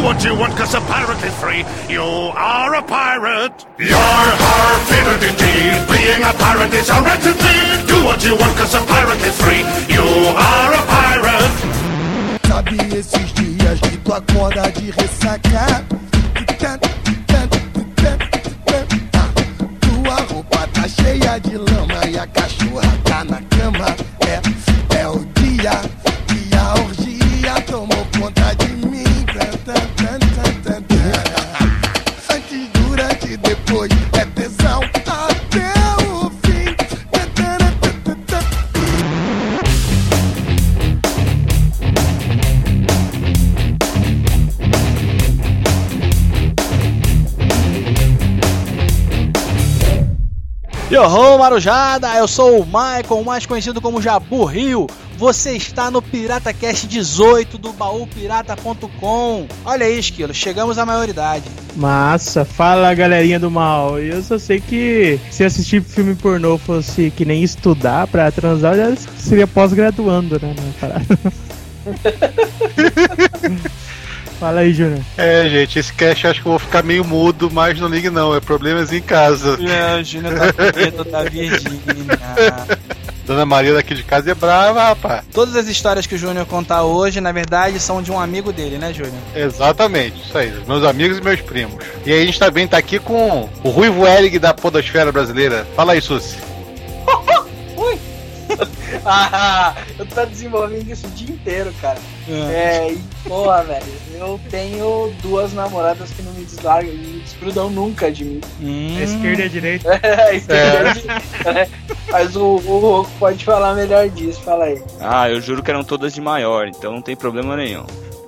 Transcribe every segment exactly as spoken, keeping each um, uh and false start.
Do what you want, cause a pirate is free. You are a pirate. You're hard-fitted indeed. Being a pirate is a right indeed. Do what you want, cause a pirate is free. You are a pirate. Sabe esses dias que tu acorda de ressaca? Tua roupa tá cheia de lama e a cachorra tá na cama. É, é o dia que a orgia tomou conta de mim. Antes, durante e depois é tesão até o fim. Yoho, Marujada, eu sou o Michael, mais conhecido como Jabu Rio. Você está no PirataCast dezoito do baú pirata ponto com. Olha aí, Esquilo, chegamos à maioridade. Massa, fala galerinha do mal. Eu só sei que se assistir filme pornô fosse que nem estudar pra transar, eu já seria pós-graduando, né? Fala aí, Júnior. É, gente, esse cast acho que eu vou ficar meio mudo, mas não ligue não, é problemas em casa. É, o Júnior tá com medo da Virgínia. Dona Maria daqui de casa é brava, rapaz. Todas as histórias que o Júnior contar hoje, na verdade, são de um amigo dele, né, Júnior? Exatamente, isso aí, meus amigos e meus primos. E aí a gente também tá aqui com o Ruivo Hering da podosfera brasileira. Fala aí, Suzy. Ui! Ah, eu tô desenvolvendo isso o dia inteiro, cara. É, é e porra, velho, eu tenho duas namoradas que não me deslargam, me desgrudam nunca de mim. Hum. A esquerda e a direita. É, a esquerda e a direita, né? Mas o Roco pode falar melhor disso, fala aí. Ah, eu juro que eram todas de maior, então não tem problema nenhum.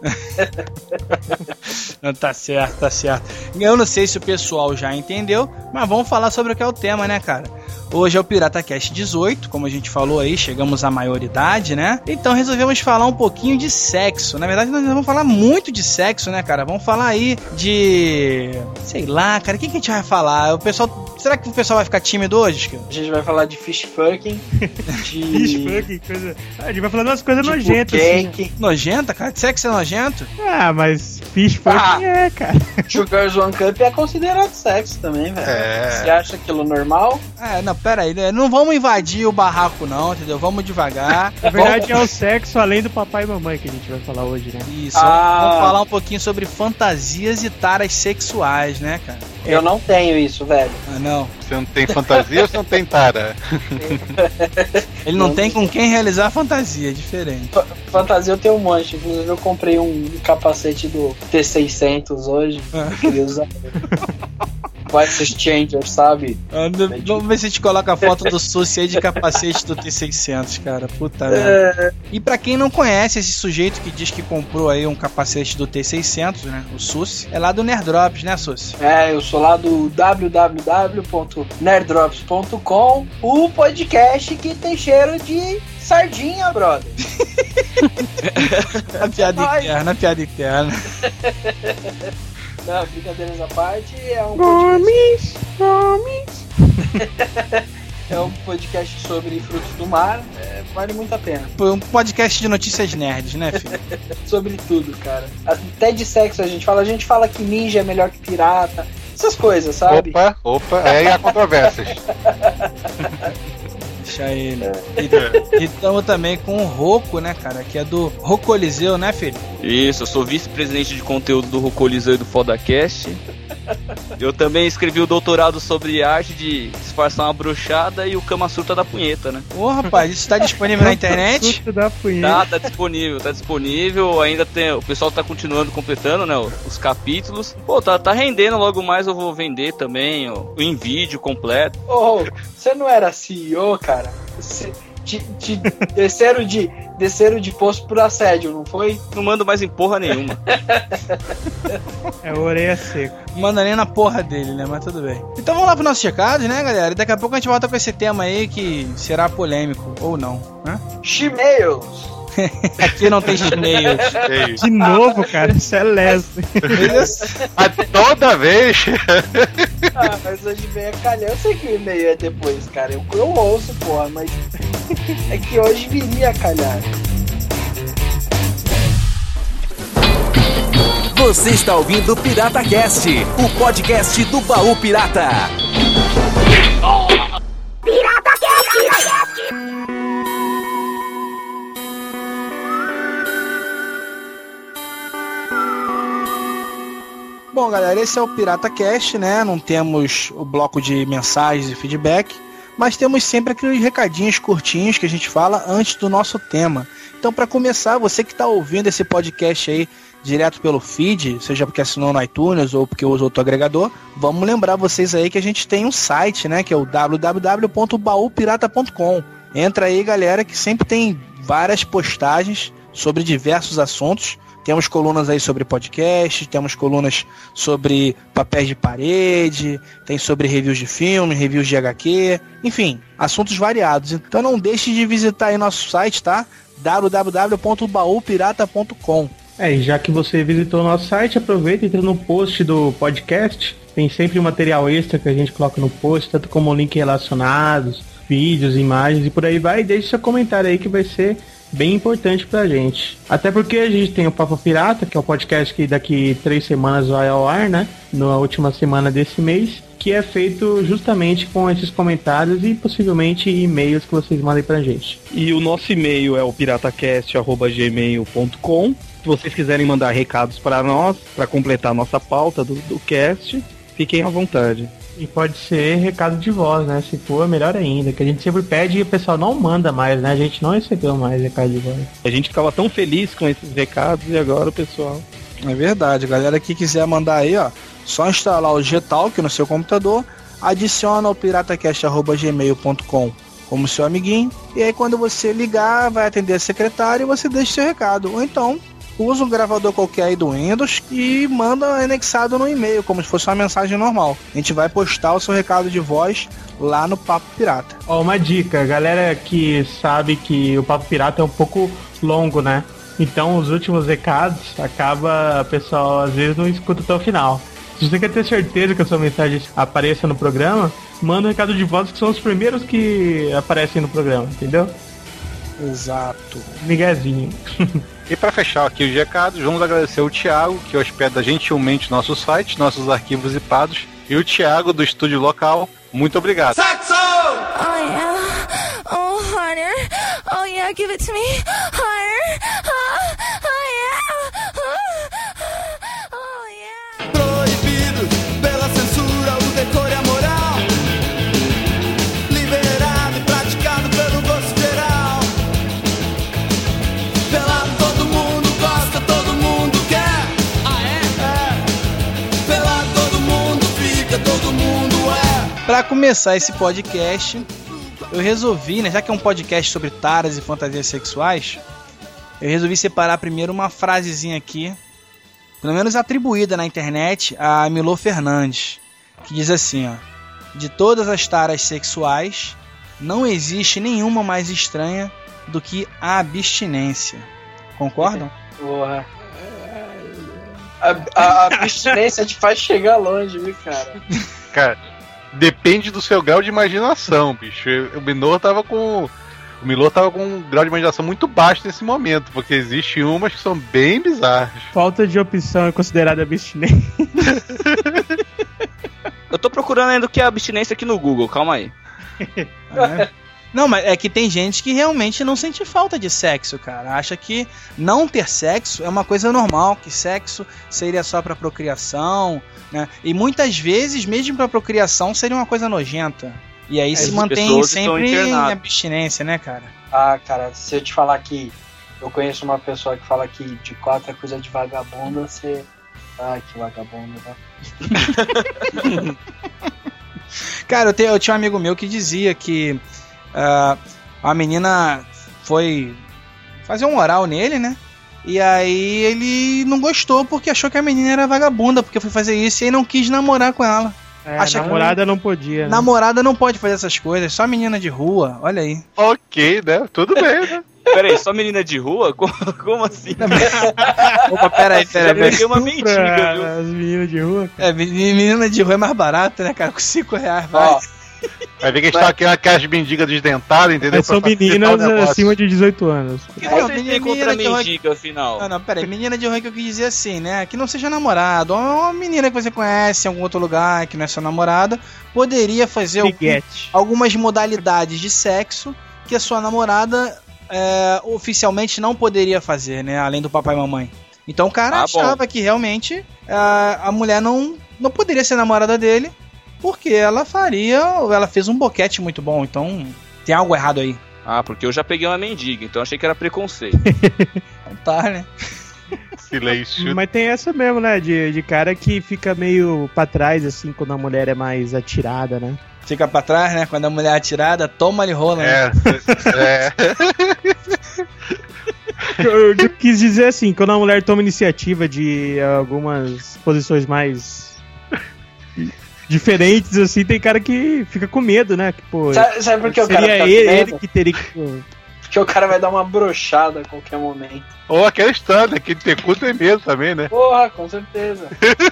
Não, tá certo, tá certo. Eu não sei se o pessoal já entendeu, mas vamos falar sobre o que é o tema, né, cara? Hoje é o PirataCast dezoito, como a gente falou aí, chegamos à maioridade, né? Então resolvemos falar um pouquinho de sexo. Na verdade, nós vamos falar muito de sexo, né, cara? Vamos falar aí de... sei lá, cara, o que, que a gente vai falar? O pessoal... Será que o pessoal vai ficar tímido hoje, Esquilo? A gente vai falar de fish fucking, de... Fish fucking, coisa... Ah, a gente vai falar de umas coisas tipo nojentas, cake. Assim. Nojenta, cara? Sexo é nojento? Ah, mas fish fucking ah, é, cara. Sugar's One Cup é considerado sexo também, velho. É. Você acha aquilo normal? É, não, pera aí, não vamos invadir o barraco não, entendeu? Vamos devagar. Na verdade vamos... é o sexo além do papai e mamãe que a gente vai falar hoje, né? Isso, ah. vamos falar um pouquinho sobre fantasias e taras sexuais, né, cara? Eu é. não tenho isso, velho. Ah, não. Você não tem fantasia ou você não tem tara? Ele não, não tem com quem realizar a fantasia, é diferente. F- fantasia eu tenho um monte, inclusive eu comprei um capacete do T seiscentos hoje, ah. eu queria usar. Voice Changer, sabe? Ah, vamos ver se a gente coloca a foto do Susi aí de capacete do T seiscentos, cara. Puta merda. É... E pra quem não conhece esse sujeito que diz que comprou aí um capacete do T seiscentos, né? O Susi, é lá do Nerddrops, né, Susi? É, eu sou lá do w w w ponto nerddrops ponto com, o podcast que tem cheiro de sardinha, brother. A piada interna, a piada interna. Não, brincadeiras à parte, é um podcast... É um podcast sobre frutos do mar, é, vale muito a pena. Foi um podcast de notícias nerds, né, filho? Sobre tudo, cara. Até de sexo a gente fala, a gente fala que ninja é melhor que pirata, essas coisas, sabe? Opa, opa, aí há controvérsias. Deixa ele. E estamos também com o Roco, né, cara? Que é do Rocoliseu, né, filho? Isso, eu sou vice-presidente de conteúdo do Rocoliseu e do FodaCast. Eu também escrevi o doutorado sobre arte de disfarçar uma bruxada e o Kama Sutra da punheta, né? Ô, rapaz, isso tá disponível na internet? Da punheta. Tá, tá disponível, tá disponível. Ainda tem, o pessoal tá continuando completando, né, os capítulos. Pô, tá, tá rendendo, logo mais eu vou vender também, ó, em vídeo completo. Ô, oh, você não era C E O, cara? Você... Te, te desceram, de, desceram de posto por assédio, não foi? Não mando mais em porra nenhuma. É orelha seca. Não manda nem na porra dele, né? Mas tudo bem. Então vamos lá pro nosso checado, né, galera? E daqui a pouco a gente volta com esse tema aí que será polêmico, ou não, né? She-mails. Aqui não tem e-mails. De novo, cara, isso é lésbico. A toda vez. Ah, mas hoje vem a calhar. Eu sei que o e-mail é depois, cara. Eu, eu ouço, porra, mas é que hoje viria a calhar. Você está ouvindo o PirataCast, o podcast do Baú Pirata. PirataCast! Bom, galera, esse é o PirataCast, né? Não temos o bloco de mensagens e feedback, mas temos sempre aqueles recadinhos curtinhos que a gente fala antes do nosso tema. Então, para começar, você que está ouvindo esse podcast aí direto pelo feed, seja porque assinou no iTunes ou porque usa outro agregador, vamos lembrar vocês aí que a gente tem um site, né? Que é o w w w ponto baú pirata ponto com. Entra aí, galera, que sempre tem várias postagens sobre diversos assuntos. Temos colunas aí sobre podcast, temos colunas sobre papéis de parede, tem sobre reviews de filme, reviews de agá quê, enfim, assuntos variados. Então não deixe de visitar aí nosso site, tá? w w w ponto baú pirata ponto com. É, e já que você visitou o nosso site, aproveita e entra no post do podcast. Tem sempre material extra que a gente coloca no post, tanto como link relacionados, vídeos, imagens e por aí vai. E deixe seu comentário aí que vai ser bem importante pra gente. Até porque a gente tem o Papo Pirata, que é o podcast que daqui três semanas vai ao ar, né? Na última semana desse mês, que é feito justamente com esses comentários e possivelmente e-mails que vocês mandem pra gente. E o nosso e-mail é o piratacast arroba gmail ponto com. Se vocês quiserem mandar recados para nós, para completar a nossa pauta do, do cast, fiquem à vontade. E pode ser recado de voz, né? Se for, melhor ainda. Que a gente sempre pede e o pessoal não manda mais, né? A gente não recebeu mais recado de voz. A gente ficava tão feliz com esses recados e agora o pessoal... É verdade, galera que quiser mandar aí, ó, só instalar o Gtalk no seu computador, adiciona o piratacast arroba gmail ponto com como seu amiguinho, e aí quando você ligar, vai atender a secretária e você deixa seu recado. Ou então, usa um gravador qualquer aí do Windows e manda anexado no e-mail, como se fosse uma mensagem normal. A gente vai postar o seu recado de voz lá no Papo Pirata. Ó, uma dica, galera que sabe que o Papo Pirata é um pouco longo, né? Então os últimos recados, acaba, o pessoal às vezes não escuta até o final. Se você quer ter certeza que a sua mensagem apareça no programa, manda um recado de voz que são os primeiros que aparecem no programa, entendeu? Exato. Miguezinho. E para fechar aqui os recados, vamos agradecer o Thiago, que hospeda gentilmente nosso site, nossos arquivos zipados, e o Thiago do estúdio local. Muito obrigado. Saxo! Oh yeah, oh harder, oh yeah, give it to me, harder, oh, oh yeah, oh, oh yeah. Proibido pela censura, o decoro e a moral, liberado e praticado pelo gosto geral. Pelado todo mundo gosta, todo mundo quer. Ah é? É. Pelado todo mundo fica, todo mundo é. Pra começar esse podcast, eu resolvi, né, já que é um podcast sobre taras e fantasias sexuais, eu resolvi separar primeiro uma frasezinha aqui, pelo menos atribuída na internet a Milô Fernandes, que diz assim, ó: de todas as taras sexuais, não existe nenhuma mais estranha do que a abstinência. Concordam? Porra. A, a abstinência te faz chegar longe, viu, cara? Cara, depende do seu grau de imaginação, bicho. O Minor tava com... O Milô tava com um grau de imaginação muito baixo nesse momento, porque existem umas que são bem bizarras. Falta de opção é considerada abstinência. Eu tô procurando ainda o que é abstinência aqui no Google, calma aí. É. Não, mas é que tem gente que realmente não sente falta de sexo, cara. Acha que não ter sexo é uma coisa normal, que sexo seria só pra procriação, né? E muitas vezes, mesmo pra procriação, seria uma coisa nojenta. E aí é, se mantém sempre em abstinência, né, cara? Ah, cara, se eu te falar que eu conheço uma pessoa que fala que de quatro é coisa de vagabunda, você... Ai, que vagabunda, né? Cara, eu, te, eu tinha um amigo meu que dizia que uh, a menina foi fazer um oral nele, né? E aí ele não gostou porque achou que a menina era vagabunda, porque foi fazer isso e aí não quis namorar com ela. É, Acha namorada que... não podia, né? Namorada não pode fazer essas coisas, só menina de rua, olha aí. Ok, né? Tudo bem, né? Peraí, só menina de rua? Como, como assim? Opa, peraí, peraí, peraí. É uma mentira, viu? As meninas de rua, cara. É, menina de rua é mais barato, né, cara? Com cinco reais, vai. Ó, Vai ver que a gente tá aqui naquelas mendigas desdentadas, entendeu? Mas são Pra meninas facilitar o negócio. acima de dezoito anos. O que Não, você tem contra mendiga, afinal? Não, não, peraí. Menina de ruim que eu quis dizer assim, né? Que não seja namorado. Ou uma menina que você conhece em algum outro lugar, que não é sua namorada, poderia fazer algum, Piguete. algumas modalidades de sexo que a sua namorada é, oficialmente não poderia fazer, né? Além do papai e mamãe. Então o cara Ah, achava bom. que realmente a, a mulher não, não poderia ser namorada dele porque ela faria, ela fez um boquete muito bom. Então tem algo errado aí. Ah, porque eu já peguei uma mendiga, então achei que era preconceito. Não tá, né? Silêncio. Mas tem essa mesmo, né? De, de cara que fica meio pra trás, assim, quando a mulher é mais atirada, né? Fica pra trás, né? Quando a mulher é atirada, toma-lhe rola, né? É, é. Eu, eu quis dizer assim, quando a mulher toma iniciativa de algumas posições mais diferentes, assim, tem cara que fica com medo, né? Que, pô, Sabe, sabe por que o cara seria fica com ele, medo? ele que teria que... Porque o cara vai dar uma brochada a qualquer momento. Ou aquela história, que ter cu tem medo também, né? Porra, com certeza.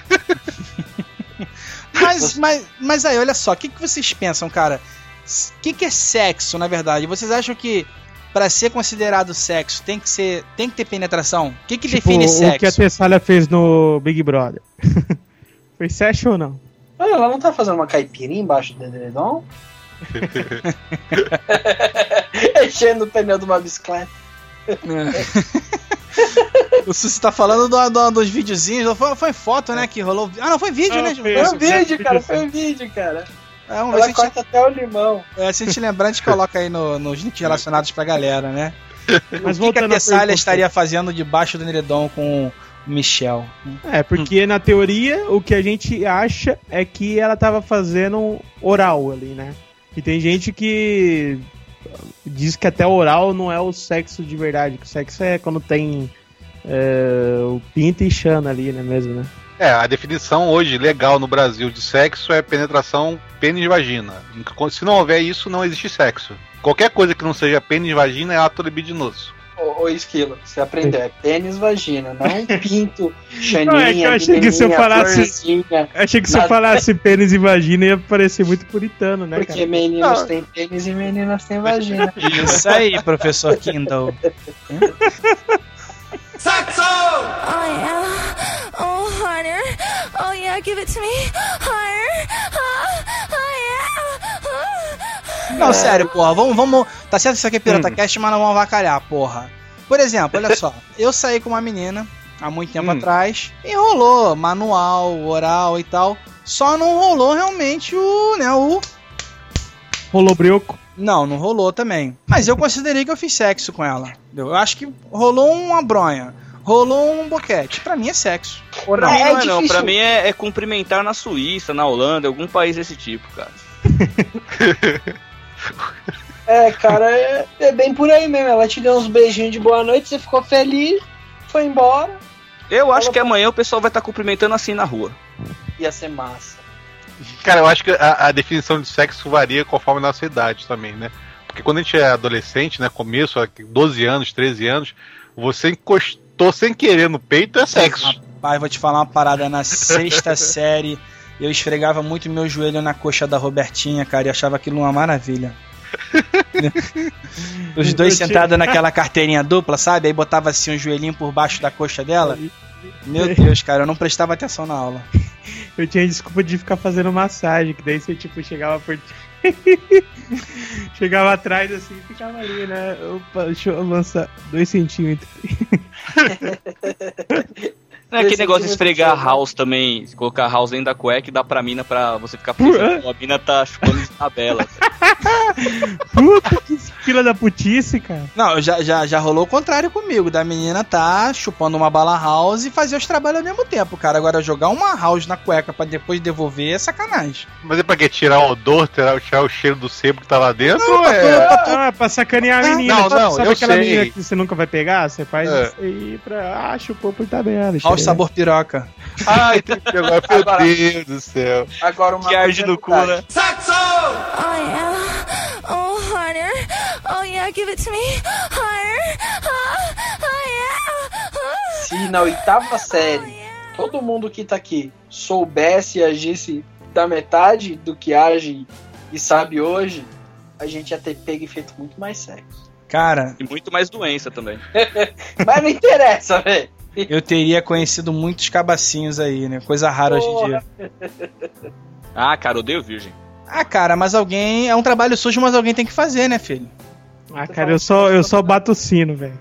Mas, mas, mas aí, olha só, o que, que vocês pensam, cara? O que, que é sexo, na verdade? Vocês acham que pra ser considerado sexo tem que ser, tem que ter penetração? O que, que Tipo, define o sexo? que a Tessália fez no Big Brother. Foi sexo ou não? Olha, ela não tá fazendo uma caipirinha embaixo do edredom? Enchendo o pneu de uma bicicleta. O Susi tá falando do, do, dos videozinhos, foi, foi foto, né, que rolou. Ah, não, foi vídeo, Não, né? foi Foi Foi um vídeo, cara, foi um vídeo, cara. É, vamos ver se Ela a gente, corta até o limão. é, se a gente lembrar, a gente coloca aí no, nos links relacionados pra galera, né? Mas O que, que a voltando à Tessália pergunta. estaria fazendo debaixo do edredom com o Michel? É, porque na teoria o que a gente acha é que ela tava fazendo oral ali, né? E tem gente que diz que até oral não é o sexo de verdade, que o sexo é quando tem é, o pinto e chana ali, né, mesmo, né? É, a definição hoje legal no Brasil de sexo é penetração pênis e vagina. Se não houver isso, não existe sexo. Qualquer coisa que não seja pênis e vagina é ato libidinoso. Ô, ô Esquilo, você aprendeu, é pênis, vagina, não pinto, chaninha, Não, é que eu achei que se eu menininha, falasse- florzinha, Eu achei que se eu Nada. falasse pênis e vagina ia parecer muito puritano, né, porque cara? meninos Não. têm pênis e meninas têm vagina. Isso aí, professor Kindle. Oh yeah. Oh, harder. Oh yeah, give it to me. Harder. Oh, oh yeah. Não, sério, porra, vamos, vamos. Tá certo que isso aqui é PirataCast, mas não vamos avacalhar, porra. Por exemplo, olha só, eu saí com uma menina há muito tempo Hum. atrás e rolou manual, oral e tal. Só não rolou realmente o, né, o. Rolou brioco. Não, não rolou também. Mas eu considerei que eu fiz sexo com ela. Entendeu? Eu acho que rolou uma bronha, rolou um boquete. Pra mim é sexo. Pra É, mim é não é não, difícil. pra mim é, é cumprimentar na Suíça, na Holanda, algum país desse tipo, cara. É, cara, é, é bem por aí mesmo. Ela te deu uns beijinhos de boa noite, você ficou feliz, foi embora, Eu acho que amanhã o pessoal vai estar cumprimentando assim na rua. ia ser massa. Cara, eu acho que a, a definição de sexo varia conforme a nossa idade também, né? Porque quando a gente é adolescente, né? Começo, doze anos, treze anos, você encostou sem querer no peito, é sexo. Rapaz, vou te falar uma parada. Na sexta série, eu esfregava muito meu joelho na coxa da Robertinha, cara, e achava aquilo uma maravilha. Os dois sentados naquela carteirinha dupla, sabe? Aí botava assim um joelhinho por baixo da coxa dela. Meu Deus, cara, eu não prestava atenção na aula. Eu tinha desculpa de ficar fazendo massagem, que daí você, tipo, chegava por... chegava atrás, assim, e ficava ali, né? Opa, deixa eu avançar dois centímetros. Não é aquele Esse negócio de time esfregar funciona. house também, se colocar house dentro da cueca e dar pra mina pra você ficar pensando, a mina tá chupando tabela. Puta que fila da putice, cara. Não, já, já, já rolou o contrário comigo. Da menina tá chupando uma bala house e fazer os trabalhos ao mesmo tempo, cara. Agora jogar uma house na cueca pra depois devolver é sacanagem. Mas é pra quê? Tirar o odor, tirar, tirar o cheiro do sebo que tá lá dentro? Não, ou pra é... tu- Ah, pra sacanear a menina. Não, sabe, não, sabe eu aquela sei. menina que você nunca vai pegar? Você faz É. isso aí pra... Ah, chupou por tabela. House sabor piroca. Ai, entendi agora, meu Agora- Deus do céu. Agora uma Que arde no cu, né? Oh yeah. Oh, harder. Oh yeah, give it to me. Harder. Oh, oh yeah. Oh. Se na oitava série todo mundo que tá aqui soubesse e agisse da metade do que age e sabe hoje, a gente ia ter pego e feito muito mais sexo. Cara... E muito mais doença também. Mas não interessa, velho. Eu teria conhecido muitos cabacinhos aí, né? Coisa rara Porra. hoje em dia. Ah, cara, odeio virgem. Ah, cara, mas alguém... É um trabalho sujo, mas alguém tem que fazer, né, filho? Ah, cara, eu só, eu só bato o sino, velho.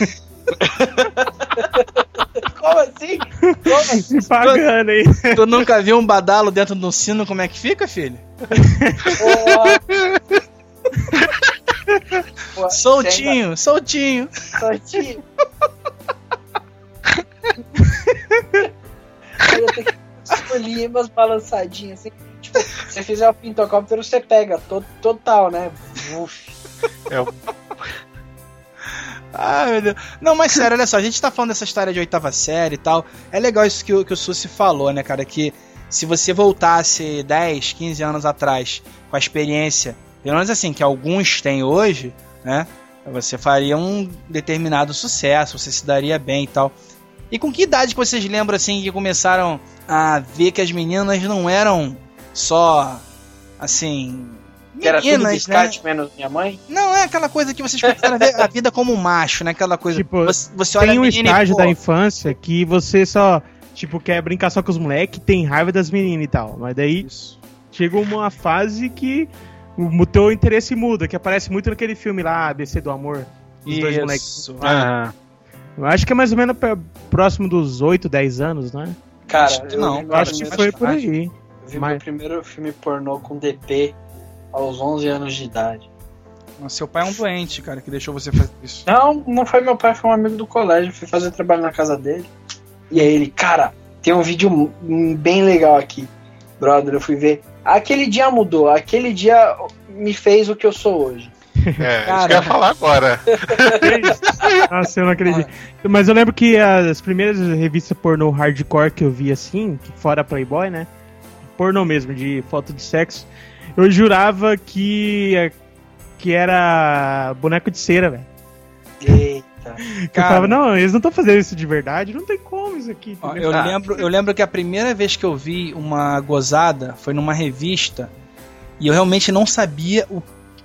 Como assim? Como assim? Pagando aí. Tu, tu nunca viu um badalo dentro de um sino, como é que fica, filho? Pô, soltinho, ainda... soltinho. Soltinho. Aí eu tenho que escolher umas balançadinhas assim. Tipo, se você fizer o pintocóptero, você pega to- total, né? Uf. É o... Ah, meu Deus. Não, mas sério, olha só, a gente tá falando dessa história de oitava série e tal. É legal isso que o, que o Susi falou, né, cara? Que se você voltasse dez, quinze anos atrás com a experiência, pelo menos assim, que alguns têm hoje, né? Você faria um determinado sucesso, você se daria bem e tal. E com que idade que vocês lembram, assim, que começaram a ver que as meninas não eram só, assim... Que era tudo meninas, biscate, né? menos minha mãe? Não, é aquela coisa que vocês começaram a ver a vida como macho, né? Aquela coisa... Tipo, você, você olha tem um estágio e, pô, da infância que você só, tipo, quer brincar só com os moleques, tem raiva das meninas e tal. Mas daí Isso. chega uma fase que o teu interesse muda, que aparece muito naquele filme lá, A B C do Amor. Os Isso. dois moleques. Ah, Eu acho que é mais ou menos pra- próximo dos oito, dez anos, né? Cara, Acho que eu, não, vi Eu meu acho que primeiro- foi por aí. eu vi Mas- meu primeiro filme pornô com D P aos onze anos de idade. Nossa, seu pai é um doente, cara, que deixou você fazer isso. Não, não foi meu pai, foi um amigo do colégio. Fui fazer trabalho na casa dele. E aí ele, cara, tem um vídeo bem legal aqui. Brother, eu fui ver. Aquele dia mudou. Aquele dia me fez o que eu sou hoje. é, Cara. isso que eu ia falar agora. Nossa, eu não acredito. Mas eu lembro que as primeiras revistas pornô hardcore que eu vi assim, que fora Playboy, né? Pornô mesmo, de foto de sexo. Eu jurava que, que era boneco de cera, velho. Eita. Eu Cara. falava, não, eles não estão fazendo isso de verdade, não tem como isso aqui. Ó, entendeu? eu, lembro, eu lembro que a primeira vez que eu vi uma gozada foi numa revista e eu realmente não sabia o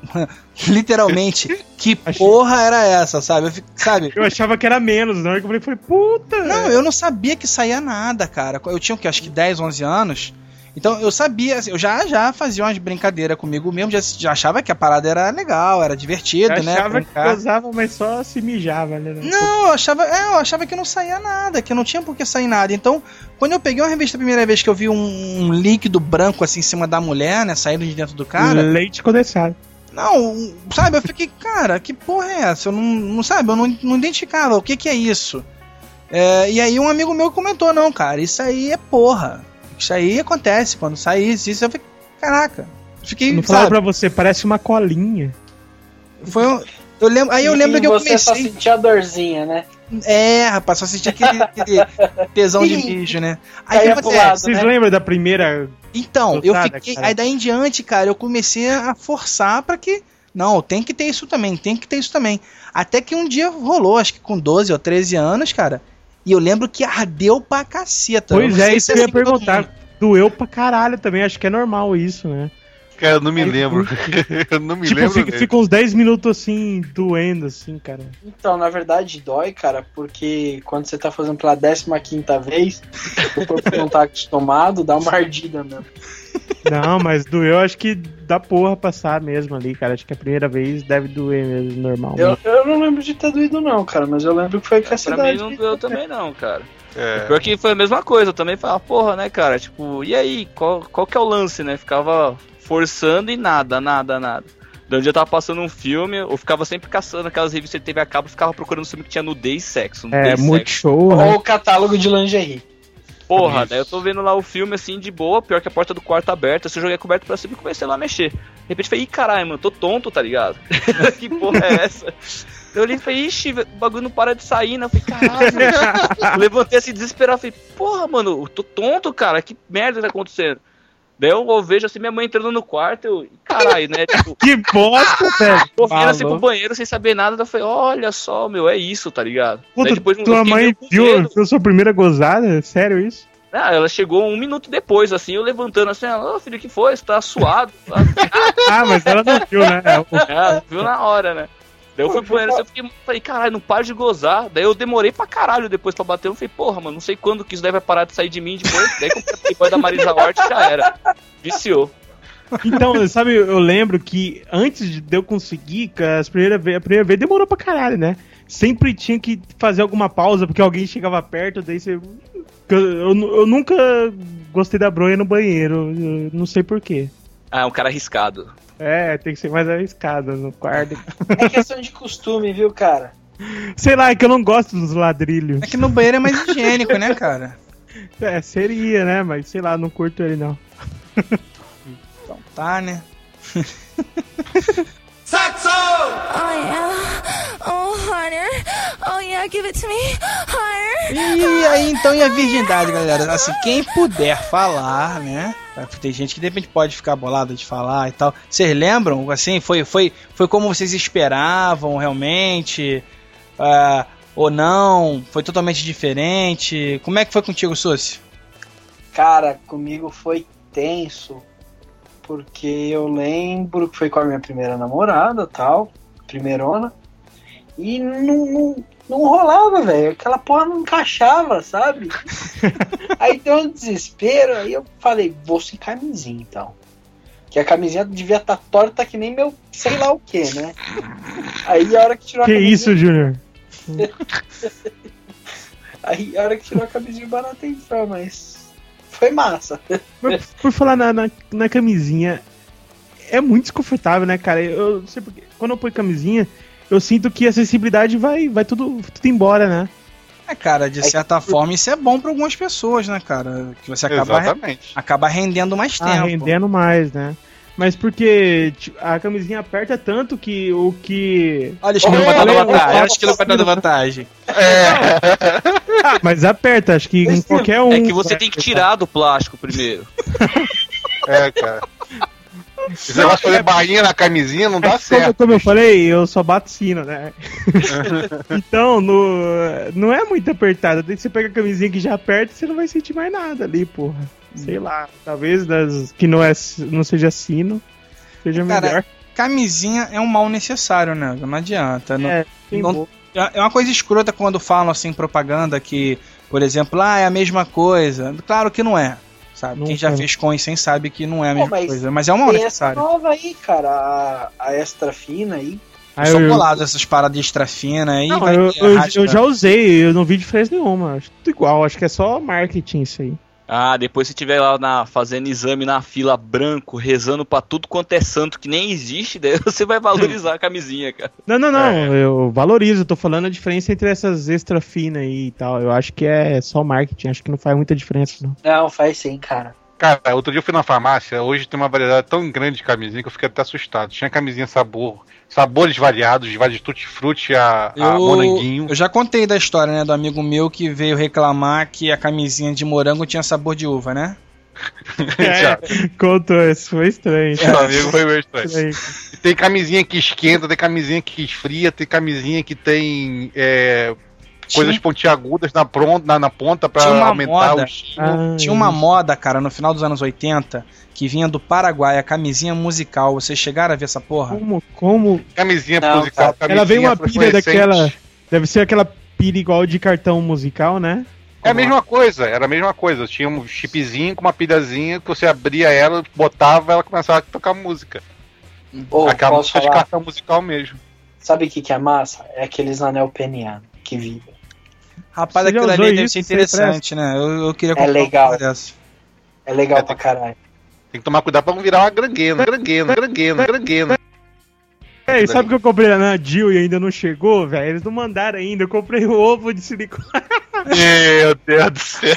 literalmente que porra era essa, sabe? Eu, fico- sabe? Eu achava que era menos, na hora que eu falei, falei, puta. Não, eu não sabia que saía nada, cara. Eu tinha o que, acho que dez, onze anos. Então eu sabia, assim, eu já, já fazia umas brincadeiras comigo mesmo, já, já achava que a parada era legal, era divertido, eu né? achava que brincar. gozava, mas só se mijava, né? Não, eu achava, é, eu achava que não saía nada, que não tinha por que sair nada. Então, quando eu peguei uma revista a primeira vez que eu vi um, um líquido branco assim em cima da mulher, né, saindo de dentro do cara, Leite condensado. não, sabe, eu fiquei, cara, que porra é essa? Eu não, não sabe, eu não, não identificava o que que é isso. É, e aí um amigo meu comentou, não, cara, isso aí é porra. Isso aí acontece quando sai isso, isso eu fiquei, caraca. Fiquei, Eu não falava sabe, pra você, parece uma colinha. foi um, eu lembro, aí eu E- lembro e que eu você só comecei. sentia a dorzinha, né? É, rapaz, só sentia aquele, aquele tesão de mijo, né? Aí o que Caía pro acontece? lado, Vocês né? lembram da primeira? Então, eu Gozada, fiquei. cara. Aí daí em diante, cara, eu comecei a forçar pra que. Não, tem que ter isso também, tem que ter isso também. Até que um dia rolou, acho que com doze ou treze anos, cara. E eu lembro que ardeu pra caceta. Pois não é, sei isso se que eu ia assim com todo perguntar. mundo. Doeu pra caralho também, acho que é normal isso, né? Cara, eu não me lembro. Eu não me tipo, lembro. fica, mesmo. fica uns dez minutos assim, doendo, assim, cara. Então, na verdade, dói, cara, porque quando você tá fazendo pela décima quinta vez, o corpo não tá acostumado, dá uma ardida mesmo. Não, mas doeu, acho que dá porra passar mesmo ali, cara. Acho que a primeira vez deve doer mesmo, normal. Eu, eu não lembro de ter doído, não, cara, mas eu lembro que foi com essa Pra mim idade. não doeu também não, cara. É. Pior que foi a mesma coisa, eu também falava, porra, né, cara, tipo, e aí, qual, qual que é o lance, né? Ficava forçando e nada, nada, nada. Daí um dia eu tava passando um filme, eu ficava sempre caçando aquelas revistas de T V a cabo, ficava procurando um filme que tinha nudez e sexo. Nudez É, e muito sexo. show, né? Ou o catálogo de lingerie. Porra, daí eu tô vendo lá o filme assim, de boa, pior que a porta do quarto aberta, eu joguei a coberta pra cima e comecei lá a mexer. De repente eu falei, ih, caralho, mano, tô tonto, tá ligado? Que porra é essa? Eu olhei e falei, ixi, o bagulho não para de sair, né? Eu falei, caralho. Eu levantei assim, desesperado, falei, porra, mano, eu tô tonto, cara, que merda tá acontecendo? Daí eu, eu vejo assim minha mãe entrando no quarto, eu, caralho, né? Tipo, Que bosta, velho. correndo assim pro Maluco. banheiro sem saber nada, daí eu falei, olha só, meu, é isso, tá ligado? Puta, Daí depois, eu tua fiquei mãe meio com viu, medo. viu sua primeira gozada? Sério isso? Ah, ela chegou um minuto depois, assim, eu levantando assim, ela, ô filho, o que foi? Você tá suado? Ah, mas ela não viu, né? É, viu na hora, né? Daí eu fui pro banheiro, eu fiquei, falei, caralho, não para de gozar. Daí eu demorei pra caralho depois pra bater. Eu falei, porra, mano, não sei quando que isso daí vai parar de sair de mim depois. Daí que eu depois da Marisa Hort já era. Viciou. Então, sabe, eu lembro que antes de eu conseguir, as primeira vez, a primeira vez demorou pra caralho, né? Sempre tinha que fazer alguma pausa, porque alguém chegava perto, daí você... Eu, eu, eu nunca gostei da bronha no banheiro, eu não sei porquê. Ah, é um cara arriscado. É, tem que ser mais arriscado no quarto. É questão de costume, viu, cara? Sei lá, é que eu não gosto dos ladrilhos. É que no banheiro é mais higiênico, né, cara? É, seria, né? Mas sei lá, não curto ele não. Então tá, né? Saxo! Oh yeah. Oh, harder. Oh yeah, give it to me. Higher. E aí, então, e a virgindade, galera? Assim, quem puder falar, né? Tem gente que de repente pode ficar bolada de falar e tal. Vocês lembram? Assim, foi, foi, foi como vocês esperavam realmente? Uh, ou não? Foi totalmente diferente? Como é que foi contigo, Suzy? Cara, comigo foi tenso. Porque eu lembro que foi com a minha primeira namorada, tal, primeirona, e não, não, não rolava, velho, aquela porra não encaixava, sabe? Aí deu um desespero, aí eu falei, vou sem camisinha, então. Que a camisinha devia estar tá torta que nem meu sei lá o que, né? Aí a hora que tirou a que camisinha... isso, Júnior? Aí a hora que tirou a camisinha, o barato entrou, mas... Foi massa. Por, por falar na, na, na camisinha, é muito desconfortável, né, cara? Eu não sei porque. Quando eu ponho camisinha, eu sinto que a sensibilidade vai, vai tudo, tudo embora, né? É, cara, de certa é, forma isso é bom pra algumas pessoas, né, cara? Que você acaba, re, acaba rendendo mais tempo. Ah, rendendo mais, né? Mas porque a camisinha aperta tanto que o que... Olha, acho que ele vai dar vantagem. Acho que ele vai dar vantagem. É. Ah, mas aperta, acho que em qualquer um... É que você tem que tirar do plástico primeiro. É, cara. Se você vai fazer bainha na camisinha, não dá é, certo. Como, como eu falei, eu só bato sino, né? Então, no, não é muito apertado. Daí você pega a camisinha que já aperta, você não vai sentir mais nada ali, porra. Sei lá, talvez das que não, é, não seja sino, seja Cara, melhor. Camisinha é um mal necessário, né? Não adianta. É, não, não, é uma coisa escrota quando falam assim, propaganda que, por exemplo, ah, é a mesma coisa. Claro que não é, sabe? Não Quem já é. fez com sem sabe que não é a mesma Pô, mas coisa, mas é um mal tem necessário. Essa nova aí, cara, a, a extra fina aí. Eu sou bolado essas paradas extra fina aí. Não, vai eu, eu, eu já usei, eu não vi diferença nenhuma. Acho tudo igual, acho que é só marketing isso aí. Ah, depois se tiver lá na, fazendo exame na fila branco, rezando pra tudo quanto é santo que nem existe, daí você vai valorizar a camisinha, cara. Não, não, não, é. eu valorizo, tô falando a diferença entre essas extra finas aí e tal. Eu acho que é só marketing, acho que não faz muita diferença, não. Não, faz sim, cara. Cara, outro dia eu fui na farmácia, hoje tem uma variedade tão grande de camisinha que eu fiquei até assustado. Tinha camisinha sabor, sabores variados, de vários tutti-frutti a, eu, a moranguinho. Eu já contei da história, né, do amigo meu que veio reclamar que a camisinha de morango tinha sabor de uva, né? É, contou, isso foi estranho. Meu amigo foi meio estranho. estranho. Tem camisinha que esquenta, tem camisinha que esfria, tem camisinha que tem... É, coisas pontiagudas na, pronta, na, na ponta pra aumentar moda, o estilo. Ah, tinha uma moda, cara, no final dos anos oitenta, que vinha do Paraguai, a camisinha musical. Vocês chegaram a ver essa porra? Como? Como? Camisinha Não, musical. Camisinha ela veio uma pilha daquela... Deve ser aquela pilha igual de cartão musical, né? É a mesma coisa, era a mesma coisa. Tinha um chipzinho com uma pilhazinha que você abria ela, botava, ela começava a tocar música. Oh, aquela música de cartão musical mesmo. Sabe o que, que é massa? É aqueles anel peniano que vibra. Rapaz, aquilo ali deve ser interessante, né? Eu, eu queria comprar é legal. Uma dessa. É legal é, pra caralho. Tem que tomar cuidado pra não virar uma granguena, granguena, granguena, granguena. É, e sabe que eu comprei na Jill e ainda não chegou, velho? Eles não mandaram ainda. Eu comprei o ovo de silicone. Meu Deus do céu.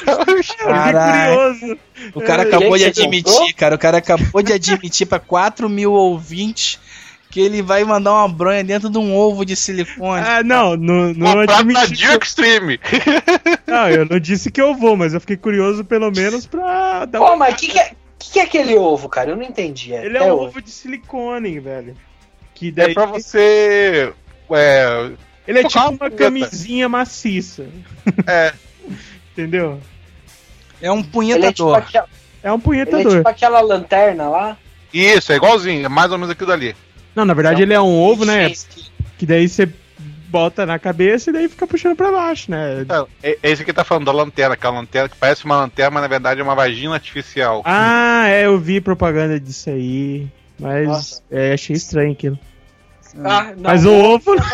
Eu fiquei curioso. O cara acabou de admitir, comprou? cara. O cara acabou de admitir pra quatro mil ouvintes que ele vai mandar uma bronha dentro de um ovo de silicone. Ah, não, não, não admiti. Que... Extreme. Não, eu não disse que eu vou, mas eu fiquei curioso pelo menos pra dar Pô, uma... mas o que, que, é, que, que é aquele ovo, cara? Eu não entendi. É, ele é, é um ovo. ovo de silicone, velho. Que daí... É pra você... É... Ele é tipo uma camisinha maciça. É. Entendeu? É um Ele é tipo, punhetador. aquela, É um ele é punhetador. tipo aquela lanterna lá. Isso, é igualzinho, é mais ou menos aquilo dali. Não, na verdade ele é um ovo, né? Sim. Que daí você bota na cabeça e daí fica puxando pra baixo, né? Então, é, é esse que tá falando da lanterna, que é uma lanterna que parece uma lanterna, mas na verdade é uma vagina artificial. Ah, é, eu vi propaganda disso aí. Mas Nossa. é, achei estranho aquilo. Ah, não, Mas o não, ovo. não,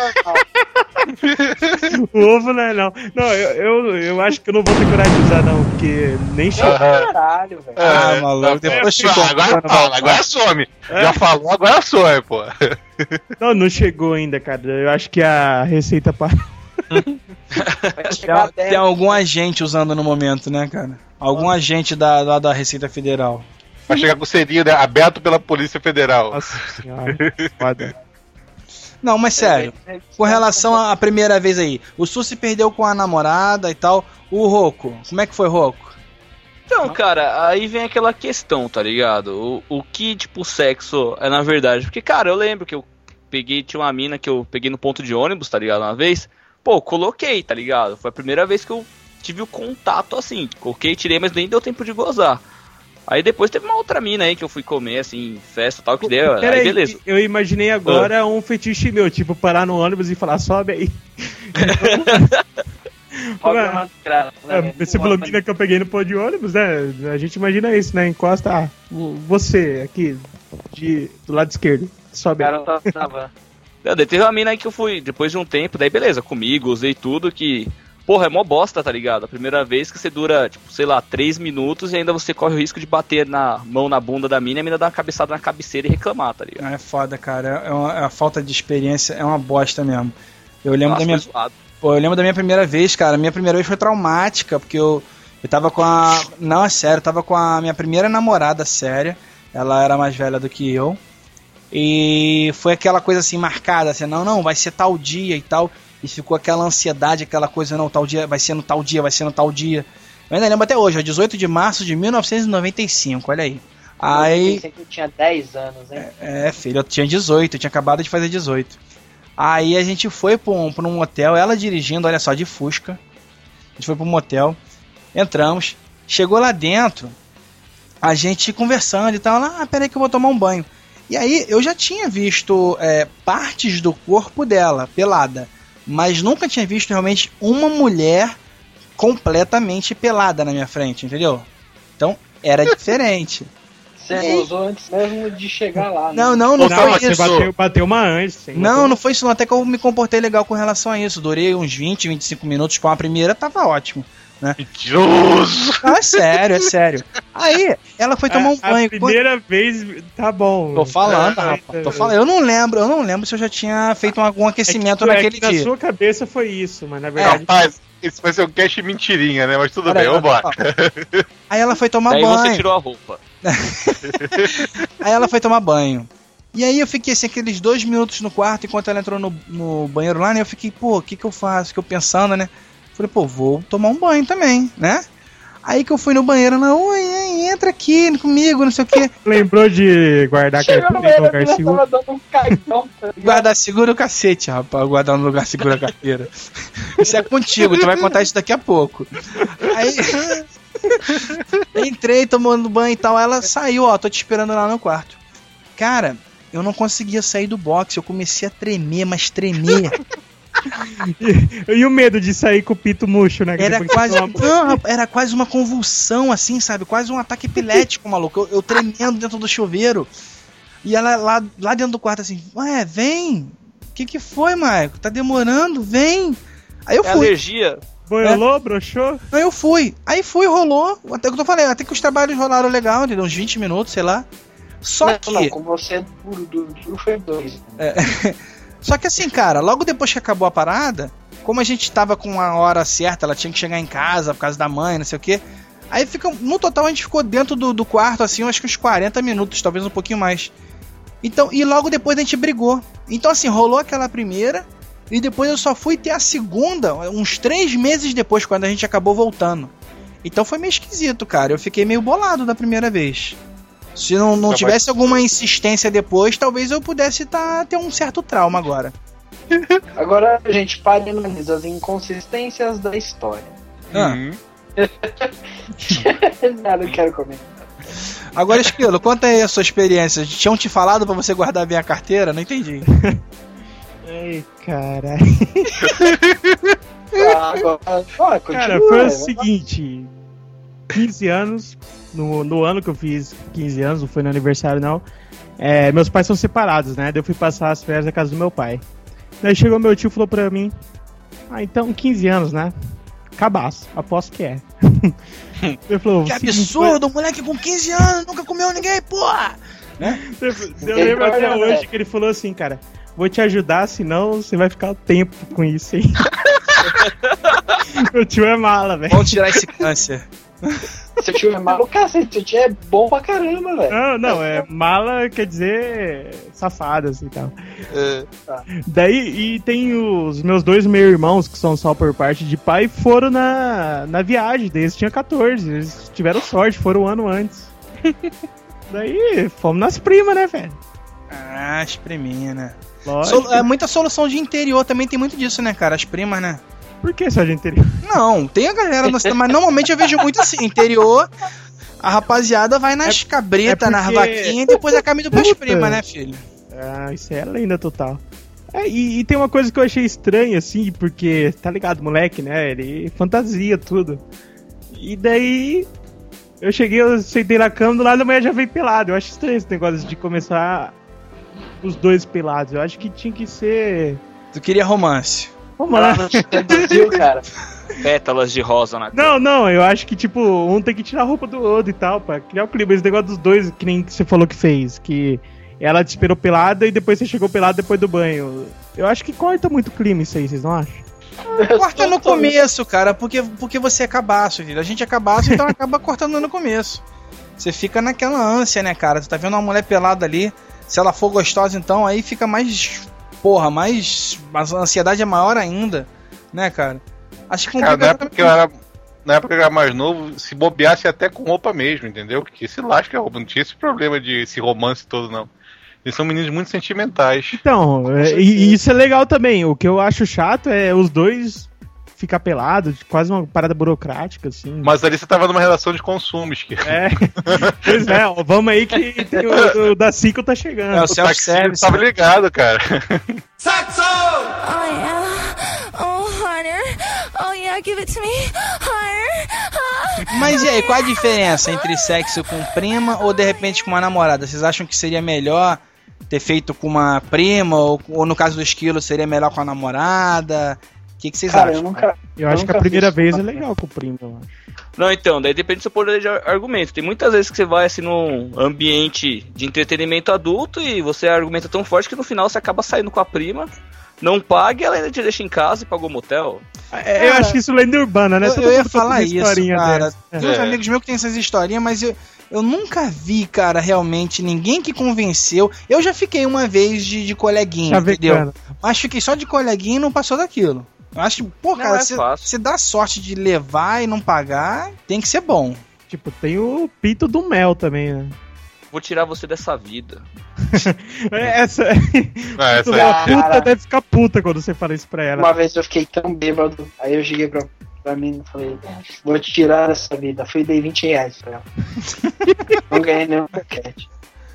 O ovo não é não. Não, eu, eu, eu acho que eu não vou ter coragem de usar, não, porque nem chega. não. Caralho, velho. Ah, maluco, depois chegou. Ah, agora fala, agora some. Já falou, agora some, pô. Não, não chegou ainda, cara. Eu acho que a receita para. Vai chegar Tem, tem dez. algum agente usando no momento, né, cara? Algum agente da, lá da Receita Federal. Vai chegar com o selinho, né, aberto pela Polícia Federal. Nossa senhora. Foda. Não, mas sério, com relação à primeira vez aí, o Su se perdeu com a namorada e tal. O Rocco, como é que foi, Rocco? Então, cara, aí vem aquela questão, tá ligado? O, o que, tipo, sexo é na verdade? Porque, cara, eu lembro que eu peguei, tinha uma mina que eu peguei no ponto de ônibus, tá ligado? Uma vez, pô, coloquei, tá ligado? Foi a primeira vez que eu tive o contato assim. Coloquei, tirei, mas nem deu tempo de gozar. Aí depois teve uma outra mina aí que eu fui comer, assim, festa e tal, que deu, Pera aí aí, beleza. eu imaginei agora um fetiche meu, tipo, parar no ônibus e falar, sobe aí. Roga uma É, você falou mina que eu peguei no pô de ônibus, né? A gente imagina isso, né? Encosta, ah, você aqui, de, do lado esquerdo, sobe aí. Cara, não tava. Não, daí teve uma mina aí que eu fui, depois de um tempo, daí beleza, comigo, usei tudo que... Porra, é mó bosta, tá ligado? A primeira vez que você dura, tipo, sei lá, três minutos e ainda você corre o risco de bater na mão na bunda da mina e a mina dar uma cabeçada na cabeceira e reclamar, tá ligado? É foda, cara. É uma, é a falta de experiência é uma bosta mesmo. Eu lembro Nossa, da minha. foi zoado. Pô, eu lembro da minha primeira vez, cara. Minha primeira vez foi traumática, porque eu, eu tava com a. Não, é sério, eu tava com a minha primeira namorada séria. Ela era mais velha do que eu. E foi aquela coisa assim, marcada, assim, não, não, vai ser tal dia e tal. E ficou aquela ansiedade, aquela coisa, não, tal dia, vai ser no tal dia, vai ser no tal dia. Eu ainda lembro até hoje, é dezoito de março de mil novecentos e noventa e cinco, olha aí. Aí. Eu pensei que eu tinha dez anos, hein? É, filho, eu tinha dezoito, eu tinha acabado de fazer dezoito. Aí a gente foi pra um, pra um hotel, ela dirigindo, olha só, de Fusca. A gente foi pra um motel, entramos, chegou lá dentro, a gente conversando e tal, lá, ah, peraí que eu vou tomar um banho. E aí eu já tinha visto é, partes do corpo dela, pelada, mas nunca tinha visto realmente uma mulher completamente pelada na minha frente, entendeu? Então era diferente. Você gozou antes mesmo de chegar lá, né? Não, não, não Não, foi mas Você isso. bateu, bateu uma antes. Sim, Não, bateu. não foi isso não, até que eu me comportei legal com relação a isso. Durei uns vinte, vinte e cinco minutos com a primeira, tava ótimo. Né? Mentiroso! Não, é sério, é sério. Aí, ela foi tomar um a, banho. A primeira vez, tá bom. Tô falando, É, rapaz. Tô é, falando. Eu não lembro, eu não lembro se eu já tinha feito algum aquecimento é que, naquele é que dia. Na sua cabeça foi isso, mas na verdade. Rapaz, isso vai ser um cast mentirinha, né? Mas tudo Pera bem, aí, vambora. Aí ela foi tomar Daí banho. você tirou a roupa. Aí ela foi tomar banho. E aí eu fiquei assim, aqueles dois minutos no quarto, enquanto ela entrou no, no banheiro lá, né? Eu fiquei, pô, o que que eu faço? Fiquei pensando, né? Falei, pô, vou tomar um banho também, né? Aí que eu fui no banheiro, ela, oi, ei, entra aqui comigo, não sei o que. Lembrou de guardar Chegou carteira no em meio, lugar ela seguro? tava dando um caidão, tá ligado? Guardar segura o cacete, rapaz. Guardar no lugar segura a carteira. Isso é contigo, tu vai contar isso daqui a pouco. Aí. Entrei tomando banho e tal. Ela saiu, ó, tô te esperando lá no quarto. Cara, eu não conseguia sair do box. Eu comecei a tremer, mas tremer. E, e o medo de sair com o pito murcho, né? Era Depois que quase, você toma- não, rapaz, era quase uma convulsão, assim, sabe? Quase um ataque epilético, maluco. Eu, eu tremendo dentro do chuveiro. E ela lá, lá dentro do quarto, assim, ué, vem. O que que foi, Maico? Tá demorando? Vem. Aí eu É fui. alergia. Boiolou, broxou? Aí eu fui. Aí fui, rolou. Até que eu tô falando, até que os trabalhos rolaram legal, entendeu? Uns vinte minutos, sei lá. Só Não, que. não, com você, duro, duro, duro foi dois. É, só que assim, cara, logo depois que acabou a parada, como a gente tava com a hora certa, ela tinha que chegar em casa por causa da mãe, não sei o que. Aí fica, no total a gente ficou dentro do, do quarto, assim, acho que uns quarenta minutos, talvez um pouquinho mais. Então, e logo depois a gente brigou. Então, assim, rolou aquela primeira, e depois eu só fui ter a segunda, uns três meses depois, quando a gente acabou voltando. Então foi meio esquisito, cara. Eu fiquei meio bolado da primeira vez. Se não, não tivesse alguma insistência depois, talvez eu pudesse tá, ter um certo trauma agora. Agora a gente para e analisa as inconsistências da história. Ah, Uhum. Não, não quero comer. Agora, Esquilo, conta aí a sua experiência. Tinham te falado pra você guardar bem a carteira? Não entendi. Ai, caralho. Ah, agora, ó, continua, Cara, foi o né? seguinte: quinze anos, no, no ano que eu fiz quinze anos, não foi no aniversário não. É, meus pais são separados, né? Daí eu fui passar as férias na casa do meu pai. Daí chegou meu tio e falou pra mim: ah, então quinze anos, né? Cabaço, aposto que é. Ele falou, que absurdo, moleque com quinze anos, nunca comeu ninguém, porra! Né? Eu lembro até hoje que ele falou assim, cara: vou te ajudar, senão você vai ficar o tempo com isso, hein? Meu tio é mala, velho. Vamos tirar esse câncer. Seu tio é maluco, cacete, seu tio é bom pra caramba, velho. Não, não, é mala quer dizer safado, assim, tal. É. Daí, e tem os meus dois meus-irmãos, que são só por parte de pai, foram na, na viagem, daí eles tinham catorze, eles tiveram sorte, foram um ano antes. Daí, fomos nas primas, né, velho? Ah, as priminhas, né? Lógico. Sol- é, muita solução de interior também tem muito disso, né, cara? As primas, né? Por que só de interior? Não, tem a galera no mas normalmente eu vejo muito assim, interior, a rapaziada vai nas É- cabritas, é nas porque- vaquinhas e depois acaba indo pras Puta. primas, né, filho? Ah, isso é lenda total. É, e, e tem uma coisa que eu achei estranha, assim, porque, tá ligado, moleque, né? Ele fantasia tudo. E daí, eu cheguei, eu sentei na cama, do lado da manhã já veio pelado. Eu acho estranho esse negócio de começar os dois pelados. Eu acho que tinha que ser... Tu queria romance. Vamos Ela lá. não te seduziu, cara. Pétalas de rosa na Não, não, eu acho que, tipo, um tem que tirar a roupa do outro e tal, pra criar o clima. Esse negócio dos dois, que nem você falou que fez, que ela te esperou pelada e depois você chegou pelado depois do banho. Eu acho que corta muito o clima isso aí, vocês não acham? Corta no começo, cara, porque, porque você é cabaço, filho. A gente é cabaço, então acaba cortando no começo. Você fica naquela ânsia, né, cara? Tu tá vendo uma mulher pelada ali, se ela for gostosa, então aí fica mais... Porra, mais... A ansiedade é maior ainda, né, cara? Acho que Cara, na complica época que eu era, na época que eu era mais novo, se bobeasse até com roupa mesmo, entendeu? Porque se lasca a roupa, não tinha esse problema de esse romance todo, não. Eles são meninos muito sentimentais. Então, é, e, e isso é legal também. O que eu acho chato é os dois ficar pelados, quase uma parada burocrática, assim. Mas ali você tava numa relação de consumo, esquerda. É, pois é, ó, vamos aí que tem o, o da Cinco tá chegando. É, o O taxista self-service. tava ligado, cara. Oh yeah. Oh, harder. Oh yeah, give it to me. Harder. Ah. Mas e aí, qual a diferença entre sexo com prima ou de repente com uma namorada? Vocês acham que seria melhor ter feito com uma prima ou, ou no caso do Esquilo seria melhor com a namorada? O que, que vocês Cara, acham? eu nunca. Eu acho que a nunca primeira fiz vez é isso. legal com o primo, eu acho. Não, então, daí depende do seu poder de ar- argumento. Tem muitas vezes que você vai assim num ambiente de entretenimento adulto e você argumenta tão forte que no final você acaba saindo com a prima, não paga e ela ainda te deixa em casa e pagou motel. É, eu acho que isso é lenda urbana, né? Eu, Todo eu ia mundo conta falar uma isso, historinha cara. dessa. Tem uns É. amigos meus que tem essas historinhas, mas eu, eu nunca vi, cara, realmente ninguém que convenceu. Eu já fiquei uma vez de, de coleguinha, entendeu? Chavecando. Mas fiquei só de coleguinha e não passou daquilo. Eu acho que, pô, Não, cara, é se, fácil. se dá sorte de levar e não pagar, tem que ser bom. Tipo, tem o pito do mel também, né? Vou tirar você dessa vida. É, Essa, Ah, essa a aí. puta Cara. deve ficar puta quando você fala isso pra ela. Uma vez eu fiquei tão bêbado, aí eu cheguei pra, pra mim e falei, vou te tirar dessa vida. Fui e dei vinte reais pra ela. Não ganhei nenhum paquete.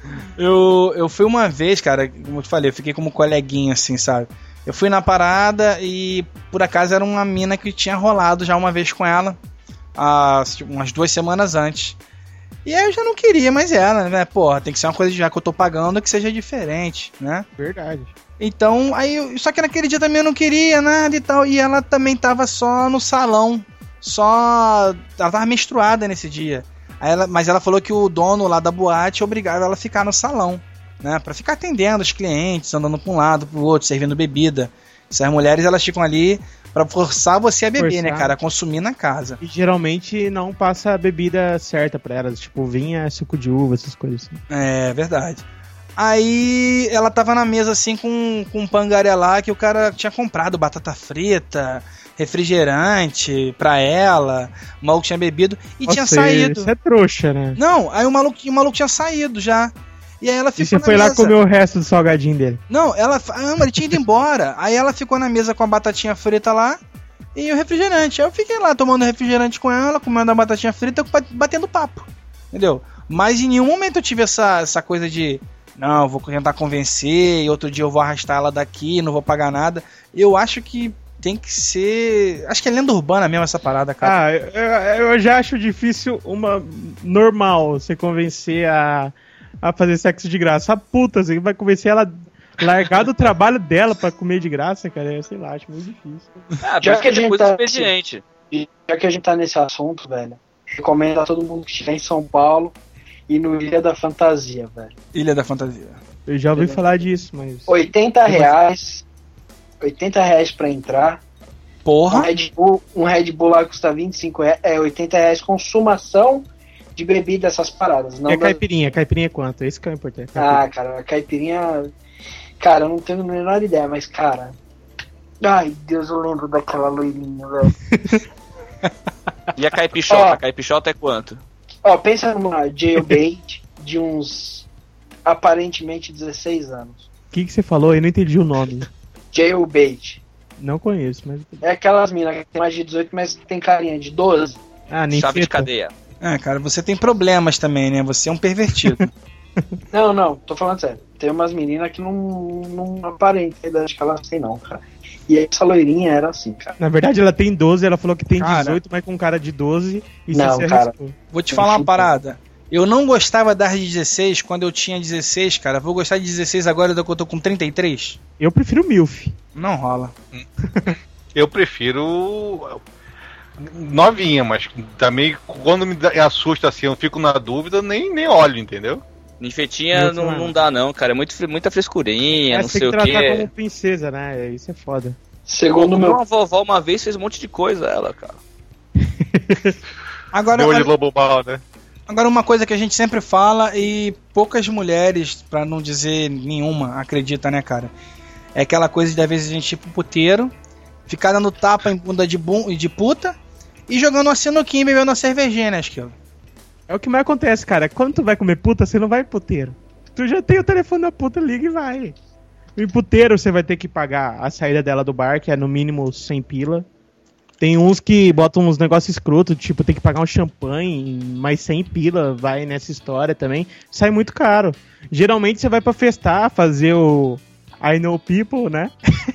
Eu, eu fui uma vez, cara, como eu te falei, eu fiquei como coleguinha, assim, sabe? Eu fui na parada e, por acaso, era uma mina que tinha rolado já uma vez com ela, há tipo, umas duas semanas antes. E aí eu já não queria mais ela, né? Porra, tem que ser uma coisa já que eu tô pagando que seja diferente, né? Verdade. Então, aí, eu- só que naquele dia também eu não queria nada e tal, e ela também tava só no salão, só... Ela tava menstruada nesse dia. Aí ela, mas ela falou que o dono lá da boate obrigava ela a ficar no salão, né? Pra ficar atendendo os clientes, andando pra um lado, pro outro, servindo bebida. Essas mulheres, elas ficam ali pra forçar você a beber, Forçar. né, cara? A consumir na casa. E geralmente não passa a bebida certa pra elas, tipo vinha, suco de uva, essas coisas assim. É, verdade. Aí ela tava na mesa assim com, com um pangaré lá que o cara tinha comprado batata frita, refrigerante pra ela, o maluco tinha bebido e Nossa, tinha saído. Isso é trouxa, né? Não, aí o maluco, o maluco tinha saído já. E aí ela ficou E você na foi lá mesa. comer o resto do salgadinho dele. Não, ela. Ah, mas ele tinha ido embora. Aí ela ficou na mesa com a batatinha frita lá e o refrigerante. Aí eu fiquei lá tomando refrigerante com ela, comendo a batatinha frita, batendo papo, entendeu? Mas em nenhum momento eu tive essa, essa coisa de, não, eu vou tentar convencer, e outro dia eu vou arrastar ela daqui, não vou pagar nada. Eu acho que tem que ser... Acho que é lenda urbana mesmo essa parada, cara. Ah, eu, eu já acho difícil uma normal você convencer a, a fazer sexo de graça. A puta, você vai convencer ela a largar do trabalho dela pra comer de graça, cara. Eu sei lá, acho muito difícil. Ah, já que a gente tá expediente. Já que a gente tá nesse assunto, velho, recomendo a todo mundo que estiver em São Paulo e no Ilha da Fantasia, velho. Ilha da Fantasia. Eu já ouvi Ilha falar disso, mas... oitenta reais... oitenta reais pra entrar. Porra! Um Red Bull, um Red Bull lá custa vinte e cinco reais. É, oitenta reais consumação de bebida, essas paradas. Não é das... caipirinha. Caipirinha é quanto? Esse que é o importante. Ah, cara, a caipirinha... Cara, eu não tenho a menor ideia, mas, cara... Ai, Deus, eu lembro daquela loirinha, velho. E a caipixota? Ó, a caipixota é quanto? Ó, pensa numa jailbait de uns... aparentemente dezesseis anos. O que que você falou? Eu não entendi o nome. Jailbait. Não conheço, mas... É aquelas minas que tem mais de dezoito, mas que tem carinha de doze. Ah, nem Chave de cadeia. Ah, cara, você tem problemas também, né? Você é um pervertido. Não, não, tô falando sério. Tem umas meninas que não, não aparentam a idade que elas têm, não, cara. E essa loirinha era assim, cara. Na verdade, ela tem doze, ela falou que tem cara, dezoito, mas com cara de doze. E não, você cara. arriscou. Vou te falar uma parada. Eu não gostava das de dezesseis quando eu tinha dezesseis, cara. Vou gostar de dezesseis agora que eu tô com trinta e três? Eu prefiro milf. Não rola. Eu prefiro novinha, mas também quando me assusta assim, eu fico na dúvida, nem, nem olho, entendeu? Ninfetinha não, não dá não, cara. É muito, muita frescurinha, é, não sei o que. Tem que tratar como princesa, né? Isso é foda. Segundo o meu... Uma vovó uma vez fez um monte de coisa, ela, cara. Agora, Meu de lobo mal, né? Agora, uma coisa que a gente sempre fala e poucas mulheres, pra não dizer nenhuma, acredita, né, cara? É aquela coisa de, às vezes, a gente ir pro puteiro, ficar dando tapa em bunda de, bum, de puta e jogando uma sinuquinha e bebendo uma cervejinha, né, Esquilo? É o que mais acontece, cara. Quando tu vai comer puta, você não vai pro puteiro. Tu já tem o telefone da puta, liga e vai. E puteiro, você vai ter que pagar a saída dela do bar, que é no mínimo cem pila. Tem uns que botam uns negócios escrotos, tipo, tem que pagar um champanhe, mais cem pila vai nessa história também. Sai muito caro. Geralmente você vai pra festar, fazer o I Know People, né?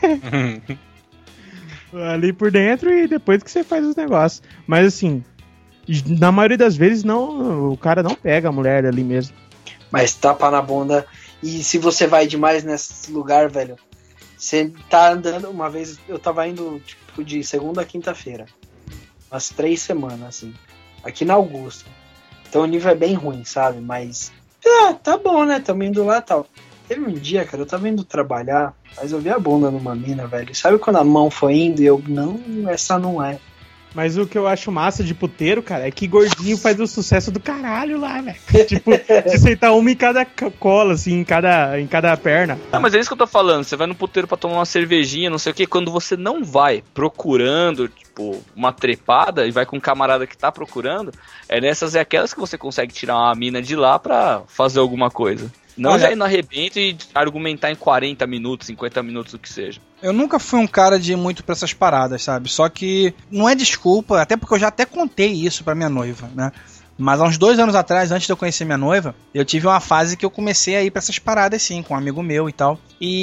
Ali por dentro e depois que você faz os negócios. Mas assim, na maioria das vezes não, o cara não pega a mulher ali mesmo. Mas tapa na bunda. E se você vai demais nesse lugar, velho, você tá andando. Uma vez eu tava indo, tipo, de segunda a quinta-feira, umas três semanas, assim, aqui na Augusta. Então o nível é bem ruim, sabe? Mas, ah, tá bom, né? Tamo indo lá e tal. Teve um dia, cara, eu tava indo trabalhar, mas eu vi a bunda numa mina, velho. Sabe quando a mão foi indo e eu, não, essa não é. Mas o que eu acho massa de puteiro, cara, é que gordinho faz o sucesso do caralho lá, velho. Tipo, de sentar uma em cada cola, assim, em cada, em cada perna. Não, mas é isso que eu tô falando. Você vai no puteiro pra tomar uma cervejinha, não sei o que. Quando você não vai procurando, tipo, uma trepada e vai com um camarada que tá procurando, é nessas é aquelas que você consegue tirar uma mina de lá pra fazer alguma coisa. Não Olha, já ir no arrebento e argumentar em quarenta minutos, cinquenta minutos, o que seja. Eu nunca fui um cara de ir muito pra essas paradas, sabe? Só que não é desculpa, até porque eu já até contei isso pra minha noiva, né? Mas há uns dois anos atrás, antes de eu conhecer minha noiva, eu tive uma fase que eu comecei a ir pra essas paradas, assim, com um amigo meu e tal.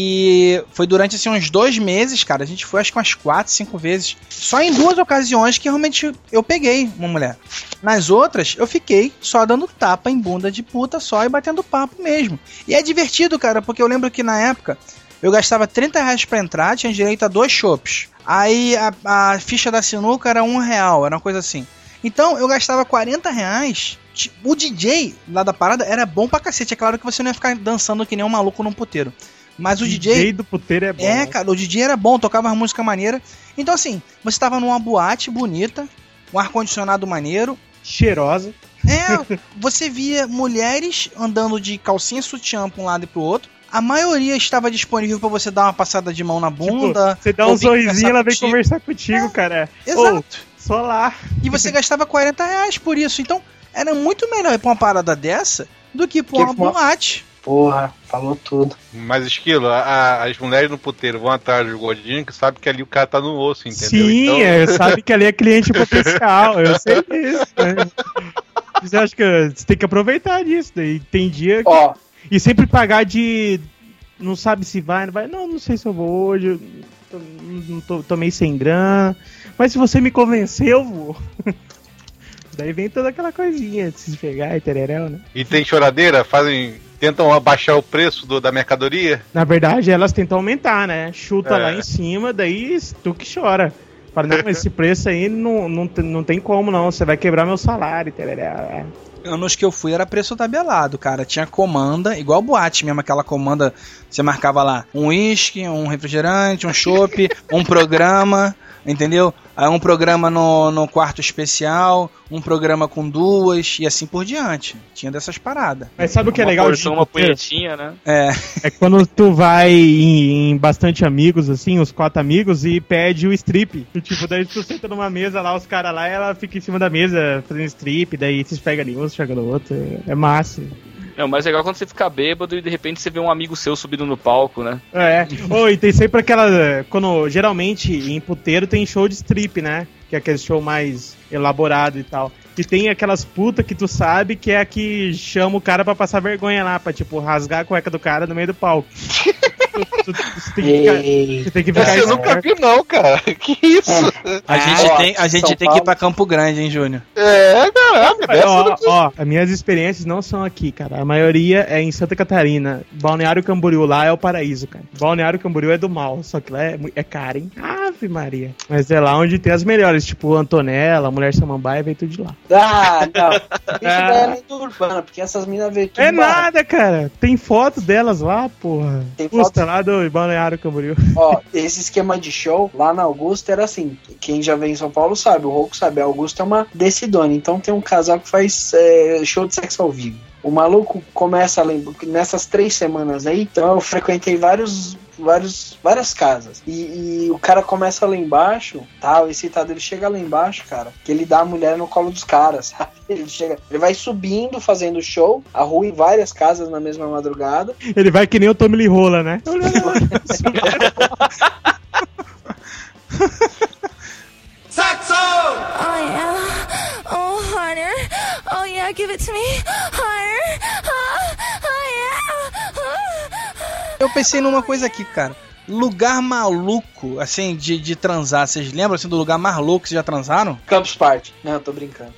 E foi durante, assim, uns dois meses, cara. A gente foi, acho que umas quatro, cinco vezes. Só em duas ocasiões que realmente eu peguei uma mulher. Nas outras, eu fiquei só dando tapa em bunda de puta só e batendo papo mesmo. E é divertido, cara, porque eu lembro que na época eu gastava trinta reais pra entrar, tinha direito a dois chopps. Aí a, a ficha da sinuca era um real, era uma coisa assim. Então eu gastava quarenta reais. O D J lá da parada era bom pra cacete. É claro que você não ia ficar dançando que nem um maluco num puteiro. Mas o D J... D J do puteiro é bom. É, cara, o D J era bom, tocava uma música maneira. Então assim, você tava numa boate bonita, um ar-condicionado maneiro, cheirosa. É, você via mulheres andando de calcinha sutiã pra um lado e pro outro. A maioria estava disponível pra você dar uma passada de mão na bunda. Tipo, você dá um sorrisinho e ela vem conversar contigo, é, cara. Exato. Oh, só lá. E você gastava quarenta reais por isso. Então, era muito melhor ir pra uma parada dessa do que pra uma boate. Porra, falou tudo. Mas, Esquilo, a, a, as mulheres no puteiro vão atrás do gordinho que sabe que ali o cara tá no osso, entendeu? Sim, então... é, sabe que ali é cliente potencial, eu sei disso. Né? Você acha que você tem que aproveitar disso, daí tem dia que... Ó. E sempre pagar de... Não sabe se vai, não vai. Não, não sei se eu vou hoje, eu tô, não tô, tô meio sem grana. Mas se você me convencer, eu vou. Daí vem toda aquela coisinha de se pegar e tererel, né? E tem choradeira? Fazem... Tentam abaixar o preço do, da mercadoria? Na verdade, elas tentam aumentar, né? Chuta É. lá em cima, daí tu que chora. Fala, não, esse preço aí não, não, tem- não tem como não, você vai quebrar meu salário, tererel. Anos que eu fui era preço tabelado, cara. Tinha comanda, igual boate mesmo, aquela comanda. Você marcava lá um uísque, um refrigerante, um chopp, um programa, entendeu? Aí um programa no, no quarto especial, um programa com duas e assim por diante. Tinha dessas paradas. Mas sabe o que é Uma legal porção, uma puteiro? punhetinha, né? É. É quando tu vai em, em bastante amigos, assim, os quatro amigos, e pede o strip. E, tipo, daí tu senta numa mesa lá, os caras lá, e ela fica em cima da mesa fazendo strip, daí vocês pegam ali um, você pega no outro. É massa. É, o mais legal é quando você fica bêbado e de repente você vê um amigo seu subindo no palco, né? É. Oh, e tem sempre aquela... Quando, geralmente, em puteiro tem show de strip, né? Que é aquele show mais elaborado e tal. E tem aquelas putas que tu sabe que é a que chama o cara pra passar vergonha lá, pra, tipo, rasgar a cueca do cara no meio do palco. Tu, tu, tu, você tem que ficar, você tem que ficar Essa eu nunca vi não, cara. Que isso? A gente ó, tem, a gente São tem que ir Paulo. pra Campo Grande, hein, Júnior? É, caraca. Ó, dessa ó, eu não- ó, as minhas experiências não são aqui, cara. A maioria é em Santa Catarina. Balneário Camboriú lá é o paraíso, cara. Balneário Camboriú é do mal, só que lá é, mu- é caro, hein? Ave Maria. Mas é lá onde tem as melhores, tipo Antonella, Mulher Samambaia, vem tudo de lá. Ah, não. Isso daí é lenda urbana, porque essas minas veem tudo É barato. nada, cara. Tem foto delas lá, porra. Tem Custa foto? lá do Balneário Camboriú. Ó, esse esquema de show lá na Augusta era assim. Quem já veio em São Paulo sabe, o Rouco sabe. A Augusta é uma decidona. Então tem um casal que faz é, show de sexo ao vivo. O maluco começa a lembrar nessas três semanas aí. Então eu frequentei vários, vários, várias casas. E, e o cara começa lá embaixo, tal, excitado. Ele chega lá embaixo, cara, que ele dá a mulher no colo dos caras, sabe? Ele chega, ele vai subindo, fazendo show, a rua em várias casas na mesma madrugada. Ele vai que nem o Tommy Lee Rola, né? Oh yeah. Oh harder. Oh yeah, give it to me. Harder. Oh, oh yeah. Oh. Eu pensei numa coisa aqui, cara. Lugar maluco, assim, de, de transar. Vocês lembram, assim, do lugar mais louco que vocês já transaram? Campus Party. Não, eu tô brincando.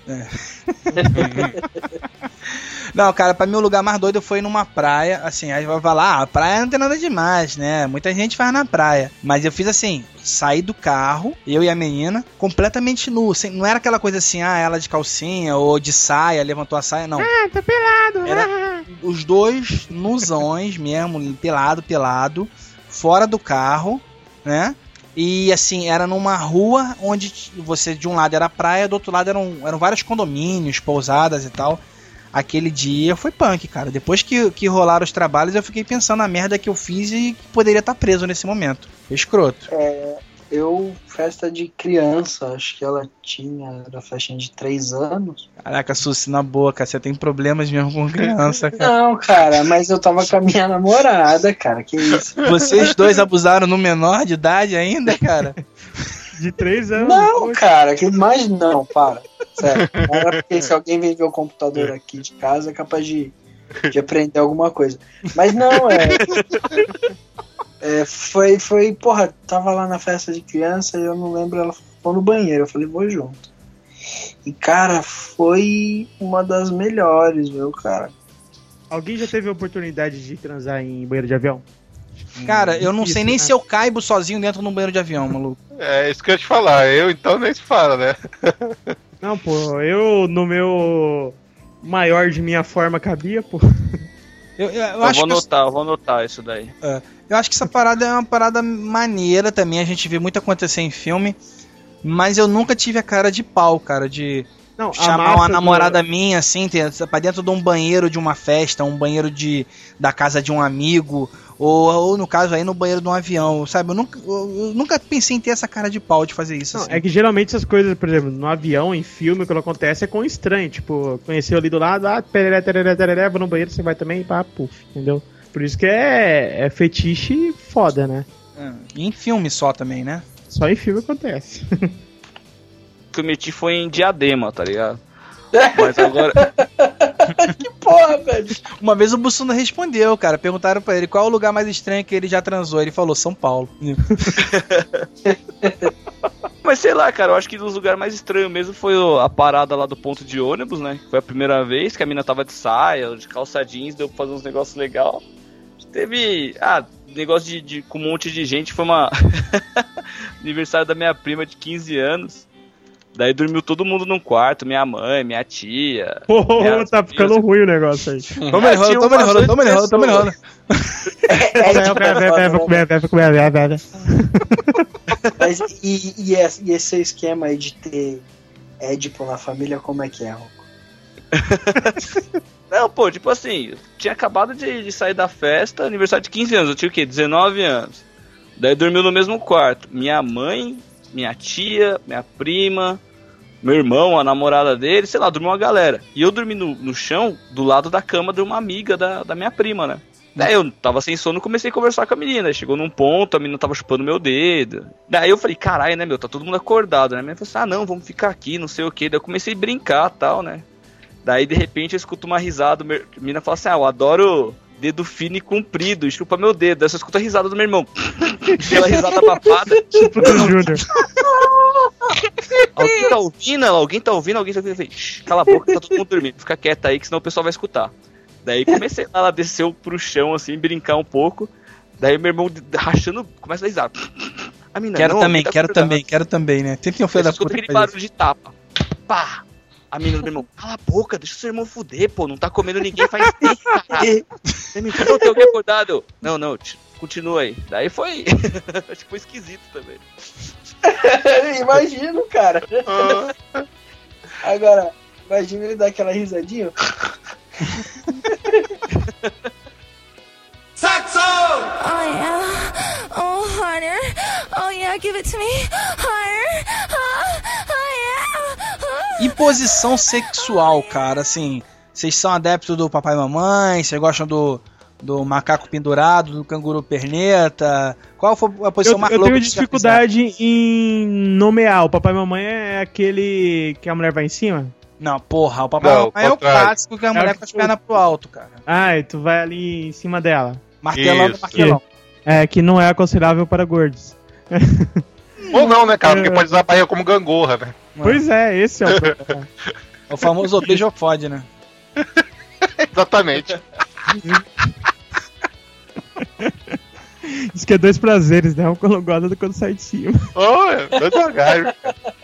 Não, cara, pra mim o lugar mais doido foi numa praia, assim, aí vai falar, ah, a praia não tem nada demais, né? Muita gente faz na praia. Mas eu fiz assim, saí do carro, eu e a menina, completamente nu. Assim, não era aquela coisa assim, ah, ela de calcinha ou de saia, levantou a saia, não. Ah, tá pelado. Era os dois nuzões mesmo, pelado, pelado, fora do carro, né? E assim, era numa rua onde você, de um lado era praia, do outro lado eram, eram vários condomínios, pousadas e tal. Aquele dia foi punk, cara. Depois que, que rolaram os trabalhos, eu fiquei pensando na merda que eu fiz e que poderia estar preso nesse momento. Foi escroto. É, eu, festa de criança, acho que ela tinha, era festinha de três anos. Caraca, Susi, na boa, cara, você tem problemas mesmo com criança, cara. Não, cara, mas eu tava com a minha namorada, cara, que isso. Vocês dois abusaram no menor de idade ainda, cara? De três anos. Não, cara, que mais não, para. Sério, era porque se alguém vem ver o computador aqui de casa é capaz de, de aprender alguma coisa. Mas não, é... é foi, foi, porra, tava lá na festa de criança e eu não lembro, ela foi no banheiro, eu falei, vou junto. E, cara, foi uma das melhores, viu, cara. Alguém já teve a oportunidade de transar em banheiro de avião? Cara, eu não Isso, sei nem né? se eu caibo sozinho dentro de um banheiro de avião, maluco. É isso que eu ia te falar. Eu então nem se fala, né? Não, pô, eu no meu maior de minha forma cabia, pô. Eu, eu, eu Eu, acho vou que eu- anotar, eu vou anotar isso daí. É, eu acho que essa parada é uma parada maneira também, a gente vê muito acontecer em filme, mas eu nunca tive a cara de pau, cara, de Não, a chamar massa uma do- namorada minha, assim, ter- pra dentro de um banheiro de uma festa, um banheiro de, da casa de um amigo, Ou, ou no caso aí no banheiro de um avião, sabe? Eu nunca, eu, eu nunca pensei em ter essa cara de pau de fazer isso. Não, assim. é que geralmente essas coisas, por exemplo, no avião, em filme, quando acontece é com estranho. Tipo, conheceu ali do lado, ah, tereré, tereré, tereré, vou no banheiro, você vai também, pá, puf, entendeu? Por isso que é, é fetiche foda, né? É, e em filme só também, né? Só em filme acontece. O que eu meti foi em Diadema, tá ligado? Mas agora. Que porra, velho. Uma vez o Bussunda respondeu, cara. Perguntaram pra ele qual é o lugar mais estranho que ele já transou. Ele falou São Paulo. Mas sei lá, cara, eu acho que dos lugares mais estranhos mesmo foi a parada lá do ponto de ônibus, né? Foi a primeira vez que a mina tava de saia, de calça jeans, deu pra fazer uns negócios legais. Teve. Ah, negócio de, de com um monte de gente. Foi uma. Aniversário da minha prima de quinze anos. Daí dormiu todo mundo num quarto, minha mãe, minha tia. Pô, oh, tá ficando ruim o negócio aí. Toma ele rola, toma ele rola, toma ele rola, toma ele rola. Mas e, e, esse, e esse esquema aí de ter Édipo na família, como é que é, Rocco? Não, pô, tipo assim, eu tinha acabado de, de sair da festa, aniversário de quinze anos, eu tinha o quê? dezenove anos. Daí dormiu no mesmo quarto. Minha mãe, minha tia, minha prima, meu irmão, a namorada dele, sei lá, dormiu uma galera. E eu dormi no, no chão, do lado da cama de uma amiga da, da minha prima, né? Daí eu tava sem sono e comecei a conversar com a menina. Chegou num ponto, a menina tava chupando meu dedo. Daí eu falei, caralho, né, meu, tá todo mundo acordado, né? A menina falou assim, ah, não, vamos ficar aqui, não sei o que. Daí eu comecei a brincar e tal, né? Daí, de repente, eu escuto uma risada, a menina fala assim, ah, eu adoro dedo fino e comprido, e chupa meu dedo. Daí eu só escuto a risada do meu irmão. Aquela risada papada. Chupa do Júnior. Alguém tá ouvindo? Alguém tá ouvindo? Alguém tá ouvindo? Eu falei, cala a boca, tá todo mundo dormindo. Fica quieta aí, que senão o pessoal vai escutar. Daí comecei, ela desceu pro chão, assim, brincar um pouco. Daí meu irmão rachando, começa a risar. A mina, quero não, também, tá quero acordado. também, quero também, né? Sempre tem um filho da puta. Aquele barulho de tapa. Pá! A mina do meu irmão, cala a boca, deixa o seu irmão fuder, pô, não tá comendo ninguém faz tempo, caralho. Você me falou que eu tenho acordado. Não, não, continua aí. Daí foi, acho que foi esquisito também. Imagino, cara. Agora, imagina ele dar aquela risadinha. Saxo! Oh yeah, oh harder, oh yeah, give it to me, harder, oh, oh yeah. E posição sexual, cara, assim, vocês são adeptos do papai e mamãe, vocês gostam do, do macaco pendurado, do canguru perneta, qual foi a posição eu, mais eu louca tenho que vocês já dificuldade em nomear, o papai e mamãe é aquele que a mulher vai em cima? Não, porra, o papai Não, e mamãe é o contrário. clássico que a mulher É com as que- pernas pro alto, cara. Ah, e tu vai ali em cima dela. Martelando, Isso. martelão. É, que não é aconselhável para gordos. Ou não, né, cara? Porque pode usar a barriga como gangorra, né? Pois é, esse é o problema. O famoso beijo fode, né? Exatamente. Diz que é dois prazeres, né? Um quando gosta do quando sai de cima. Olha, tô devagar.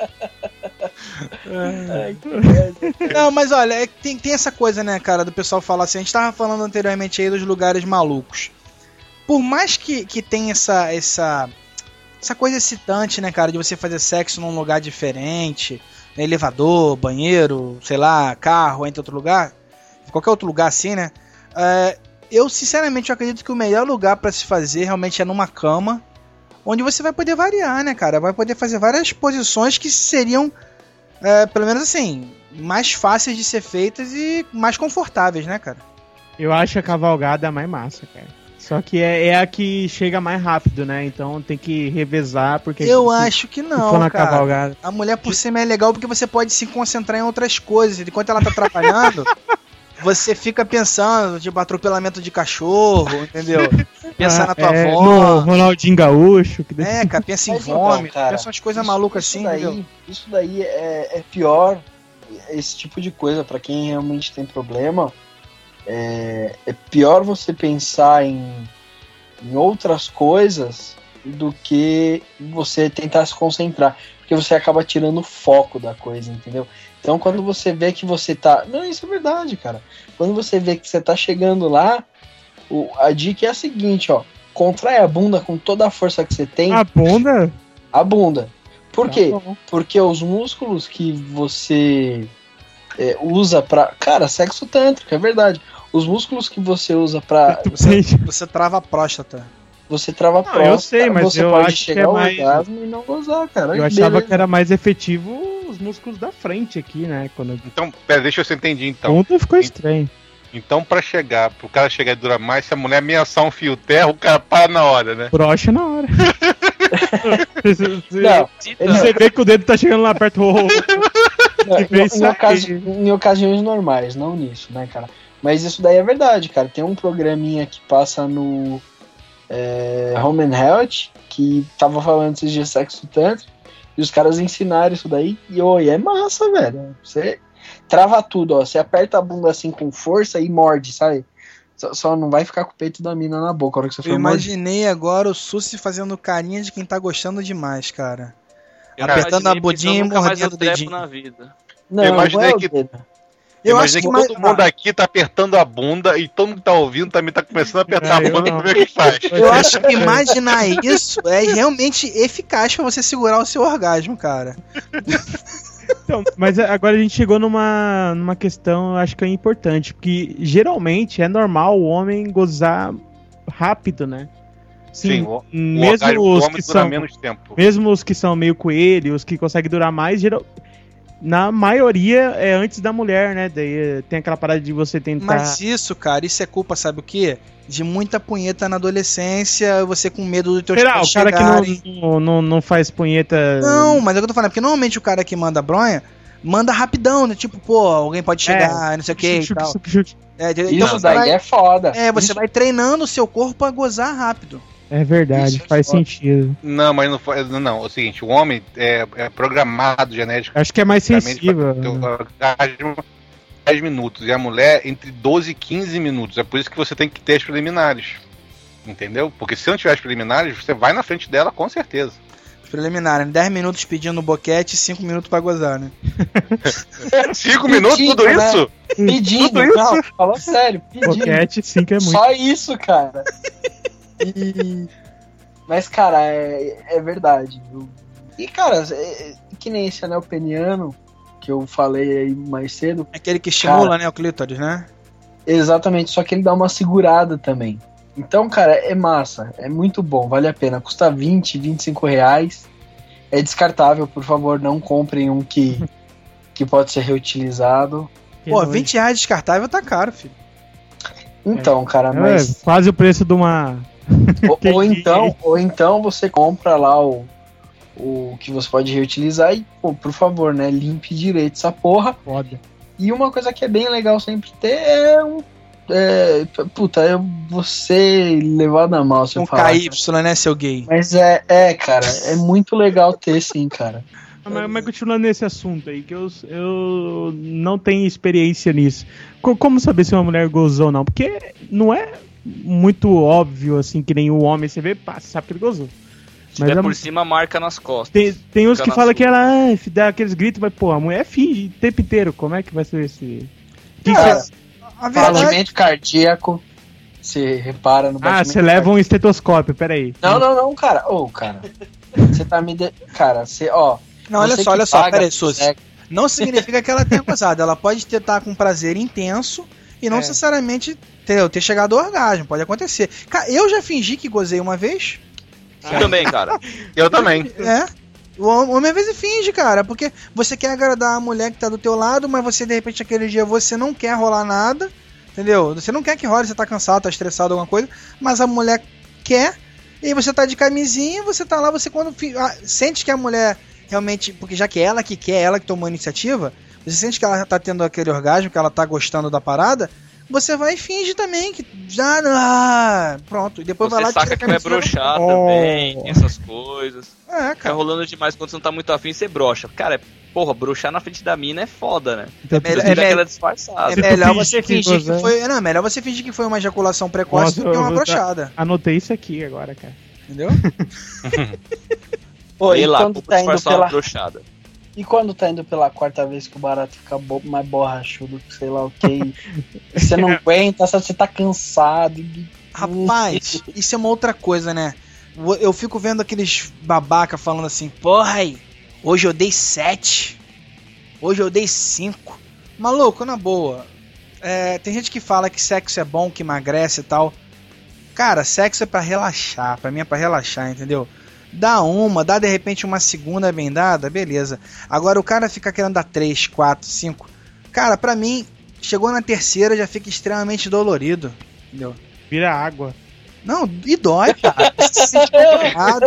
Não, mas olha, é que tem, tem essa coisa, né, cara, do pessoal falar assim, a gente tava falando anteriormente aí dos lugares malucos. Por mais que, que tenha essa, essa, essa coisa excitante, né, cara, de você fazer sexo num lugar diferente, né, elevador, banheiro, sei lá, carro, entre outro lugar, qualquer outro lugar assim, né, é, eu sinceramente eu acredito que o melhor lugar pra se fazer realmente é numa cama, onde você vai poder variar, né, cara, vai poder fazer várias posições que seriam É, pelo menos assim, mais fáceis de ser feitas e mais confortáveis, né, cara? Eu acho a cavalgada mais massa, cara. Só que é, é a que chega mais rápido, né? Então tem que revezar, porque... Eu se, acho que se não, for na cara. cavalgada. A mulher por cima é legal porque você pode se concentrar em outras coisas. Enquanto ela tá trabalhando, você fica pensando, tipo, atropelamento de cachorro, entendeu? Pensar Ah, na tua é, avó. no Ronaldinho Gaúcho. Que É, cara, pensa em Mas então, vômito, cara, pensa umas coisas isso- malucas isso assim, daí, entendeu? Isso daí é, é pior, esse tipo de coisa, pra quem realmente tem problema, é, é pior você pensar em, em outras coisas do que você tentar se concentrar, porque você acaba tirando o foco da coisa, entendeu? Então quando você vê que você tá... Não, isso é verdade, cara. Quando você vê que você tá chegando lá, o, a dica é a seguinte, ó. Contrai a bunda com toda a força que você tem. A bunda? A bunda. Por Tá quê? bom. Porque os músculos que você é, usa pra... Cara, sexo tântrico, é verdade. Os músculos que você usa pra... Você, você trava a próstata. Você trava a Não, próstata, eu sei, mas você eu pode acho chegar que é ao mais... orgasmo e não gozar, cara. Eu Aí, achava beleza. que era mais efetivo os músculos da frente aqui, né? Quando eu... Então, pera, deixa eu se entender então. Ontem ficou estranho. Então, pra chegar, pro cara chegar e durar mais, se a mulher ameaçar um fio terra, o cara para na hora, né? Brocha na hora. você, Não, você vê que o dedo tá chegando lá perto. Oh, Não, vê em, isso em, aí. ocasi- em ocasiões normais, não nisso, né, cara? Mas isso daí é verdade, cara. Tem um programinha que passa no é, Home and Health que tava falando esses dias sexo tanto e os caras ensinaram isso daí e oi, é massa, velho. Você trava tudo, ó. Você aperta a bunda assim com força e morde, sabe? Só, só não vai ficar com o peito da mina na boca a hora que você Eu for morder. imaginei agora o Susi fazendo carinha de quem tá gostando demais, cara. Eu Apertando imaginei a budinha e pensando, nunca mais eu mordendo o trepo dedinho. na vida. Não, Eu imaginei não é o que- dedo. Eu Imagina acho que que mais... todo mundo aqui tá apertando a bunda e todo mundo que tá ouvindo também tá começando a apertar Ah, a eu bunda não. pra ver o que faz. Eu acho que imaginar isso é realmente eficaz pra você segurar o seu orgasmo, cara. Então, mas agora a gente chegou numa, numa questão, eu acho que é importante, porque geralmente é normal o homem gozar rápido, né? Sim, o, o mesmo orgasmo do os homem que dura são, menos tempo. mesmo os que são meio coelho, os que conseguem durar mais, geral, na maioria é antes da mulher, né? Daí tem aquela parada de você tentar. Mas isso, cara, isso é culpa, sabe o quê? De muita punheta na adolescência, você com medo do teu Será? O cara chegarem. que não, não, não faz punheta. Não, mas é o que eu tô falando, porque normalmente o cara que manda bronha manda rapidão, né? Tipo, pô, alguém pode chegar, não sei o que e chute, tal. chute, chute. É, então Isso você daí vai, é foda. é, você Isso- vai treinando o seu corpo pra gozar rápido. É verdade, Isso é faz foda. sentido. Não, mas não foi. Não, não, é o seguinte, o homem é, é programado geneticamente Acho que é mais pra sensível. ter o orgasmo dez minutos e a mulher entre doze e quinze minutos. É por isso que você tem que ter as preliminares. Entendeu? Porque se não tiver as preliminares, você vai na frente dela com certeza. Preliminar, né? dez minutos pedindo boquete e cinco minutos pra gozar, né? Cinco minutos, tudo né? isso? Pedindo, Tudo isso? não, fala sério, pedindo. Boquete, cinco é muito. Só isso, cara. E... Mas, cara, é, é verdade. viu? E, cara, é, é que nem esse anel peniano que eu falei aí mais cedo. Aquele que estimula, Cara. né, o clítoris, né? Exatamente, só que ele dá uma segurada também. Então, cara, é massa, é muito bom, vale a pena. Custa vinte, vinte e cinco reais. É descartável, por favor, não comprem um que, que pode ser reutilizado. Pô, vinte reais descartável tá caro, filho. Então, cara, É, mas. quase o preço de uma. Ou, ou então, ou então você compra lá o, o que você pode reutilizar e, pô, por favor, né, limpe direito essa porra. Foda. E uma coisa que é bem legal sempre ter é um. É, puta, é você levar na mal se eu Um falar. K Y, né, seu gay? Mas é, é, cara, é muito legal ter sim, cara. Mas, mas continuando nesse assunto aí, que eu, eu não tenho experiência nisso. Co- Como saber se uma mulher gozou ou não? Porque não é muito óbvio, assim, que nem o homem, você vê, pá, você sabe que ele gozou. Se Mas der a- por cima, marca nas costas. tem, tem uns Fica que na falam sua. que ela ah, dá aqueles gritos, mas pô, a mulher finge o tempo inteiro. Como é que vai ser esse... Que que Cara, você- A verdade, batimento cardíaco, você repara no Ah, batimento você leva um estetoscópio, peraí. Não, não, não, cara. Ô, cara. Você tá me. De... Cara, você, ó. não, olha você só, que olha só, paga peraí, pro Suzy. sexo- Não significa que ela tenha gozado. Ela pode ter tá com prazer intenso e não É. necessariamente ter, ter chegado ao orgasmo. Pode acontecer. Cara, eu já fingi que gozei uma vez. Eu também, cara. Eu também. É. O homem às vezes finge, cara, porque você quer agradar a mulher que tá do teu lado, mas você, de repente, aquele dia você não quer rolar nada, entendeu? Você não quer que role, você tá cansado, tá estressado, alguma coisa, mas a mulher quer, e aí você tá de camisinha, você tá lá, você quando fi- ah, sente que a mulher realmente, porque já que é ela que quer, ela que tomou a iniciativa, você sente que ela tá tendo aquele orgasmo, que ela tá gostando da parada, você vai e finge também, que já, ah, pronto, e depois vai lá Você e tira saca a que vai camisinha. broxar Oh. também, tem essas coisas. É, Fica cara. rolando demais quando você não tá muito afim, você brocha. Cara, é, porra, broxar na frente da mina é foda, né? Então, melhor- Você é já melhor- aquela disfarçada. É Se tu melhor fingir você que fingir que gozar- foi. Não, é melhor você fingir que foi uma ejaculação precoce Nossa, do que uma eu vou dar- brochada. Anotei isso aqui agora, cara. Entendeu? Pô, Sei e lá, quando vou tá indo disfarçar uma pela. brochada. E quando tá indo pela quarta vez que o barato fica bo... mais borrachudo que sei lá o que. Você não aguenta, sabe? Você tá cansado. e- Rapaz, isso é uma outra coisa, né? Eu fico vendo aqueles babaca falando assim, porra aí, hoje eu dei sete. Hoje eu dei cinco. Maluco, na boa. É, tem gente que fala que sexo é bom, que emagrece e tal. Cara, sexo é pra relaxar. Pra mim é pra relaxar, entendeu? Dá uma, dá de repente uma segunda bem dada, beleza. Agora o cara fica querendo dar três, quatro, cinco. Cara, pra mim, chegou na terceira já fica extremamente dolorido. Entendeu? Vira água. Não, e dói, cara. Você se sente errado.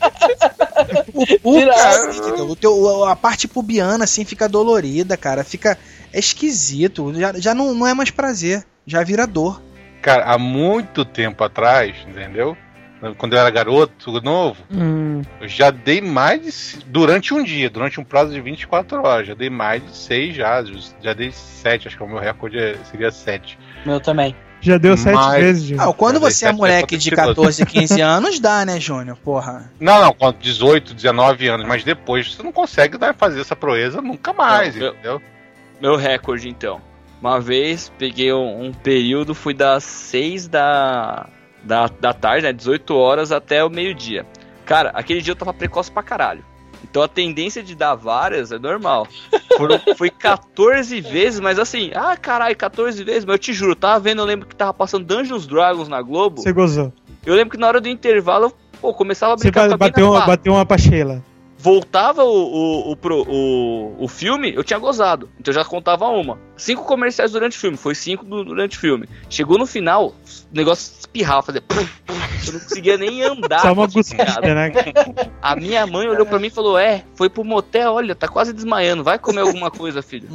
O pulo, assim, o teu, a parte pubiana, assim, fica dolorida, cara. Fica... É esquisito. Já, já não, não é mais prazer. Já vira dor. Cara, há muito tempo atrás, entendeu? Quando eu era garoto, novo, hum. eu já dei mais de... Durante um dia, durante um prazo de vinte e quatro horas, já dei mais de seis já. Já dei sete, acho que o meu recorde seria sete. Meu também. Já deu sete Mas... vezes, Júnior. Não, quando você é moleque de catorze, quinze anos, dá, né, Júnior? Porra. Não, não, com dezoito, dezenove anos, mas depois você não consegue dar, fazer essa proeza nunca mais, não, entendeu? Meu, meu recorde, então. Uma vez, peguei um, um período, fui das seis da, da, da tarde, né, dezoito horas, até o meio-dia. Cara, aquele dia eu tava precoce pra caralho. Então a tendência de dar várias é normal. Foram, foi catorze vezes, mas assim, ah, caralho, catorze vezes, mas eu te juro, tava vendo, eu lembro que tava passando Dungeons Dragons na Globo. Você gozou. Eu lembro que na hora do intervalo, eu, pô, começava a brincar Você com a bateu, uma, bateu uma pra Sheila. Voltava o, o, o, o, o filme, eu tinha gozado. Então eu já contava uma. Cinco comerciais durante o filme, foi cinco durante o filme. Chegou no final, o negócio espirrava, fazia... Eu não conseguia nem andar. Só uma cuspida, né? A minha mãe olhou pra mim e falou, é, foi pro motel, olha, tá quase desmaiando, vai comer alguma coisa, filho.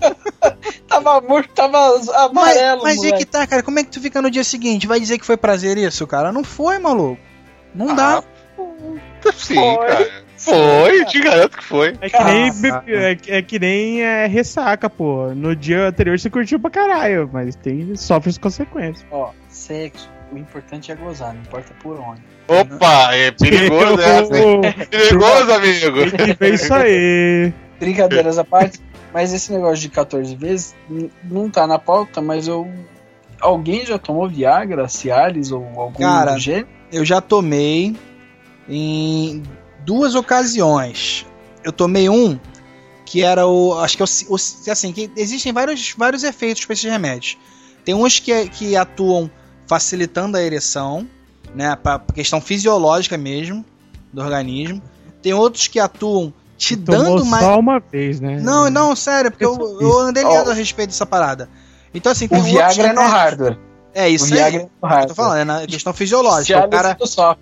Tava morto, tava amarelo, Mas, mas aí que tá, cara, como é que tu fica no dia seguinte? Vai dizer que foi prazer isso, cara? Não foi, maluco. Não dá. Ah, sim, foi. Cara. Foi, te garanto que foi. É que nem, é, é que nem é, ressaca, pô. No dia anterior você curtiu pra caralho, mas tem, sofre as consequências. Ó, sexo, o importante é gozar, não importa por onde. Opa, é perigoso, né? É perigoso, amigo. É isso aí. Brincadeiras à parte, mas esse negócio de catorze vezes não tá na pauta, mas eu... Alguém já tomou Viagra, Cialis ou algum Cara, do gênero? Eu já tomei em... duas ocasiões. Eu tomei um que era o... Acho que é o... o assim, que existem vários, vários efeitos para esses remédios. Tem uns que, que atuam facilitando a ereção, né? Pra questão fisiológica mesmo do organismo. Tem outros que atuam te Tomou dando mais... só uma vez, né? Não, não, sério, porque eu, eu andei ligado oh. a respeito dessa parada. Então, assim, tem o Viagra é no hardware. É isso o Viagra aí. É no hardware. Eu tô falando, é na questão fisiológica. O cara...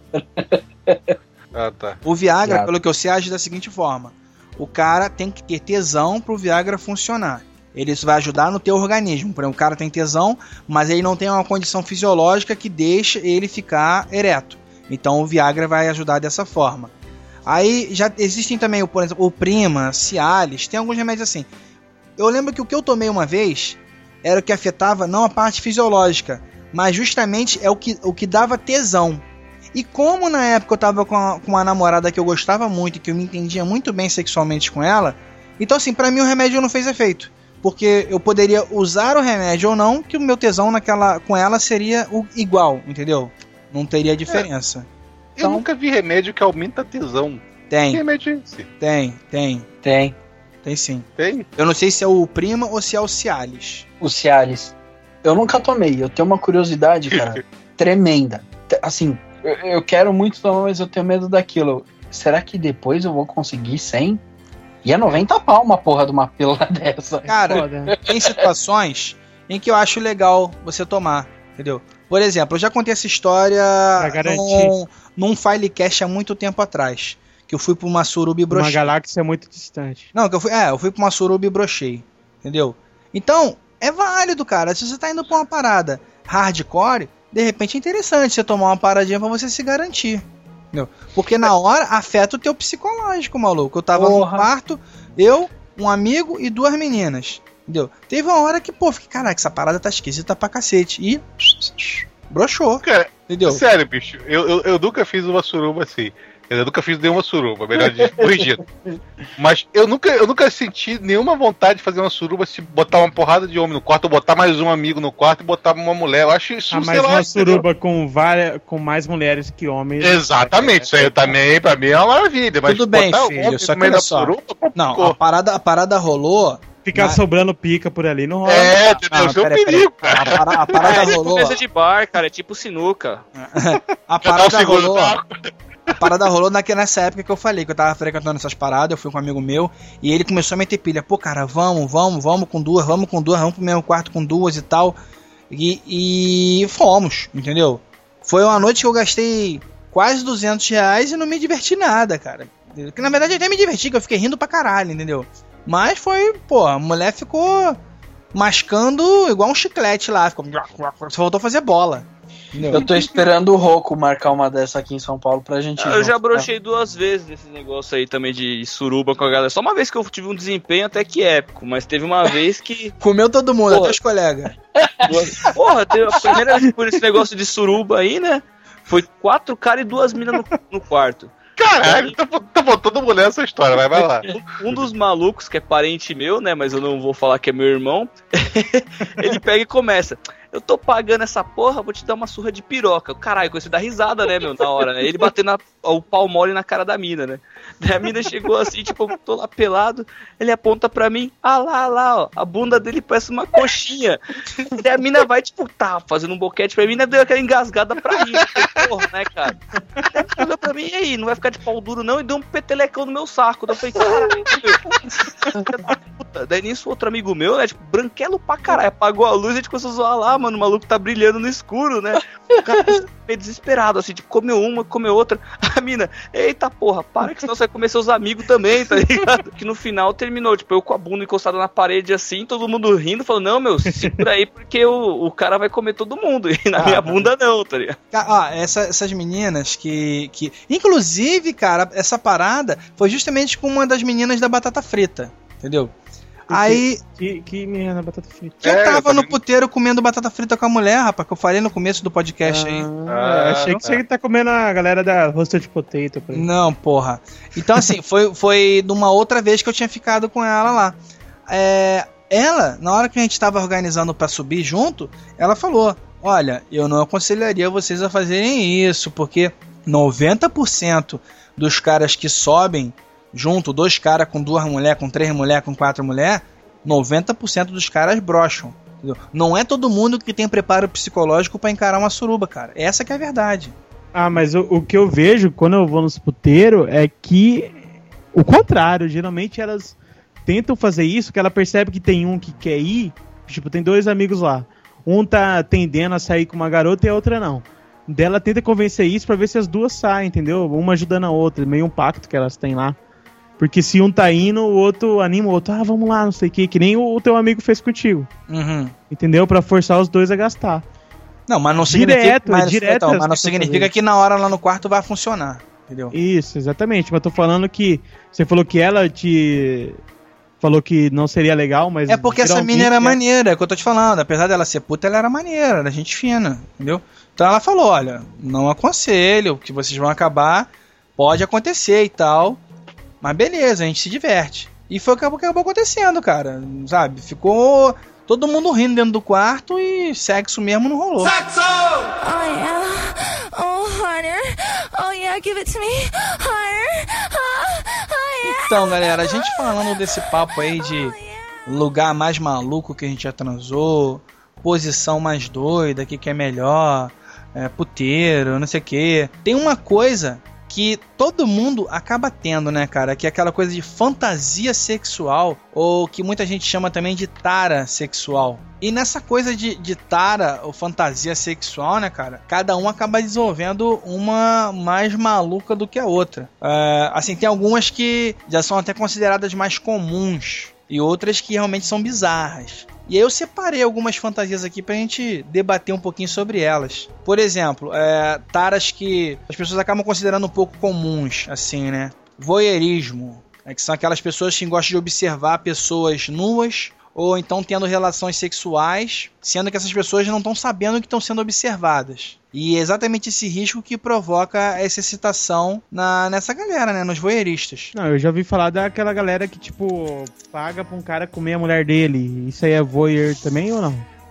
Ah, tá. O Viagra, Viagra, pelo que eu sei, age da seguinte forma: o cara tem que ter tesão pro Viagra funcionar. Ele isso vai ajudar no teu organismo. Por exemplo, o cara tem tesão, mas ele não tem uma condição fisiológica que deixa ele ficar ereto. Então o Viagra vai ajudar dessa forma. Aí já existem também, por exemplo, o Prima, Cialis, tem alguns remédios assim. Eu lembro que o que eu tomei uma vez era o que afetava não a parte fisiológica, mas justamente é o que, o que dava tesão. E como na época eu tava com, a, com uma namorada que eu gostava muito e que eu me entendia muito bem sexualmente com ela, então assim, pra mim o remédio não fez efeito. Porque eu poderia usar o remédio ou não, que o meu tesão naquela, com ela seria o, igual, entendeu? Não teria diferença. É, eu então, nunca vi remédio que aumenta a tesão. Tem. Que remédio é esse? Tem, tem. Tem. Tem sim. Tem? Eu não sei se é o Prima ou se é o Cialis. O Cialis. Eu nunca tomei. Eu tenho uma curiosidade, cara, tremenda. Assim, eu, eu quero muito tomar, mas eu tenho medo daquilo. Será que depois eu vou conseguir sem? E é noventa pau uma porra de uma pílula dessa. Cara, tem situações em que eu acho legal você tomar, entendeu? Por exemplo, eu já contei essa história num, num Filecast há muito tempo atrás. Que eu fui pra uma suruba e brochei. Uma galáxia muito distante. Não, que eu fui, é, eu fui pra uma suruba e brochei. Entendeu? Então, é válido, cara. Se você tá indo pra uma parada hardcore, de repente é interessante você tomar uma paradinha pra você se garantir. Entendeu? Porque na hora afeta o teu psicológico, maluco. Eu tava Porra. no quarto, eu, um amigo e duas meninas. Entendeu? Teve uma hora que, pô, fiquei, caraca, essa parada tá esquisita pra cacete. E broxou. Cara, entendeu? Sério, bicho, eu, eu, eu nunca fiz uma suruba assim. Eu nunca fiz nenhuma suruba, melhor de corrigido. Mas eu nunca, eu nunca senti nenhuma vontade de fazer uma suruba se botar uma porrada de homem no quarto, ou botar mais um amigo no quarto e botar uma mulher. Eu acho isso, ah, sei mas lá, uma suruba com, várias, com mais mulheres que homens. Exatamente, isso aí também, pra mim, é uma maravilha. Mas tudo bem, filho, só que olha só. Suruba, não, a parada, a parada rolou ficar Mas- sobrando pica por ali não rola. É, entendeu? Ah, Isso é um peraí, peraí. perigo, cara. A, para- a É, parada tipo rolou. mesa de bar, cara, é tipo sinuca. A Já dá o parada segundo rolou. taco. A parada rolou naque- nessa época que eu falei, que eu tava frequentando essas paradas, eu fui com um amigo meu, e ele começou a meter pilha. Pô, cara, vamos, vamos, vamos com duas, vamos com duas, vamos pro mesmo quarto com duas e tal. E, e fomos, entendeu? Foi uma noite que eu gastei quase duzentos reais e não me diverti nada, cara. Que na verdade eu até me diverti, que eu fiquei rindo pra caralho, entendeu? Mas foi, pô, a mulher ficou mascando igual um chiclete lá, ficou... só voltou a fazer bola. Entendeu? Eu tô esperando o Rocco marcar uma dessa aqui em São Paulo pra gente ir Eu já junto, brochei duas vezes nesse negócio aí também de suruba com a galera. Só uma vez que eu tive um desempenho até que épico, mas teve uma vez que. Comeu todo mundo, Porra. até os colegas. Duas... Porra, teve a primeira vez por esse negócio de suruba aí, né? Foi quatro caras e duas minas no, no quarto. Caralho, tá, tá botando mulher essa história, vai, vai lá. Um dos malucos, que é parente meu, né? Mas eu não vou falar que é meu irmão. Ele pega e começa. Eu tô pagando essa porra, vou te dar uma surra de piroca. Caralho, comecei a dar risada, né, meu, na hora, né? Ele batendo a- o pau mole na cara da mina, né? Daí a mina chegou assim, tipo, eu tô lá pelado, ele aponta pra mim, ah lá, ah lá, ó, a bunda dele parece uma coxinha. Daí a mina vai, tipo, tá, fazendo um boquete pra mim, né? Deu aquela engasgada pra rir. Eu falei, porra, né, cara? Daí ela olhou pra mim, e aí, não vai ficar de pau duro não? E deu um petelecão no meu saco. Daí eu falei, caralho, meu. Puta. Daí nisso, outro amigo meu, né, tipo, branquelo pra caralho, apagou a luz e a gente começou a zoar lá, mano, o maluco tá brilhando no escuro, né? O cara meio desesperado, assim, tipo, comeu uma, comeu outra. A mina, eita porra, para que senão você vai comer seus amigos também, tá ligado? Que no final terminou, tipo, eu com a bunda encostada na parede assim, todo mundo rindo, falando, não, meu, segura aí porque o, o cara vai comer todo mundo. E na minha bunda não, tá ligado? Ca- Ó, essa- essas meninas que, que. Inclusive, cara, essa parada foi justamente com uma das meninas da batata frita. Entendeu? Aí. Que, que menina batata frita. Que É, tava eu também- no puteiro comendo batata frita com a mulher, rapaz, que eu falei no começo do podcast aí. Ah, achei que você tá comendo a galera da Roasted Potato. Por aí. Não, porra. Então, assim, foi, foi de uma outra vez que eu tinha ficado com ela lá. É, ela, na hora que a gente tava organizando pra subir junto, ela falou: olha, eu não aconselharia vocês a fazerem isso, porque noventa por cento dos caras que sobem junto, dois caras com duas mulheres, com três mulheres, com quatro mulheres, noventa por cento dos caras brocham. Entendeu? Não é todo mundo que tem preparo psicológico pra encarar uma suruba, cara. Essa que é a verdade. Ah, mas o, o que eu vejo quando eu vou nos puteiros é que o contrário, geralmente elas tentam fazer isso, que ela percebe que tem um que quer ir, tipo, tem dois amigos lá. Um tá tendendo a sair com uma garota e a outra não. Dela tenta convencer isso pra ver se as duas saem, entendeu? Uma ajudando a outra, meio um pacto que elas têm lá. Porque se um tá indo, o outro anima o outro. Ah, vamos lá, não sei o que. Que nem o, o teu amigo fez contigo. Uhum. Entendeu? Pra forçar os dois a gastar. Não, mas não Direto, significa, mas, direto então, mas não elas significa fazer. que na hora lá no quarto vai funcionar, entendeu? Isso, exatamente. Mas eu tô falando que... Você falou que ela te... Falou que não seria legal, mas... É porque essa geralmente mina era é- maneira, é o que eu tô te falando. Apesar dela ser puta, ela era maneira, era gente fina, entendeu? Então ela falou, olha, não aconselho, que vocês vão acabar, pode acontecer e tal, mas beleza, a gente se diverte. E foi o que acabou, acabou acontecendo, cara, sabe? Ficou todo mundo rindo dentro do quarto e sexo mesmo não rolou. Oh yeah. Oh harder. Oh yeah, give it to me. Harder. Oh, oh yeah. Então, galera, a gente falando desse papo aí de lugar mais maluco que a gente já transou, posição mais doida, o que, que é melhor, é, puteiro, não sei o que. Tem uma coisa que todo mundo acaba tendo, né, cara? Que é aquela coisa de fantasia sexual, ou que muita gente chama também de tara sexual. E nessa coisa de, de tara ou fantasia sexual, né, cara? Cada um acaba desenvolvendo uma mais maluca do que a outra. É, assim, tem algumas que já são até consideradas mais comuns e outras que realmente são bizarras. E aí eu separei algumas fantasias aqui pra gente debater um pouquinho sobre elas. Por exemplo, é, taras que as pessoas acabam considerando um pouco comuns, assim, né? Voyeurismo, é, que são aquelas pessoas que gostam de observar pessoas nuas ou então tendo relações sexuais, sendo que essas pessoas não estão sabendo que estão sendo observadas. E é exatamente esse risco que provoca essa excitação na, nessa galera, né? Nos voyeuristas. Não, eu já ouvi falar daquela galera que, tipo, paga pra um cara comer a mulher dele. Isso aí é voyeur também ou não?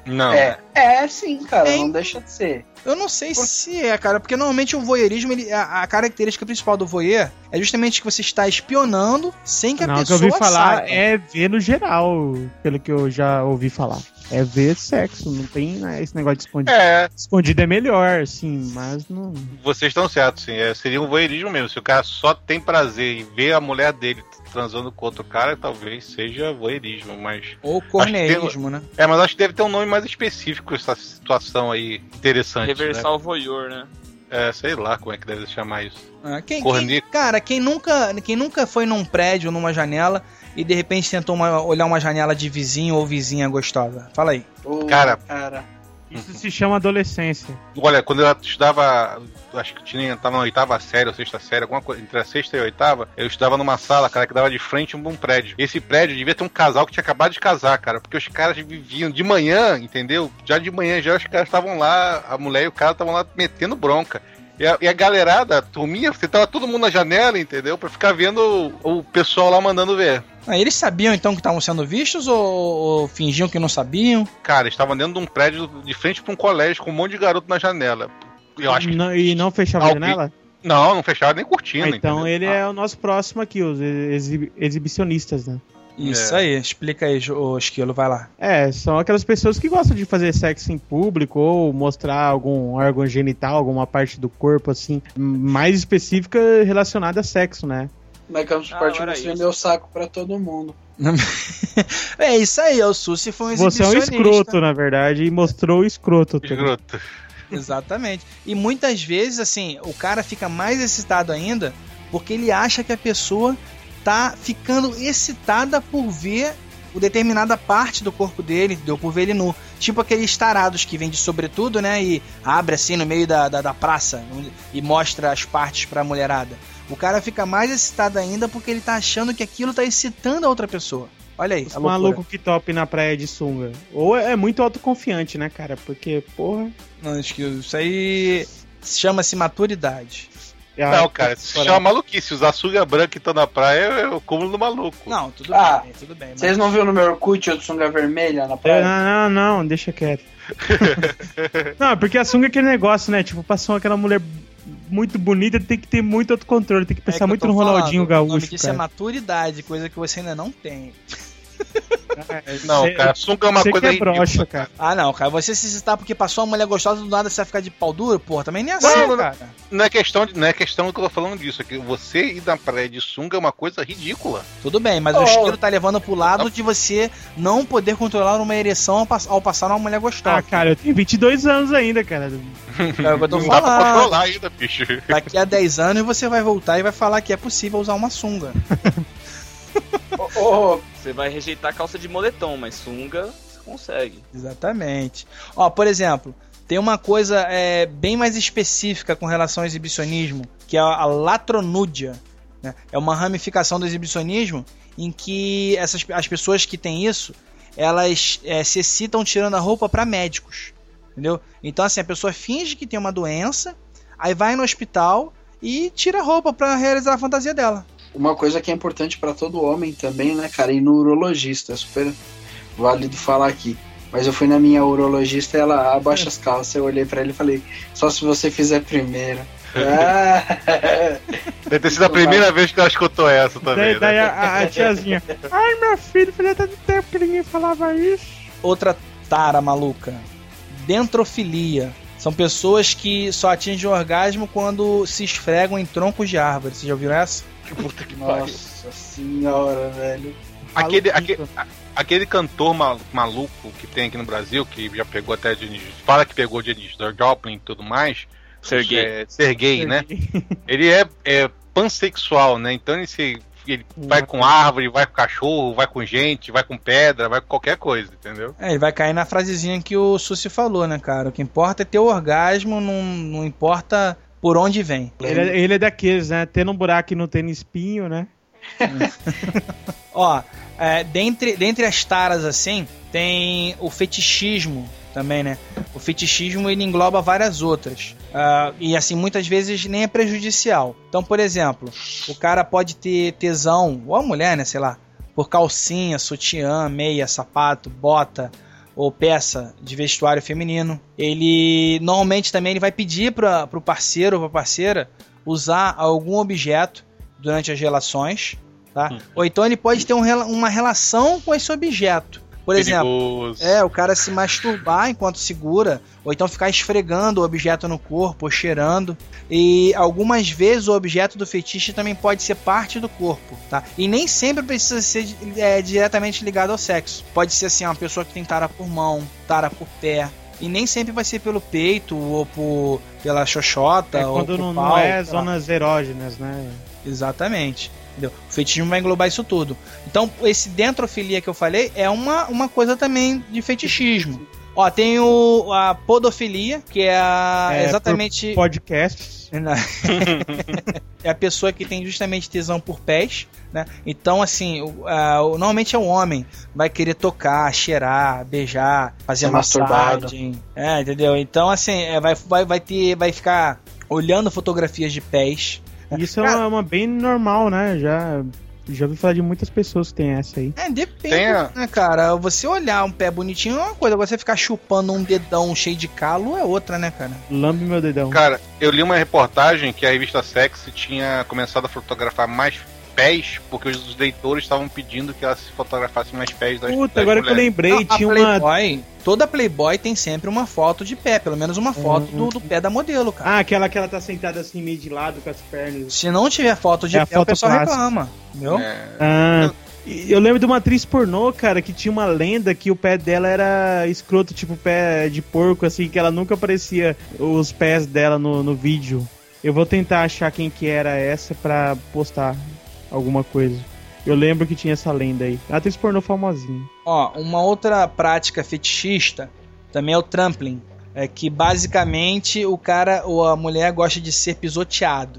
Não. É, é sim, cara, É, não deixa de ser. Eu não sei se é, cara, porque normalmente o voyeurismo, ele, a, a característica principal do voyeur é justamente que você está espionando sem que a Não, o que eu pessoa ouvi falar saiba. é ver no geral, pelo que eu já ouvi falar. É ver sexo, não tem né, esse negócio de escondido. É, Escondido é melhor, sim, mas não. vocês estão certos, sim. É, seria um voyeurismo mesmo. Se o cara só tem prazer em ver a mulher dele transando com outro cara, talvez seja voyeurismo, mas... Ou corneirismo, né? É, mas acho que deve ter um nome mais específico essa situação aí interessante, Reversal né? voyeur, né? É, sei lá como é que deve chamar isso. Ah, quem, quem, Cornico. cara, quem nunca, quem nunca foi num prédio, numa janela e de repente tentou uma- olhar uma janela de vizinho ou vizinha gostosa? Fala aí. Ô, Cara. cara. Isso se chama adolescência. Olha, quando eu estudava, acho que tinha, tava na oitava série ou sexta série, alguma coisa, entre a sexta e a oitava, eu estudava numa sala, cara, que dava de frente a um prédio. Esse prédio devia ter um casal que tinha acabado de casar, cara, porque os caras viviam de manhã, entendeu? Já de manhã, já os caras estavam lá, a mulher e o cara estavam lá metendo bronca. E a, e a galerada, a turminha, você tava todo mundo na janela, entendeu? Pra ficar vendo o, o pessoal lá mandando ver. Ah, eles sabiam então que estavam sendo vistos ou, ou fingiam que não sabiam? Cara, estavam dentro de um prédio de frente pra um colégio com um monte de garoto na janela. Eu acho que... Não- e não fechava a Alguém- janela? Não, não fechava nem cortina, Ah, então entendeu? ele é o nosso próximo aqui, os exi- exibicionistas, né? Isso É. aí, explica aí, ô Esquilo, vai lá. É, são aquelas pessoas que gostam de fazer sexo em público ou mostrar algum órgão genital, alguma parte do corpo, assim, mais específica relacionada a sexo, né? Mas Campos Ah, Party era mostrei isso. meu saco pra todo mundo. É isso aí, o Susi foi um Você é um exibicionista. escroto, na verdade, e mostrou o escroto. também. Escroto. Exatamente. E muitas vezes, assim, o cara fica mais excitado ainda porque ele acha que a pessoa tá ficando excitada por ver o determinada parte do corpo dele, entendeu? Por ver ele nu. Tipo aqueles tarados que vêm de sobretudo, né? E abre assim no meio da, da, da praça e mostra as partes pra mulherada. O cara fica mais excitado ainda porque ele tá achando que aquilo tá excitando a outra pessoa. Olha aí, Os a loucura. malucos que top na praia de sunga. Ou é muito autoconfiante, né, cara? Porque, porra. Não, Esquilo, isso aí chama-se maturidade. Não, cara, isso se chama maluquice. Usar sunga branca que tá na praia é o cúmulo do maluco. Não, tudo Ah, bem, tudo bem. mas- Vocês não viram no meu Orkut eu de sunga vermelha na É, praia? Não, não, não, deixa quieto. Não, porque a sunga é aquele negócio, né? Tipo, passou aquela mulher muito bonita, tem que ter muito autocontrole, tem que É pensar que eu muito tô no Ronaldinho falando, O nome Gaúcho, disso é cara. maturidade, coisa que você ainda não tem. Não, Cê- cara, sunga é uma Você coisa que é broxa, cara. Ah, não, cara, você se excitar porque passou uma mulher gostosa do nada você vai ficar de pau duro? Porra, também nem é assim, Não, não, não. cara. Não é questão, de, não é questão que eu tô falando disso. É que você ir na praia de sunga é uma coisa ridícula. Tudo bem, mas Oh. o Esquilo tá levando pro lado de você não poder controlar uma ereção ao, pass- ao passar uma mulher gostosa. Ah, cara, eu tenho vinte e dois anos ainda, cara. É o que eu tô Não dá pra falando. controlar ainda, bicho. Daqui a dez anos você vai voltar e vai falar que é possível usar uma sunga. Ô, ô, Você vai rejeitar calça de moletom, mas sunga você consegue. Exatamente. Ó, por exemplo, tem uma coisa é, bem mais específica com relação ao exibicionismo, que é a, a latronúdia. Né? É uma ramificação do exibicionismo em que essas, as pessoas que têm isso, elas é, se excitam tirando a roupa para médicos. Entendeu? Então, assim, a pessoa finge que tem uma doença, aí vai no hospital e tira a roupa para realizar a fantasia dela. uma coisa que é importante pra todo homem também, né, cara? Ir no urologista, é super válido falar aqui. Mas eu fui na minha urologista e ela abaixa as calças. Eu olhei pra ele e falei, só se você fizer primeiro. Ah. Deve ter sido a primeira vez que ela escutou essa também. Daí, daí né? a, a tiazinha, ai meu filho, fazia tanto tempo que ninguém falava isso. Outra tara maluca, dentrofilia. São pessoas que só atingem o orgasmo quando se esfregam em troncos de árvore. Vocês já ouviram essa? Que puta que pariu. Nossa senhora, velho. Aquele, Maluquito. aquele, aquele cantor mal- maluco que tem aqui no Brasil, que já pegou até Janis, fala que pegou Janis Joplin e tudo mais. Serguei. É, Serguei, né? Ele é, é pansexual, né? Então ele, se, ele vai com árvore, vai com cachorro, vai com gente, vai com pedra, vai com qualquer coisa, entendeu? É, ele vai cair na frasezinha que o Susi falou, né, cara? O que importa é ter o orgasmo, não, não importa por onde vem. Ele, é- ele é daqueles, né? Tendo um buraco e não tendo espinho, né? Ó, é, dentre, dentre as taras, assim, tem o fetichismo também, né? O fetichismo, ele engloba várias outras. Ah, e, assim, muitas vezes nem é prejudicial. Então, por exemplo, o cara pode ter tesão, ou a mulher, né, sei lá, por calcinha, sutiã, meia, sapato, bota, ou peça de vestuário feminino. Ele normalmente também ele vai pedir para o parceiro ou para a parceira usar algum objeto durante as relações, tá? Hum. Ou então ele pode ter um, uma relação com esse objeto. Por Perigoso. exemplo, é, o cara se masturbar enquanto segura, ou então ficar esfregando o objeto no corpo, ou cheirando. E algumas vezes o objeto do fetiche também pode ser parte do corpo, tá? E nem sempre precisa ser é, diretamente ligado ao sexo. Pode ser assim, uma pessoa que tem tara por mão, tara por pé. E nem sempre vai ser pelo peito, ou por, pela xoxota, é ou quando por não, pau, não é zonas erógenas, né? Exatamente. Entendeu? O fetichismo vai englobar isso tudo. Então, esse dentrofilia que eu falei é uma, uma coisa também de fetichismo. Ó, tem o, a podofilia, que é, a, é exatamente... podcasts. É a pessoa que tem justamente tesão por pés, né? Então, assim, o, a, o, normalmente é o homem. Vai querer tocar, cheirar, beijar, fazer massagem. É, entendeu? Então, assim, é, vai, vai, vai, ter, vai ficar olhando fotografias de pés. Isso Cara, é uma, uma bem normal, né? Já, já ouvi falar de muitas pessoas que tem essa aí. É, depende, a... né, cara? Você olhar um pé bonitinho é uma coisa, agora você ficar chupando um dedão cheio de calo é outra, né, cara? Lambe meu dedão. Cara, eu li uma reportagem que a revista Sex tinha começado a fotografar mais pés, porque os leitores estavam pedindo que ela se fotografasse mais pés das Puta, das agora mulheres. que eu lembrei, Não, tinha Playboy, uma... Toda Playboy tem sempre uma foto de pé, pelo menos uma foto uhum. do, do pé da modelo, cara. Ah, aquela que ela tá sentada assim, meio de lado, com as pernas. Se não tiver foto de é pé, o pessoal plástica. reclama, entendeu? É. Ah, eu lembro de uma atriz pornô, cara, que tinha uma lenda que o pé dela era escroto, tipo pé de porco, assim, que ela nunca aparecia os pés dela no, no vídeo. Eu vou tentar achar quem que era essa pra postar alguma coisa. Eu lembro que tinha essa lenda aí. Atriz pornô famosinha. Ó, uma outra prática fetichista também é o trampling. É que basicamente o cara ou a mulher gosta de ser pisoteado.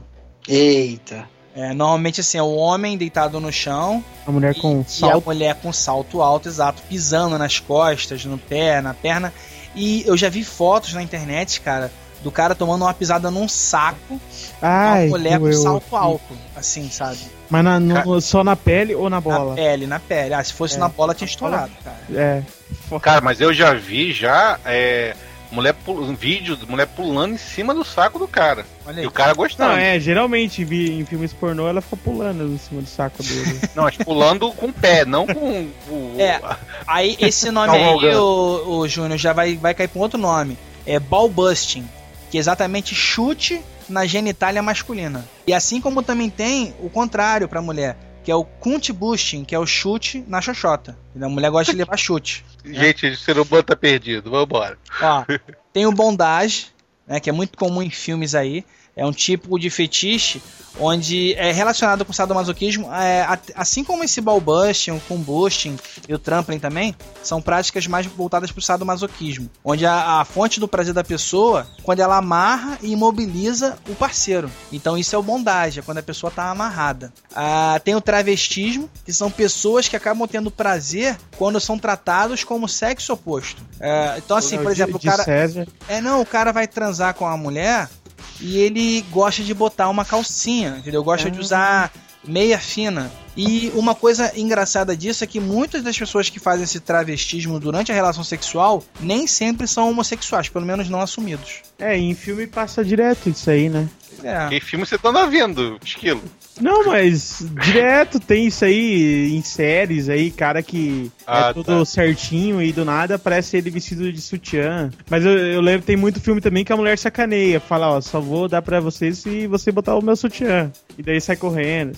Eita. É, normalmente assim, é o homem deitado no chão. A mulher e, com salto. E a mulher com salto alto, exato, pisando nas costas, no pé, na perna. E eu já vi fotos na internet, cara, do cara tomando uma pisada num saco. Ai, uma mulher com eu... salto alto, assim, sabe? Mas na, no, só na pele ou na bola? Na pele, na pele. Ah, se fosse é. na bola tinha estourado, cara. É. Cara, mas eu já vi já é, mulher pul... um vídeo de mulher pulando em cima do saco do cara. Olha aí. E o cara gostando. Não, é, geralmente vi, em filmes pornô ela fica pulando em cima do saco dele. Não, mas pulando com o pé, não com o... É, aí esse nome aí, o, o Júnior, já vai, vai cair pra um outro nome. É ball busting, que é exatamente chute na genitália masculina. E assim como também tem o contrário pra mulher, que é o cunt busting, que é o chute na xoxota. A mulher gosta de levar chute. Gente, o ser humano tá perdido, vambora. Ó, tem o bondage, né, que é muito comum em filmes aí. É um tipo de fetiche onde é relacionado com o sadomasoquismo, é, assim como esse ball busting, o cum busting e o trampling também, são práticas mais voltadas para o sadomasoquismo, onde a, a fonte do prazer da pessoa, quando ela amarra e imobiliza o parceiro. Então isso é o bondage, é quando a pessoa está amarrada. Ah, tem o travestismo, que são pessoas que acabam tendo prazer quando são tratados como sexo oposto. É, então assim, por exemplo, o cara... É, não, o cara vai transar com a mulher... E ele gosta de botar uma calcinha, entendeu? Gosta ah. de usar meia fina. E uma coisa engraçada disso é que muitas das pessoas que fazem esse travestismo durante a relação sexual nem sempre são homossexuais, pelo menos não assumidos. É, em filme passa direto isso aí, né? É. Que filme você tá andando vendo, Esquilo? Não, mas direto tem isso aí em séries aí, cara que ah, é tudo tá. certinho e do nada parece ele vestido de sutiã. Mas eu, eu lembro que tem muito filme também que a mulher sacaneia, fala, ó, só vou dar pra você se você botar o meu sutiã. E daí sai correndo.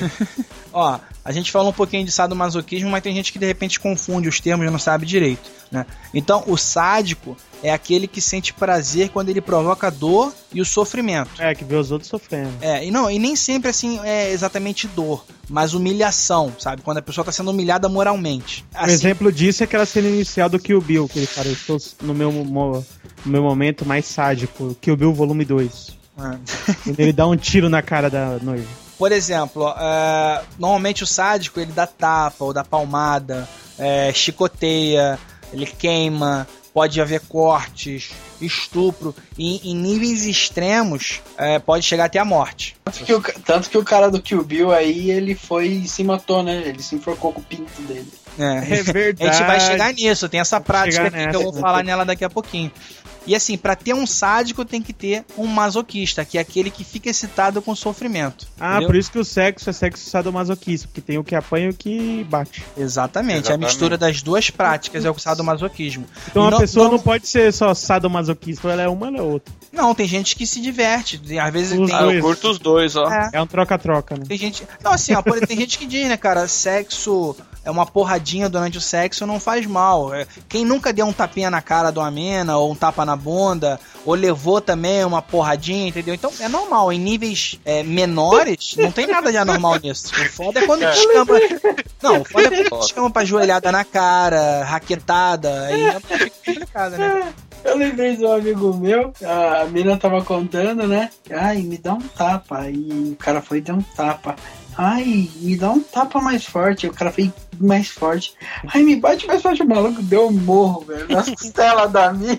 Ó, a gente fala um pouquinho de sadomasoquismo, mas tem gente que de repente confunde os termos e não sabe direito, né? Então, o sádico é aquele que sente prazer quando ele provoca dor e o sofrimento. É, que vê os outros sofrendo. É, e não, e nem sempre assim é exatamente dor, mas humilhação, sabe? Quando a pessoa está sendo humilhada moralmente. Assim... Um exemplo disso é aquela cena inicial do Kill Bill, que ele fala, eu estou no meu, no meu momento mais sádico, Kill Bill volume dois. Ah. Ele dá um tiro na cara da noiva. Por exemplo, uh, normalmente o sádico ele dá tapa ou dá palmada, é, chicoteia, ele queima, pode haver cortes, estupro, e em níveis extremos é, pode chegar até a morte. Tanto que, o, tanto que o cara do Kill Bill aí, ele foi e se matou, né? Ele se enforcou com o pinto dele. É, É verdade. A gente vai chegar nisso, tem essa prática aqui nessa, que eu vou né? falar nela daqui a pouquinho. E assim, pra ter um sádico tem que ter um masoquista, que é aquele que fica excitado com sofrimento. Ah, entendeu? por isso que o sexo é sexo sadomasoquista, porque tem o que apanha e o que bate. Exatamente, Exatamente. a mistura das duas práticas é o sadomasoquismo. Então E a não- pessoa não... não- pode ser só sadomasoquista, ou ela é uma ou ela é outra. Não, tem gente que se diverte, tem- às vezes Os tem... Ah, eu dois. curto os dois, ó. É. É um troca-troca, né? Tem gente. Não, assim, ó, por exemplo, tem gente que diz, né, cara, sexo é uma porradinha durante o sexo, não faz mal. É, quem nunca deu um tapinha na cara de uma mina, ou um tapa na bunda, ou levou também uma porradinha, entendeu? Então é normal. Em níveis é, menores, não tem nada de anormal nisso. O foda é quando te escama. Não, o foda é quando te escama pra joelhada na cara, raquetada, aí é complicado, né? Eu lembrei de um amigo meu, a mina tava contando, né? Ai, me dá um tapa. E o cara foi e deu um tapa. Ai, me dá um tapa mais forte. O cara fez mais forte. Ai, me bate mais forte. O maluco deu um morro, velho, nas costelas da mina.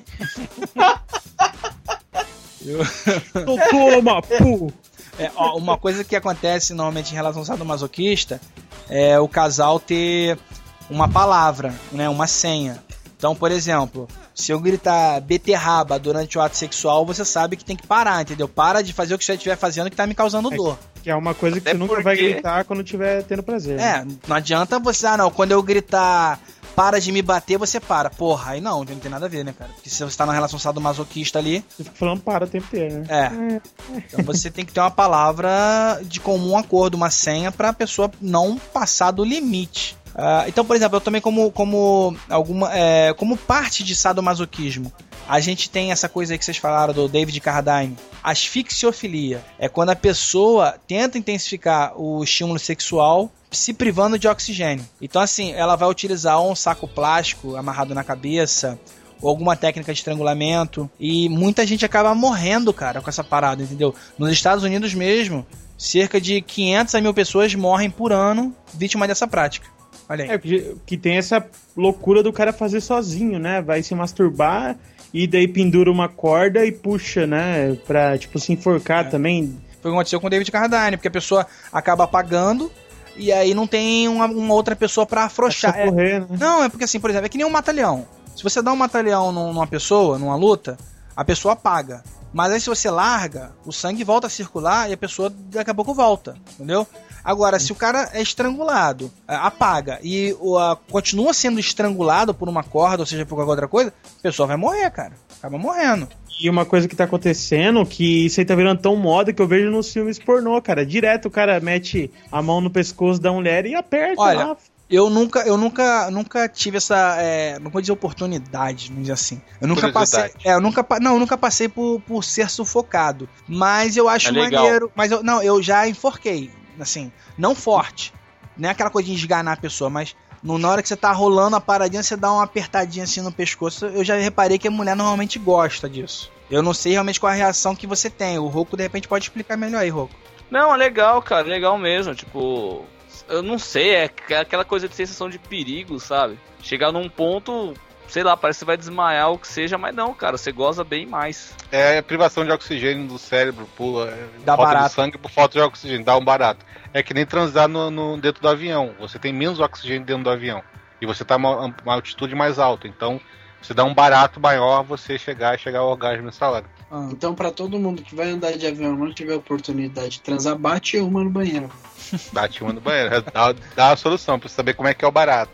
Toma, pu! É, ó, uma coisa que acontece normalmente em relação ao sadomasoquista é o casal ter uma palavra, né, uma senha. Então, por exemplo, se eu gritar beterraba durante o ato sexual, você sabe que tem que parar, entendeu? Para de fazer o que você estiver fazendo que tá me causando dor. Que é uma coisa que Até você nunca porque- vai gritar quando estiver tendo prazer. né? É, não adianta você, ah não, quando eu gritar para de me bater, você para. Porra, aí não, não tem nada a ver, né, cara? Porque se você tá numa relação sadomasoquista ali, Você fica falando para o tempo inteiro, né? é. Então você tem que ter uma palavra de comum acordo, uma senha pra pessoa não passar do limite. Ah, então, por exemplo, eu também como, como, alguma, é, como parte de sadomasoquismo, a gente tem essa coisa aí que vocês falaram do David Carradine, asfixiofilia. É quando a pessoa tenta intensificar o estímulo sexual se privando de oxigênio. Então, assim, ela vai utilizar um saco plástico amarrado na cabeça, ou alguma técnica de estrangulamento, e muita gente acaba morrendo, cara, com essa parada, entendeu? Nos Estados Unidos mesmo, cerca de quinhentas a mil pessoas morrem por ano vítimas dessa prática. Olha aí. É, que, que tem essa loucura do cara fazer sozinho, né? Vai se masturbar e daí pendura uma corda e puxa, né? Pra, tipo, se enforcar É. também. Foi o que aconteceu com o David Carradine, porque a pessoa acaba apagando e aí não tem uma, uma outra pessoa pra afrouxar. É socorrer, né? Não, é porque assim, por exemplo, é que nem um mata-leão. Se você dá um mata-leão num- numa pessoa, numa luta, a pessoa apaga. Mas aí se você larga, o sangue volta a circular e a pessoa daqui a pouco volta, entendeu? Agora, se o cara é estrangulado, é, apaga e o, a, continua sendo estrangulado por uma corda, ou seja, por qualquer outra coisa, a pessoa vai morrer, cara. Acaba morrendo. E uma coisa que tá acontecendo, que isso aí tá virando tão moda que eu vejo nos filmes pornô, cara. Direto o cara mete a mão no pescoço da mulher e aperta Olha, lá. Eu nunca, eu nunca, nunca tive essa, é, não vou dizer oportunidade, vamos dizer assim. Eu nunca passei, Curiosidade. é, eu nunca, pa- não, eu nunca passei por, por ser sufocado. Mas eu acho É legal. maneiro. Mas eu, não, eu já enforquei, assim, não forte, não é aquela coisa de esganar a pessoa, mas no, na hora que você tá rolando a paradinha, você dá uma apertadinha assim no pescoço. Eu já reparei que a mulher normalmente gosta disso. Eu não sei realmente qual a reação que você tem. O Rocco de repente pode explicar melhor aí, Rocco. Não, é legal, cara, legal mesmo. Tipo, eu não sei, é aquela coisa de sensação de perigo, sabe? Chegar num ponto, sei lá, parece que você vai desmaiar ou o que seja, mas não, cara, você goza bem mais. É privação de oxigênio do cérebro, pula, é, Dá falta barato. de sangue por falta de oxigênio, dá um barato. É que nem transar no, no- dentro do avião, você tem menos oxigênio dentro do avião. E você tá uma, uma altitude mais alta, então você dá um barato maior você chegar e chegar ao orgasmo nessa hora. Ah. Então, pra todo mundo que vai andar de avião e não tiver oportunidade de transar, bate uma no banheiro. Bate uma no banheiro, dá, dá a solução pra você saber como é que é o barato.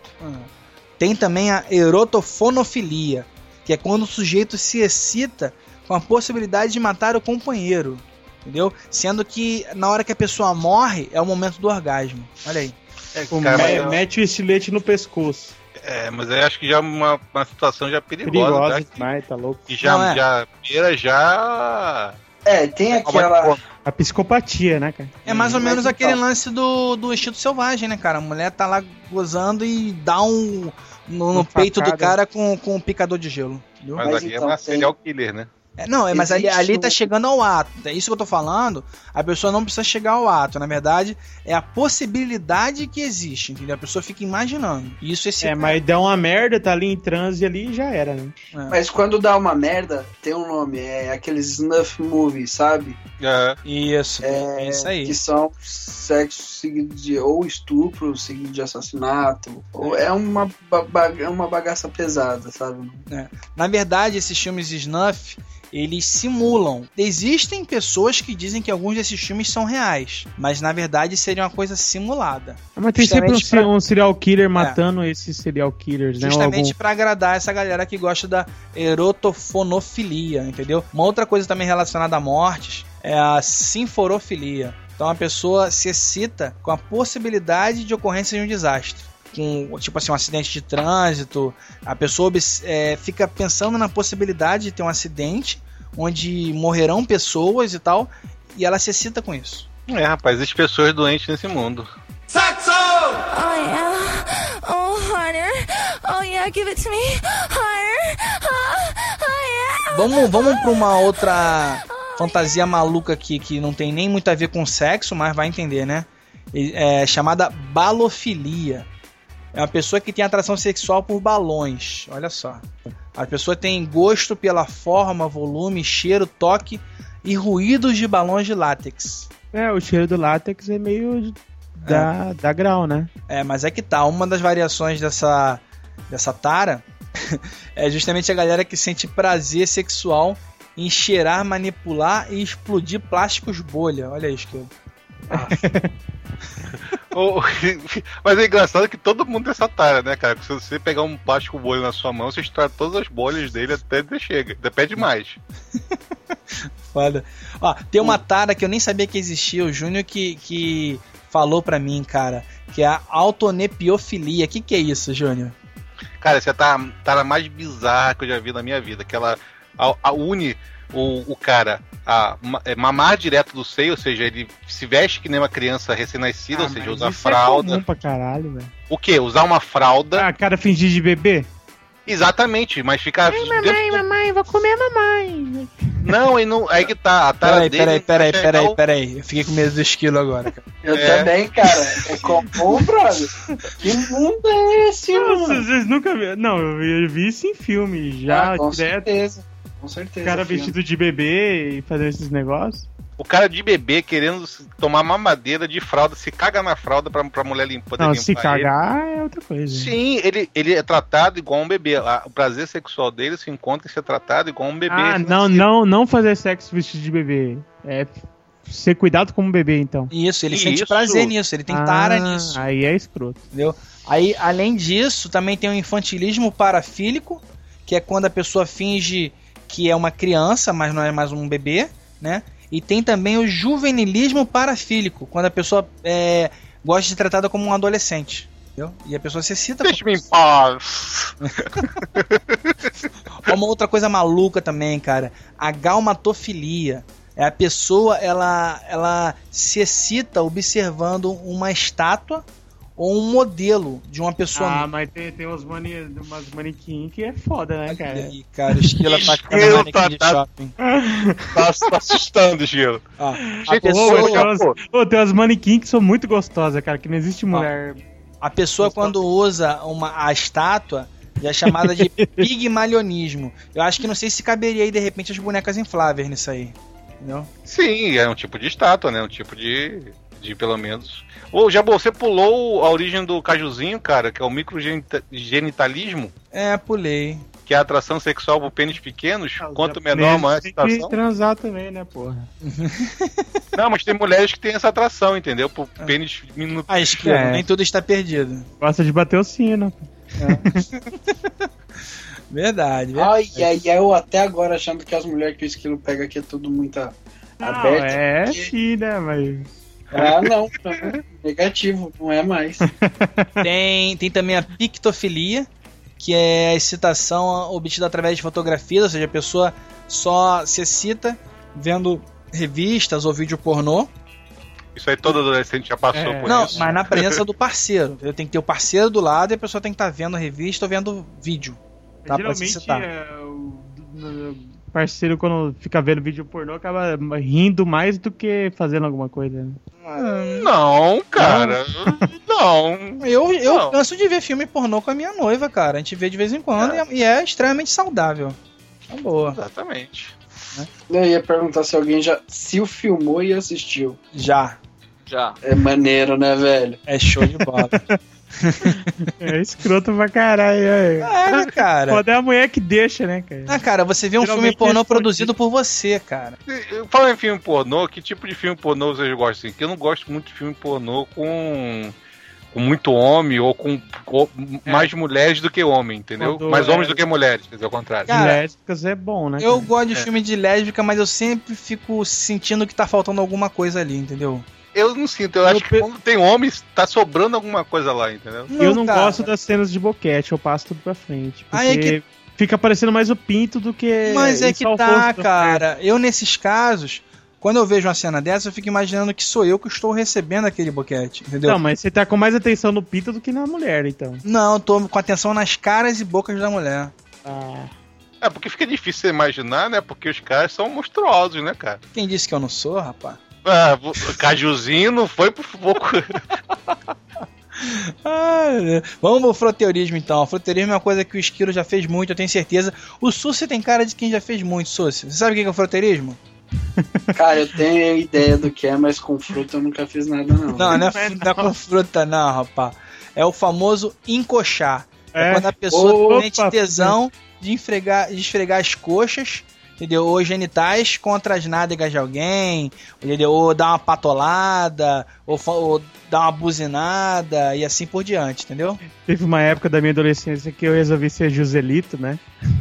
Tem também a erotofonofilia, que é quando o sujeito se excita com a possibilidade de matar o companheiro, entendeu? Sendo que na hora que a pessoa morre é o momento do orgasmo. Olha aí. É, Pô, cara, me- mas- mete o estilete no pescoço. é, mas eu acho que já é uma, uma situação já perigosa, Perigosa tá? demais, tá louco. E já, Não, é. já, primeira já... É, tem aquela. A psicopatia, né, cara? É mais ou Hum, menos mas aquele então. lance do, do instinto selvagem, né, cara? A mulher tá lá gozando e dá um no, no Uma peito do facada. cara com, com um picador de gelo. Entendeu? Mas, Mas aqui então é uma tem- serial killer, né? É, não, é, mas ali, Existe ali tá um- chegando ao ato. É isso que eu tô falando. A pessoa não precisa chegar ao ato. Na verdade, é a possibilidade que existe, entendeu? A pessoa fica imaginando. Isso esse É, mas dá uma merda, tá ali em transe ali e já era, né? Mas quando dá uma merda, tem um nome, é aqueles snuff movies, sabe? É. Isso, é isso aí. Que são sexo seguido de ou estupro, seguido de assassinato. Ou é uma, ba- ba- é uma bagaça pesada, sabe? É. Na verdade, esses filmes snuff, eles simulam. Existem pessoas que dizem que alguns desses filmes são reais, mas na verdade seria uma coisa simulada. Mas tem sempre um, Justamente pra- um serial killer matando esses serial killers, né? Ou Justamente algum- pra agradar essa galera que gosta da erotofonofilia, entendeu? Uma outra coisa também relacionada a mortes é a sinforofilia. Então a pessoa se excita com a possibilidade de ocorrência de um desastre. Com, tipo assim, um acidente de trânsito, a pessoa obs- é, fica pensando na possibilidade de ter um acidente onde morrerão pessoas e tal, e ela se excita com isso. É, rapaz, existem pessoas doentes nesse mundo. Oh yeah. Oh harder. Oh yeah, give it to me. Higher. Oh, oh yeah. Vamos, vamos pra uma outra fantasia maluca aqui que não tem nem muito a ver com sexo, mas vai entender, né? É chamada balofilia. É uma pessoa que tem atração sexual por balões. Olha só. A pessoa tem gosto pela forma, volume, cheiro, toque e ruídos de balões de látex. É, o cheiro do látex é meio da, da grau, né? É, mas é que tá. Uma das variações dessa, dessa tara é justamente a galera que sente prazer sexual em cheirar, manipular e explodir plásticos bolha. Olha isso que eu... O- Mas é engraçado que todo mundo tem essa tara, né, cara? Se você pegar um plástico bolha na sua mão, você estoura todas as bolhas dele até ele chega. Depende mais. Foda. Ó, tem uma tara que eu nem sabia que existia, o Júnior que, que falou pra mim, cara, que é a autonepiofilia. O que, que é isso, Júnior? Cara, essa é a tara, tara mais bizarra que eu já vi na minha vida. Que ela a, a une o, o cara a ma- é, mamar direto do seio, ou seja, ele se veste que nem uma criança recém-nascida, Ah, ou seja, mas usa isso é fralda. comum pra caralho, velho. O quê? Usar uma fralda. Ah, cara fingir de bebê? Exatamente, mas ficar. dentro do- mamãe, vou comer a mamãe. Não, e não. Aí que tá. A tara Peraí, dele. peraí, peraí, é peraí, chegar peraí. Eu fiquei com medo do esquilo agora, cara. Eu É. também, cara. É comum, brother. Que mundo é esse, Nossa, mano? vocês nunca viram? Não, eu vi isso em filme já, Ah, com direto. certeza. Com certeza. O cara filho. vestido de bebê e fazendo esses negócios. O cara de bebê querendo se- tomar mamadeira de fralda, se caga na fralda pra, pra mulher limpar. Não, limpar se ele. cagar é outra coisa. Sim, ele, ele é tratado igual um bebê. A- o prazer sexual dele se encontra em ser tratado igual um bebê. Ah, não, não, não fazer sexo vestido de bebê. É ser cuidado como um bebê, então. Isso, ele sente Isso. prazer nisso, ele tem tara Ah, nisso. Aí é escroto. Entendeu? Aí, além disso, também tem o infantilismo parafílico, que é quando a pessoa finge que é uma criança, mas não é mais um bebê, né? E tem também o juvenilismo parafílico, quando a pessoa é, gosta de ser tratada como um adolescente. Entendeu? E a pessoa se excita. Deixa-me em paz. Uma outra coisa maluca também, cara, a galmatofilia. É a pessoa, ela, ela se excita observando uma estátua ou um modelo de uma pessoa. Ah, mas tem, tem uns mani, umas manequim que é foda, né, cara? E aí, cara, o esquilo atacando a Esquilo manequim de tá- shopping. Tá, tá assustando, Gelo. Ó, a Gente, Pô, pessoa, tem, umas, pô, tem umas manequim que são muito gostosas, cara, que não existe mulher. a pessoa quando usa uma, a estátua já é chamada de pigmalionismo. Eu acho que não sei se caberia aí de repente as bonecas infláveis nisso aí. Entendeu? Sim, é um tipo de estátua, né? Um tipo de. de pelo menos. Ô, Jabô, você pulou a origem do cajuzinho, cara, que é o microgenitalismo, É, pulei. que é a atração sexual por pênis pequenos. Ah, os Quanto japoneses menor, maior a tem que excitação. transar também, né, porra? Não, mas tem mulheres que têm essa atração, entendeu? Por pênis minutos. Ah, esquilo, É. nem tudo está perdido. Gosta de bater o sino. Verdade, verdade. Ai, ai, ai, eu até agora achando que as mulheres que o esquilo pega aqui é tudo muito a- Não, aberto. é porque- sim, né, mas... Ah, não. Negativo, não é mais. Tem, tem também a pictofilia, que é a excitação obtida através de fotografias, ou seja, a pessoa só se excita vendo revistas ou vídeo pornô. Isso aí todo adolescente já passou É. por Não, isso. mas na presença do parceiro. Eu tenho que ter o parceiro do lado e a pessoa tem que estar vendo revista ou vendo vídeo. Tá, pra se Geralmente, excitar. é, o- no- parceiro, quando fica vendo vídeo pornô, acaba rindo mais do que fazendo alguma coisa. Não, cara. Não. Eu, eu Não. canso de ver filme pornô com a minha noiva, cara. A gente vê de vez em quando É. e e é extremamente saudável. Tá boa. Exatamente. Eu ia perguntar se alguém já se o filmou e assistiu. Já. Já. É maneiro, né, velho? É show de bola. É escroto pra caralho. É, É, né, cara? Foda é a mulher que deixa, né, cara? Ah, cara, você vê um filme Geralmente pornô é produzido por você, cara. Falando em filme pornô, que tipo de filme pornô vocês gostam? Assim? Que eu não gosto muito de filme pornô com, com muito homem ou com, com mais mulheres do que homem, entendeu? Quando mais é- homens do que mulheres, quer dizer, ao contrário. Cara, Lésbicas é bom, né? Eu cara? gosto de filme de lésbica, mas eu sempre fico sentindo que tá faltando alguma coisa ali, entendeu? Eu não sinto, eu acho Eu que pe- quando tem homens, tá sobrando alguma coisa lá, entendeu? Eu não cara. gosto das cenas de boquete, eu passo tudo pra frente. Porque Aí é que- fica parecendo mais o pinto do que. Mas é e que só o tá, rosto. cara. Eu, nesses casos, quando eu vejo uma cena dessa, eu fico imaginando que sou eu que estou recebendo aquele boquete, entendeu? Não, mas você tá com mais atenção no pinto do que na mulher, então. Não, eu tô com atenção nas caras e bocas da mulher. Ah. É, porque fica difícil você imaginar, né? Porque os caras são monstruosos, né, cara? Quem disse que eu não sou, rapaz? Ah, o Cajuzinho não foi por pouco. Ah, vamos pro froteurismo então. O froteurismo é uma coisa que o Esquilo já fez muito, eu tenho certeza. O Sussi tem cara de quem já fez muito, Sussi. Você sabe o que é o froteurismo? Cara, eu tenho ideia do que é, mas com fruta eu nunca fiz nada, não. Não, não é, fru- não é com fruta, não, rapaz. É o famoso encoxar. É, É? quando a pessoa Opa, sente tesão de esfregar, de esfregar as coxas, entendeu? Ou genitais contra as nádegas de alguém, entendeu? Ou dar uma patolada, ou, fa- ou dar uma buzinada e assim por diante, entendeu? Teve uma época da minha adolescência que eu resolvi ser Joselito, né?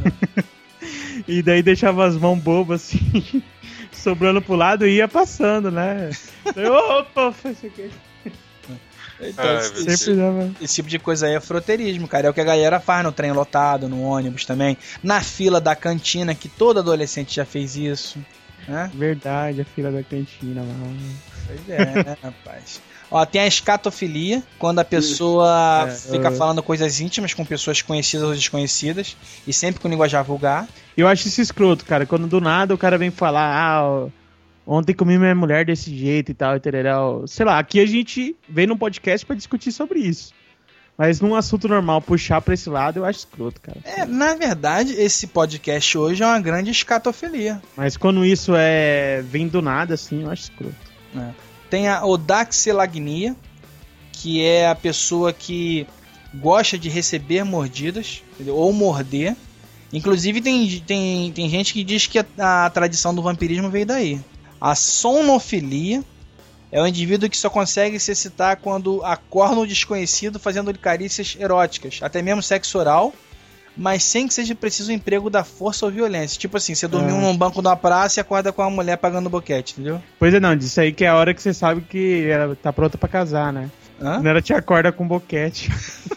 E daí deixava as mãos bobas assim, sobrando pro lado e ia passando, né? Eu, opa, foi isso aqui. Então, Ai, esse, meu esse- Sempre dava. esse tipo de coisa aí é froteirismo, cara. É o que a galera faz no trem lotado, no ônibus também, na fila da cantina, que todo adolescente já fez isso, né? Verdade, a fila da cantina lá. Pois é, né, rapaz? Ó, tem a escatofilia, quando a pessoa É, fica eu- falando coisas íntimas com pessoas conhecidas ou desconhecidas, e sempre com linguajar vulgar. Eu acho isso escroto, cara. Quando do nada o cara vem falar, ah, ó, ontem comi minha mulher desse jeito e tal, e tererel. Sei lá, aqui a gente vem num podcast pra discutir sobre isso. Mas num assunto normal, puxar pra esse lado, eu acho escroto, cara. É, na verdade, esse podcast hoje é uma grande escatofilia. Mas quando isso é vem do nada, assim, eu acho escroto. Né? Tem a odaxilagnia, que é a pessoa que gosta de receber mordidas, entendeu? Ou morder. Inclusive tem, tem, tem gente que diz que a, a tradição do vampirismo veio daí. A sonofilia é o indivíduo que só consegue se excitar quando acorda um desconhecido fazendo-lhe carícias eróticas, até mesmo sexo oral, mas sem que seja preciso o emprego da força ou violência. Tipo assim, você dormiu Ah. num banco de uma praça e acorda com uma mulher pagando boquete, entendeu? Pois é, não, disso aí que é a hora que você sabe que ela tá pronta pra casar, né? Hã? Quando ela te acorda com boquete.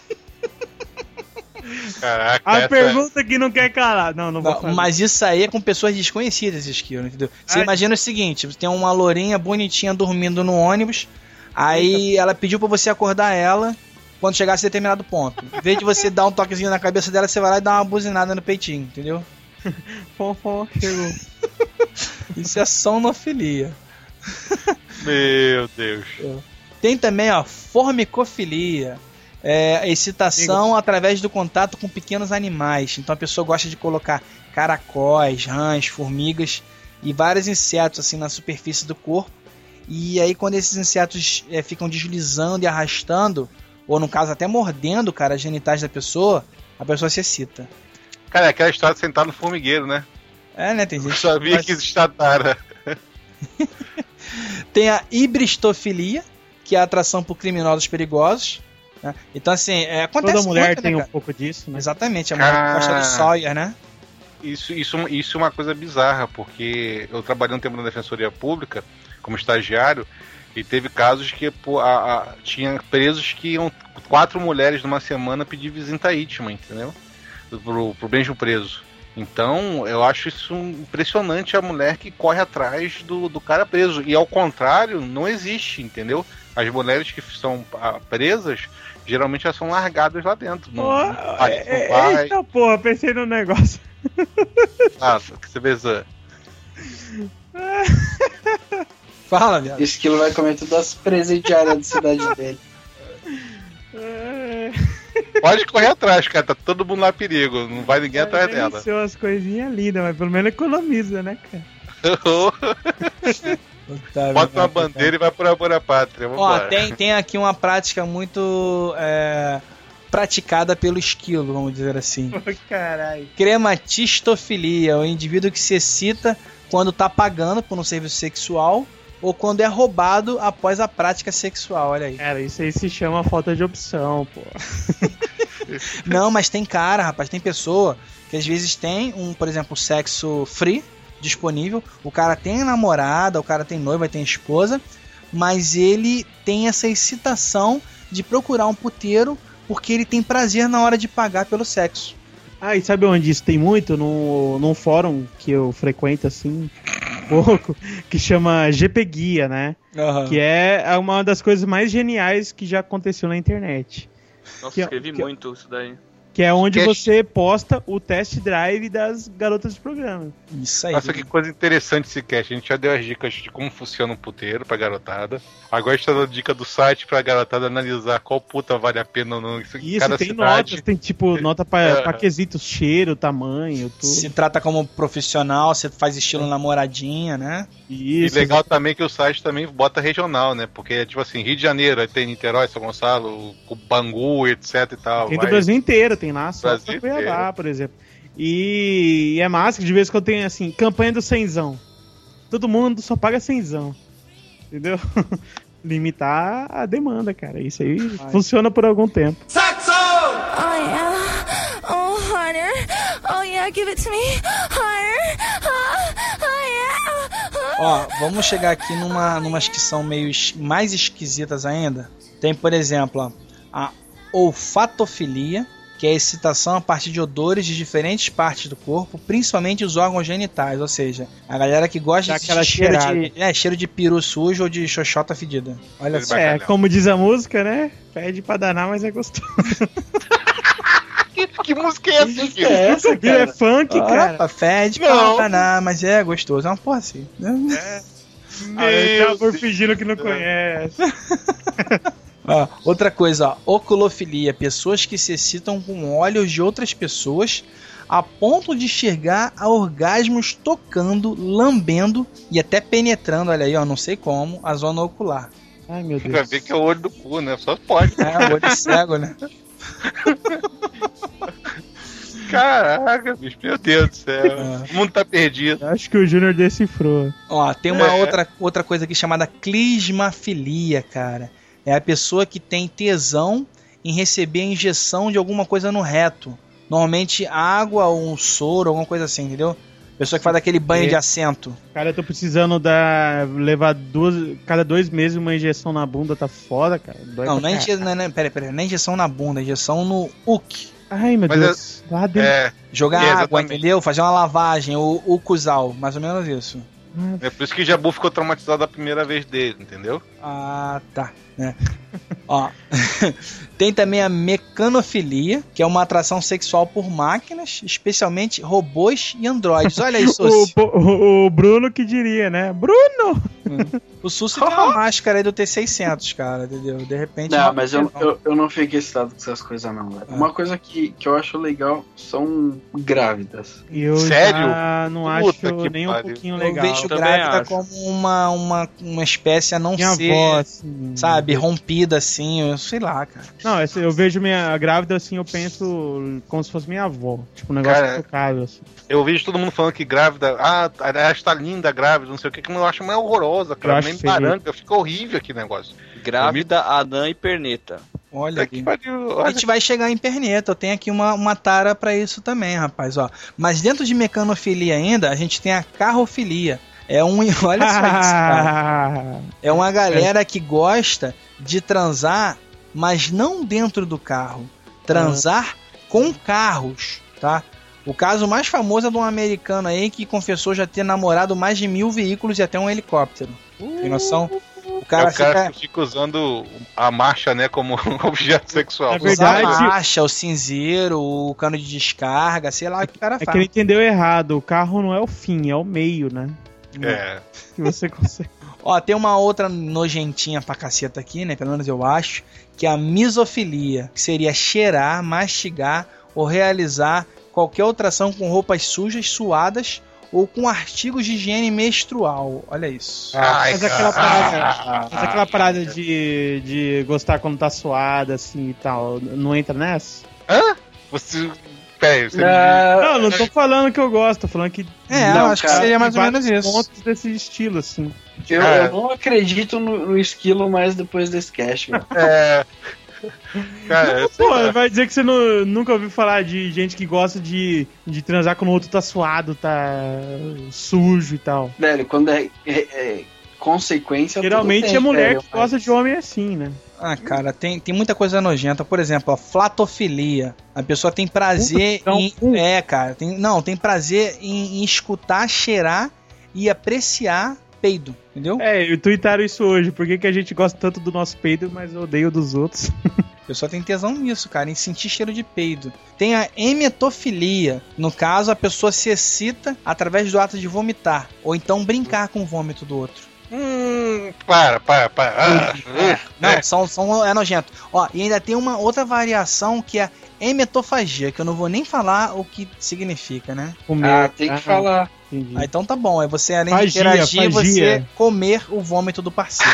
Caraca, A essa- pergunta que não quer calar. Não, não vou Não, fazer. mas isso aí é com pessoas desconhecidas, Esquilo, entendeu? Você Ah. imagina o seguinte, você tem uma lourinha bonitinha dormindo no ônibus, aí ela pediu pra você acordar ela quando chegasse a determinado ponto. Em vez de você dar um toquezinho na cabeça dela, você vai lá e dá uma buzinada no peitinho, entendeu? Fom, fom, chegou. Isso é sonofilia. Meu Deus. Tem também, ó, formicofilia. É, excitação através do contato com pequenos animais. Então a pessoa gosta de colocar caracóis, rãs, formigas e vários insetos assim na superfície do corpo. E aí quando esses insetos é, ficam deslizando e arrastando, ou no caso até mordendo, cara, as genitais da pessoa, a pessoa se excita. Cara, é aquela história de sentar no formigueiro, né? É, né? Tem Eu gente sabia que que existia tara. Tem a hibristofilia, que é a atração por criminosos perigosos. Né? Então, assim, é, acontece Toda mulher muito, tem né, um cara? pouco disso, né? Exatamente, a mulher gosta do Sawyer, né? Isso, isso, isso é uma coisa bizarra, porque eu trabalhei um tempo na Defensoria Pública como estagiário e teve casos que pô, a, a, tinha presos que iam quatro mulheres numa semana pedir visita íntima, entendeu? Pro, pro mesmo preso. Então, eu acho isso impressionante, a mulher que corre atrás do, do cara preso. E ao contrário, não existe, entendeu? As mulheres que são ah, presas, geralmente elas são largadas lá dentro. Não, Pô, não faz, é- não vai. Eita porra, pensei num negócio. Ah, que você besou. Fala, viado. O esquilo vai comer todas as presidiárias da cidade dele. Pode correr atrás, cara. Tá todo mundo lá a perigo. Não vai ninguém atrás dela. São umas coisinhas lindas, mas pelo menos economiza, né, cara? Bota uma bandeira e vai por amor à pátria. Ó, tem, tem aqui uma prática muito é, praticada pelo esquilo, vamos dizer assim. Caralho. Crematistofilia, o indivíduo que se excita quando tá pagando por um serviço sexual ou quando é roubado após a prática sexual, olha aí. Cara, isso aí se chama falta de opção, pô. Não, mas tem cara, rapaz, tem pessoa que às vezes tem um, por exemplo, sexo free disponível, o cara tem namorada, o cara tem noiva, tem esposa, mas ele tem essa excitação de procurar um puteiro porque ele tem prazer na hora de pagar pelo sexo. Ah, e sabe onde isso tem muito? No, num fórum que eu frequento assim, um pouco, que chama G P Guia, né? Uhum. Que é uma das coisas mais geniais que já aconteceu na internet. Nossa, que, escrevi que, muito isso daí. Que é onde Test... você posta o test drive das garotas de programa. Isso aí. Nossa, que coisa interessante esse cast. A gente já deu as dicas de como funciona um puteiro pra garotada. Agora a gente tá dando dica do site pra garotada analisar qual puta vale a pena ou não. Isso, Isso cada tem cidade. notas, tem tipo nota pra, é. pra quesitos, cheiro, tamanho, tudo. Se trata como profissional, você faz estilo namoradinha, né? Isso. E legal também que o site também bota regional, né? Porque é tipo assim, Rio de Janeiro, aí tem Niterói, São Gonçalo, Bangu, etc e tal. Tem do vai... Brasil inteiro, tem lá só Brasil pra Cuiabá, por exemplo. E... e é massa que de vez que eu tenho assim, campanha do cenzão. Todo mundo só paga cenzão. Entendeu? Limitar a demanda, cara. Isso aí Ai. funciona por algum tempo. Saxo! Oh yeah. Oh honey. Oh yeah, give it to me. Higher. Oh, oh yeah. Ó, vamos chegar aqui numa numas que são meio es- mais esquisitas ainda. Tem, por exemplo, ó, a olfatofilia, que é a excitação a partir de odores de diferentes partes do corpo, principalmente os órgãos genitais, ou seja, a galera que gosta de aquela cheiro cheirada. de, é, cheiro de peru sujo ou de xoxota fedida. Olha só. É, como diz a música, né? Pede pra danar, mas é gostoso. que, que música é essa? Que é essa, cara? É funk, Ah, cara. fede Não. pra danar, mas é gostoso. É uma porra assim. É. Ah, ele tá Meu por Deus. fingindo que não conhece. Ó, outra coisa, ó, oculofilia, pessoas que se excitam com olhos de outras pessoas a ponto de chegar a orgasmos tocando, lambendo e até penetrando, olha aí, ó, não sei como, a zona ocular. Ai, meu Vai Deus. ver que é o olho do cu, né? Só pode. É, olho cego, né? Caraca, bicho, meu Deus do céu. É. O mundo tá perdido. Acho que o Júnior decifrou. Ó, tem uma É. outra, outra coisa aqui chamada clismafilia, cara. É a pessoa que tem tesão em receber a injeção de alguma coisa no reto. Normalmente água ou um soro, alguma coisa assim, entendeu? Pessoa que faz aquele banho É. de assento. Cara, eu tô precisando dar, levar duas, cada dois meses uma injeção na bunda, tá foda, cara. Dói Não, pra não é, caralho. inje... não, é- não, é- pera, pera, não é injeção na bunda, é injeção no U C. Ai, meu Mas Deus. Lá dentro. É, Jogar É, água, exatamente. entendeu? Fazer uma lavagem, o ucusal, mais ou menos isso. é por isso que Jabu ficou traumatizado a primeira vez dele, entendeu? Ah, tá. É. Ó, tem também a mecanofilia, que é uma atração sexual por máquinas, especialmente robôs e androides. Olha aí, O, Sussi. o, o Bruno que diria, né? Bruno! O Sussi tem uma máscara aí do T seiscentos, cara, entendeu? De repente... Não, não- mas eu, eu, eu não fiquei excitado com essas coisas não, velho. Ah. Uma coisa que, que eu acho legal são grávidas. E eu Sério? já não Puta acho que nem um pariu. pouquinho Eu legal. vejo também grávida acho. como uma, uma, uma espécie a não Minha ser, avó, assim. sabe, rompida assim, eu sei lá, cara. Não, essa- eu vejo minha grávida assim, eu penso como se fosse minha avó. Tipo, um negócio Cara, tocável, assim. Eu vejo todo mundo falando que grávida, ah, acho tá linda grávida, não sei o que, que eu acho mais horrorosa, Eu cara. acho Nem feio. baranga, fica horrível aquele negócio. Grávida, anã e perneta. Olha Puta que aqui. pariu, A olha. gente vai chegar em perneta, eu tenho aqui uma, uma tara pra isso também, rapaz, ó. Mas dentro de mecanofilia ainda, a gente tem a carrofilia. É um, olha só isso, cara. É uma galera que gosta de transar, mas não dentro do carro. Transar com carros, tá? O caso mais famoso é de um americano aí que confessou já ter namorado mais de mil veículos e até um helicóptero. Tem noção? O cara, é o cara fica... que fica usando a marcha, né, como objeto sexual. Na verdade, Usa a marcha, o cinzeiro, o cano de descarga, sei lá o que o cara É faz. que ele entendeu errado. O carro não é o fim, é o meio, né? É. Que você consegue. Ó, tem uma outra nojentinha pra caceta aqui, né? Pelo menos eu acho, que é a misofilia, que seria cheirar, mastigar ou realizar qualquer outra ação com roupas sujas, suadas ou com artigos de higiene menstrual. Olha isso. Ai, Mas aquela parada, mas aquela parada de, de gostar quando tá suada, assim e tal, não entra nessa? Hã? Você... Peraí, você... Não, não tô falando que eu gosto, tô falando que... É, eu Não, acho cara, que seria mais ou menos vários isso. pontos desse estilo, assim. Eu, Cara. eu não acredito no, no esquilo mais depois desse cast, velho. É... Cara, sei Pô, lá. vai dizer que você não, nunca ouviu falar de gente que gosta de, de transar quando o outro tá suado, tá sujo e tal. Velho, quando é, é, é consequência. Geralmente tudo bem, é mulher velho, que gosta mas- de homem assim, né? Ah, cara, tem, tem muita coisa nojenta. Por exemplo, a flatofilia. A pessoa tem prazer Puta, em... então, É, cara. Tem, não, tem prazer em, em escutar, cheirar e apreciar peido, entendeu? É, e tuitaram isso hoje. Por que, que a gente gosta tanto do nosso peido, mas odeia o dos outros? A pessoa tem tesão nisso, cara, em sentir cheiro de peido. Tem a emetofilia. No caso, a pessoa se excita através do ato de vomitar. Ou então brincar com o vômito do outro. Hum, para, para, para. Ah, uh, Não, é. são, são, é nojento. Ó, e ainda tem uma outra variação que é a emetofagia, que eu não vou nem falar o que significa, né? Comer. Ah, tem que Ah, falar. entendi. Ah, então tá bom. É você, além Fagia, de interagir, você fagia. comer o vômito do parceiro.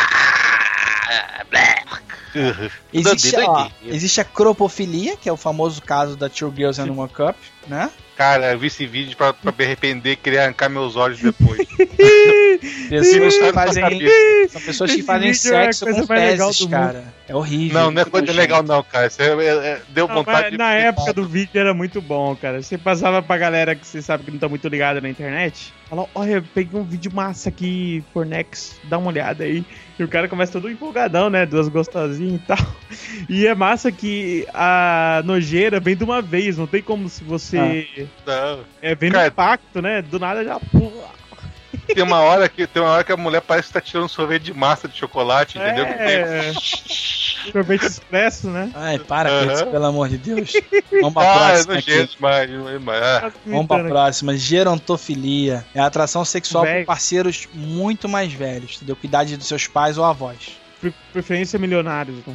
Uh, Existe, doido, ó, doido. existe a cropofilia, que é o famoso caso da Two Girls and One Cup, né? Cara, eu vi esse vídeo pra, pra me arrepender e querer arrancar meus olhos depois. Pessoas que Sim, fazem, cabeça. são pessoas que Esse fazem vídeo é a sexo coisa com mais legal fezes, do mundo. cara. É horrível. Não, não é coisa legal não, cara. Isso é, é- é- deu Não, vontade mas de... na época do vídeo era muito bom, cara. Você passava pra galera que você sabe que não tá muito ligada na internet. Falou, olha, eu peguei um vídeo massa aqui, Pornex, dá uma olhada aí. E o cara começa todo empolgadão, né? Duas gostosinhas e tal. E é massa que a nojeira vem de uma vez, não tem como se você... Não. É, vem no Cara, impacto, né? Do nada já... Tem uma hora que tem uma hora que a mulher parece que tá tirando sorvete de massa de chocolate, entendeu? É, sorvete expresso, né? Ai, para com Aham. isso, pelo amor de Deus. Vamos pra Ah, é próxima aqui. nojento demais, demais. Ah, Vamos pra próxima. Gerontofilia. É a atração sexual Velho. por parceiros muito mais velhos, entendeu? Com idade dos seus pais ou avós. Pre- Preferência milionários, né?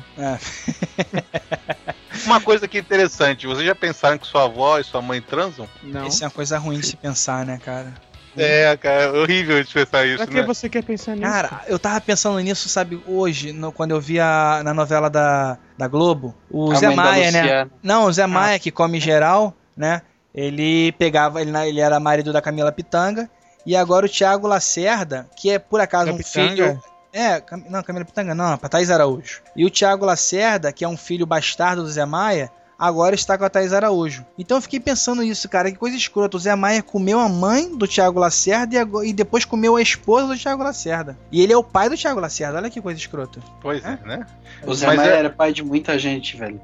É. Uma coisa que é interessante, vocês já pensaram que sua avó e sua mãe transam? Não. Isso é uma coisa ruim de se pensar, né, cara? É, cara, é horrível de pensar isso, Pra que né? você quer pensar nisso? Cara, eu tava pensando nisso, sabe, hoje, no- quando eu vi a, na novela da, da Globo, o A Zé mãe da Maia, né? Luciana. Não, o Zé Maia, que come geral, né? Ele pegava, ele, na- ele era marido da Camila Pitanga, e agora o Thiago Lacerda, que é por acaso Da um Pitanga? filho. É, Cam- não, Camila Pitanga não, pra Thaís Araújo. E o Thiago Lacerda, que é um filho bastardo do Zé Maia, agora está com a Thaís Araújo. Então eu fiquei pensando nisso, cara, que coisa escrota. O Zé Maia comeu a mãe do Thiago Lacerda e, agora- e depois comeu a esposa do Thiago Lacerda. E ele é o pai do Thiago Lacerda, olha que coisa escrota. Pois é, né? O Zé Mas Maia é- era pai de muita gente, velho.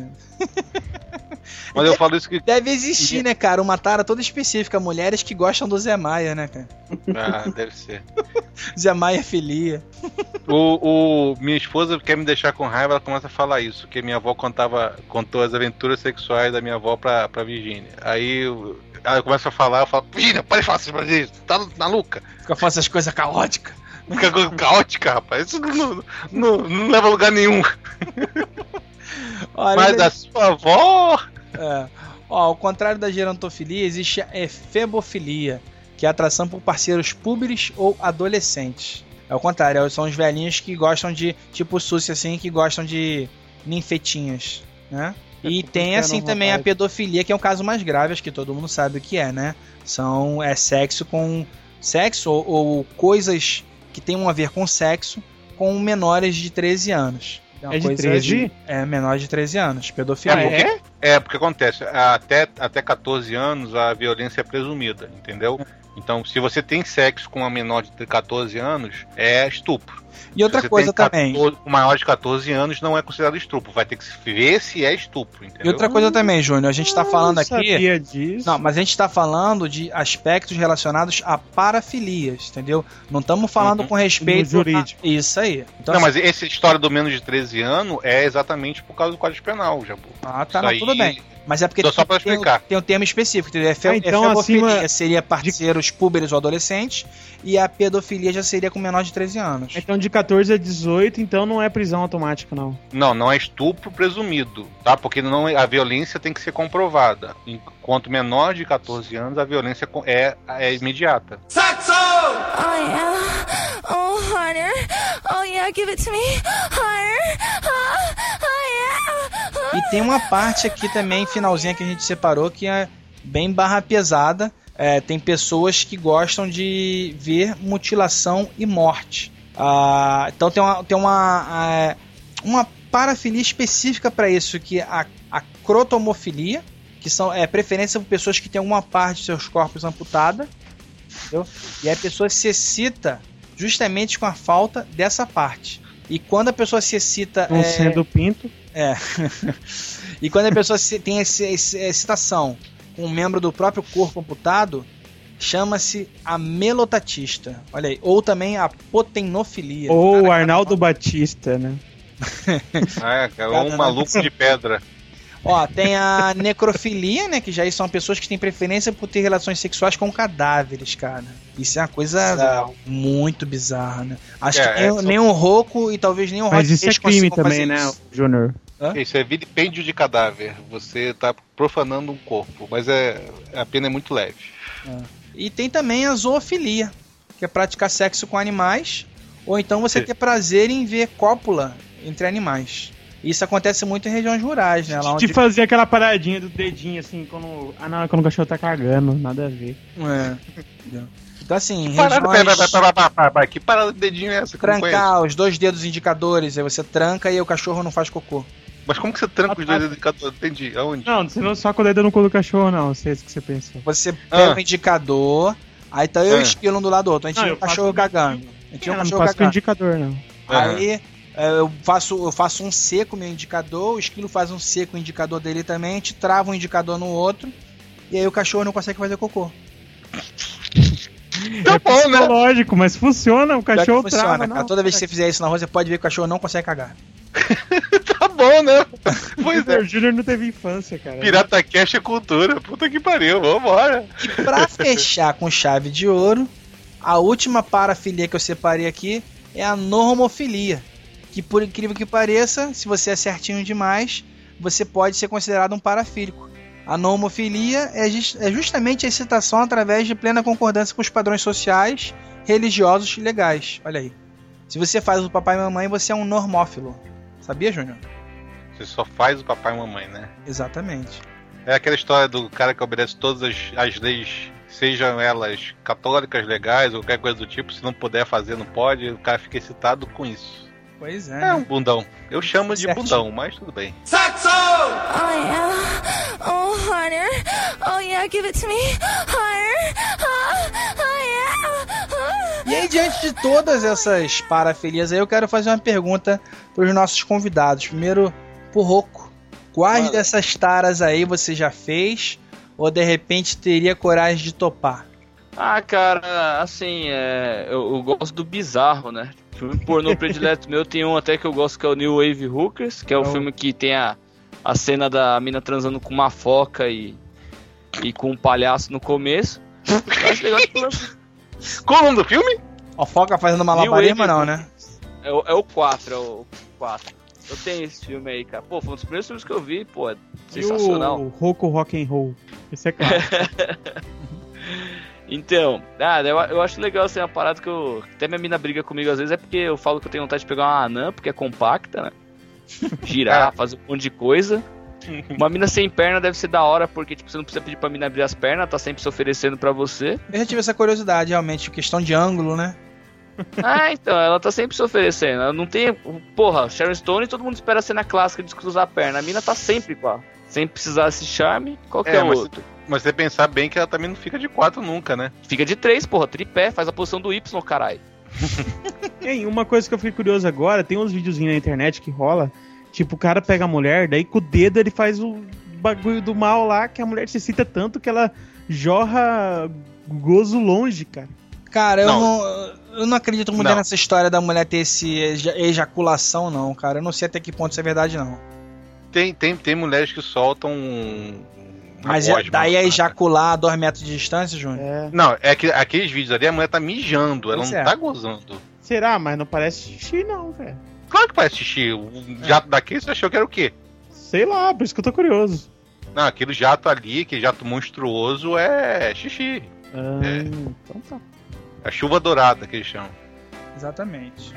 Mas eu falo isso que... Deve existir, né, cara, uma tara toda específica, mulheres que gostam do Zé Maia, né, cara? Ah, deve ser. Zé Maia filia. O, o- minha esposa quer me deixar com raiva, ela começa a falar isso, que minha avó contava, contou as aventuras sexuais da minha avó pra, pra Virgínia. Aí eu- ela começa a falar, eu falo, Virgínia, pode falar isso pra gente, tá maluca? Fica falando essas coisas caóticas. Fica coisa caótica, rapaz, isso não, não, não leva a lugar nenhum. Olha, Mas ele- a sua avó... É. Ó, ao contrário da gerontofilia, existe a efebofilia, que é a atração por parceiros púberes ou adolescentes. É o contrário, são os velhinhos que gostam de, tipo Suzy assim, que gostam de ninfetinhas, né? E tem Puxando assim também a vontade. pedofilia, que é um caso mais grave, acho que todo mundo sabe o que é, né? São, é sexo com... Sexo ou, ou coisas que tenham a ver com sexo com menores de treze anos. uma É de coisa treze? É, menor de treze anos, pedofilia. É, porque, é, porque acontece, até, até catorze anos a violência é presumida, entendeu? Então, se você tem sexo com uma menor de catorze anos, é estupro. E outra se você coisa tem também. catorze, o maior de catorze anos não é considerado estupro. Vai ter que ver se é estupro, entendeu? E outra coisa também, Júnior, a gente tá falando aqui. Sabia disso. Não, mas a gente tá falando de aspectos relacionados a parafilias, entendeu? Não estamos falando Uhum. com respeito. No jurídico. A... Isso aí. Então, não, assim... mas essa história do menos de treze anos é exatamente por causa do Código Penal, Jabu. Ah, tá, Isso não, aí- tudo bem. Mas é porque Só- só pra tem, explicar. tem um termo específico, entendeu? Efe, Ah, então, efebofilia acima seria parceiros púberes ou adolescentes e a pedofilia já seria com menor de treze anos. Então de catorze a dezoito, então não é prisão automática, não. Não, não é estupro presumido, tá? Porque não, a violência tem que ser comprovada. Enquanto menor de catorze anos, a violência é, é imediata. Oh yeah. Oh harder. Oh yeah, give it to me. Harder. Oh, oh yeah. E tem uma parte aqui também, finalzinha, que a gente separou, que é bem barra pesada. É, tem pessoas que gostam de ver mutilação e morte. Ah, então tem uma, tem uma, ah, uma parafilia específica para isso, que é a, a crotomofilia, que são é, preferência por pessoas que têm alguma parte de seus corpos amputada. Entendeu? E aí a pessoa se excita justamente com a falta dessa parte. E quando a pessoa se excita... Não é, sendo pinto. É. E quando a pessoa se- tem esse, esse- excitação com um membro do próprio corpo amputado, chama-se a melotatista. Olha aí. Ou também a potenofilia. Ou Cara, o Arnaldo Batista, né? É, é um Cada maluco de pedra. Ó, tem a necrofilia, né? Que já são pessoas que têm preferência por ter relações sexuais com cadáveres, cara. Isso é uma coisa Bizarro. muito bizarra, né? Acho É, que nem, é, só- nem um Rocco e talvez nem um Mas Rod isso é Seixas crime consigam também, fazer né, isso. Júnior? Isso é vilipêndio de cadáver. Você tá profanando um corpo, mas é a pena é muito leve. E tem também a zoofilia, que é praticar sexo com animais, ou então você ter prazer em ver cópula entre animais. Isso acontece muito em regiões rurais, né? Lá onde... De fazer aquela paradinha do dedinho, assim, quando... Ah, não, é quando o cachorro tá cagando, nada a ver. É. Entendeu? Então assim, Parada, regiões... pera, pera, pera, pera, pera, pera, que parada de dedinho é essa? Que eu não conheço? Trancar os dois dedos indicadores, aí você tranca e o cachorro não faz cocô. Mas como que você tranca os dois indicadores? Entendi. Aonde? Não, você não só com o dedo no cu do cachorro, não. Se é isso que você pensou. Você pega Ah. o indicador, aí tá eu e o Ah. esquilo um do lado do outro. A gente Não, vê eu o cachorro faço- cagando. A gente vê Eu o não cachorro faço com cagando. indicador, não. Aí é, eu faço, eu faço um C com o meu indicador, o esquilo faz um C com o indicador dele também, a gente trava um indicador no outro, e aí o cachorro não consegue fazer cocô. Tá bom, né? Lógico, mas funciona, o Pior que cachorro funciona, trava, cara. não. Toda vez que você fizer isso na rua, você pode ver que o cachorro não consegue cagar. Tá bom, né? Pois é. O Júnior não teve infância, cara. Pirata Cash é cultura. Puta que pariu, vambora. E pra fechar com chave de ouro, a última parafilia que eu separei aqui é a normofilia. Que por incrível que pareça, se você é certinho demais, você pode ser considerado um parafílico. A normofilia é, just- é justamente a excitação através de plena concordância com os padrões sociais, religiosos e legais. Olha aí. Se você faz o papai e mamãe, você é um normófilo. Sabia, Júnior? Você só faz o papai e mamãe, né? Exatamente. É aquela história do cara que obedece todas as, as leis, sejam elas católicas, legais ou qualquer coisa do tipo. Se não puder fazer, não pode. O cara fica excitado com isso. Pois é. É um bundão. Eu chamo de Certinho. bundão, mas tudo bem. Oh yeah. Oh harder. Oh yeah, give it to me. Harder. Oh, oh yeah. Oh. E aí, diante de todas essas parafilias aí, eu quero fazer uma pergunta para os nossos convidados. Primeiro, pro Rocco. Quais Mano. dessas taras aí você já fez? Ou de repente teria coragem de topar? Ah, cara, assim, é, eu, eu gosto do bizarro, né? Filme pornô predileto meu tem um até que eu gosto, que é o New Wave Hookers, que é o Oh. filme que tem a, a cena da mina transando com uma foca e, e com um palhaço no começo. Eu acho legal que Qual o nome do filme? A foca fazendo malabarismo, não, né? é, o- é o quatro, é o quatro. Eu tenho esse filme aí, cara. Pô, foi um dos primeiros filmes que eu vi, pô, é E sensacional. o Rocco Rock and Roll. Esse é claro. Então, ah, eu, eu acho legal assim, uma parada que eu. Até minha mina briga comigo às vezes, é porque eu falo que eu tenho vontade de pegar uma anã, porque é compacta, né? Girar, fazer um monte de coisa. Uma mina sem perna deve ser da hora, porque tipo, você não precisa pedir pra mina abrir as pernas, tá sempre se oferecendo pra você. Eu já tive essa curiosidade, realmente, questão de ângulo, né? Ah, então, ela tá sempre se oferecendo. Ela não tem. Porra, Sharon Stone, todo mundo espera a cena clássica de cruzar a perna. A mina tá sempre, pá. Sem precisar desse charme, qualquer É, mas- outro. Mas você pensar bem que ela também não fica de quatro nunca, né? Fica de três, porra, tripé, faz a posição do Y, caralho. Ei, uma coisa que eu fiquei curioso agora, tem uns videozinhos na internet que rola, tipo, o cara pega a mulher, daí com o dedo ele faz o bagulho do mal lá, que a mulher se excita tanto que ela jorra gozo longe, cara. Cara, eu Não. não, eu não acredito muito Não. nessa história da mulher ter esse eja- ejaculação, não, cara. Eu não sei até que ponto isso é verdade, não. Tem, tem, tem mulheres que soltam um- uma Mas gosma, daí é né? ejacular a dois metros de distância, Júnior? É. Não, é que aqueles vídeos ali a mulher tá mijando, ela Pois não é. tá gozando. Será? Mas não parece xixi não, velho. Claro que parece xixi. O jato daqui você achou que era o quê? Sei lá, por isso que eu tô curioso. Não, aquele jato ali, aquele jato monstruoso é xixi. Ah, É. então tá. A chuva dourada que eles chamam. Exatamente.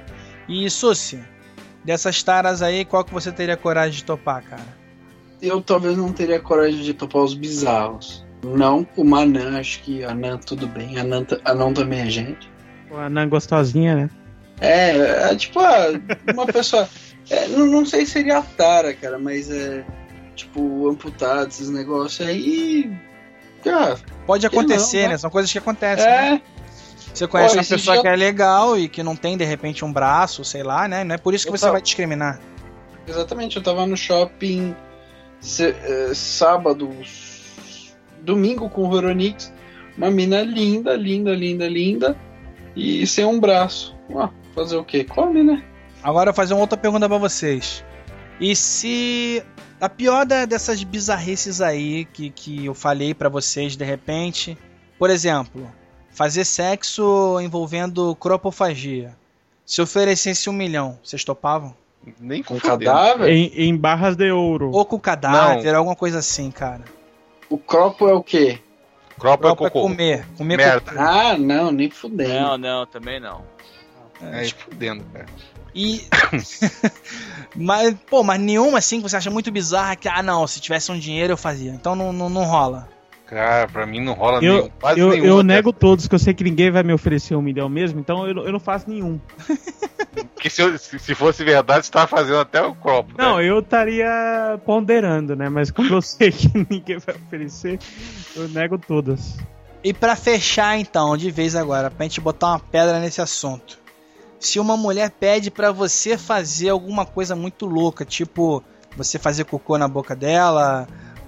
E Susi, dessas taras aí, qual que você teria coragem de topar, cara? Eu talvez não teria coragem de topar os bizarros. Não como a Nan, acho que a Nan tudo bem. A Nan, a Nan também é gente. Pô, a Nan gostosinha, né? É, é tipo, ah, uma pessoa. é, não, não sei se seria a tara, cara, mas é. Tipo, amputado, esses negócios aí. Ah, Pode acontecer, não, né? São coisas que acontecem. Né? é. Você conhece Pô, uma esse pessoa dia- que é legal e que não tem, de repente, um braço, sei lá, né? Não é por isso que Eu você tava- vai discriminar. Exatamente, eu tava no shopping se- eh, sábado, s- domingo com o Veronix, uma mina linda, linda, linda, linda, e sem um braço. Ah, fazer o quê? Come, né? Agora eu vou fazer uma outra pergunta pra vocês. E se a pior da- dessas bizarrices aí que, que eu falei pra vocês de repente, por exemplo, fazer sexo envolvendo cropofagia. Se oferecesse um milhão, vocês topavam? Nem Com fudendo. cadáver? Em, em barras de ouro. Ou com cadáver, alguma coisa assim, cara. O cropo é o quê? Cropo é Cropo é cocô. comer. Comer Merda. cocô. Ah, não, nem fudendo. Não, não, também não. É, fudendo, cara. E. mas, pô, mas nenhuma assim que você acha muito bizarra que, ah, não, se tivesse um dinheiro eu fazia. Então não, não, não rola. Cara, pra mim não rola Eu, nenhum. Quase eu, nenhuma eu dessas. nego todos, que eu sei que ninguém vai me oferecer um milhão mesmo, então eu, não- eu não faço nenhum. Porque se, eu- se, se fosse verdade, você tava fazendo até o cropo. Não, né? eu estaria ponderando, né? Mas como eu sei que ninguém vai oferecer, eu nego todas. E pra fechar então, de vez agora, pra gente botar uma pedra nesse assunto. Se uma mulher pede pra você fazer alguma coisa muito louca, tipo você fazer cocô na boca dela,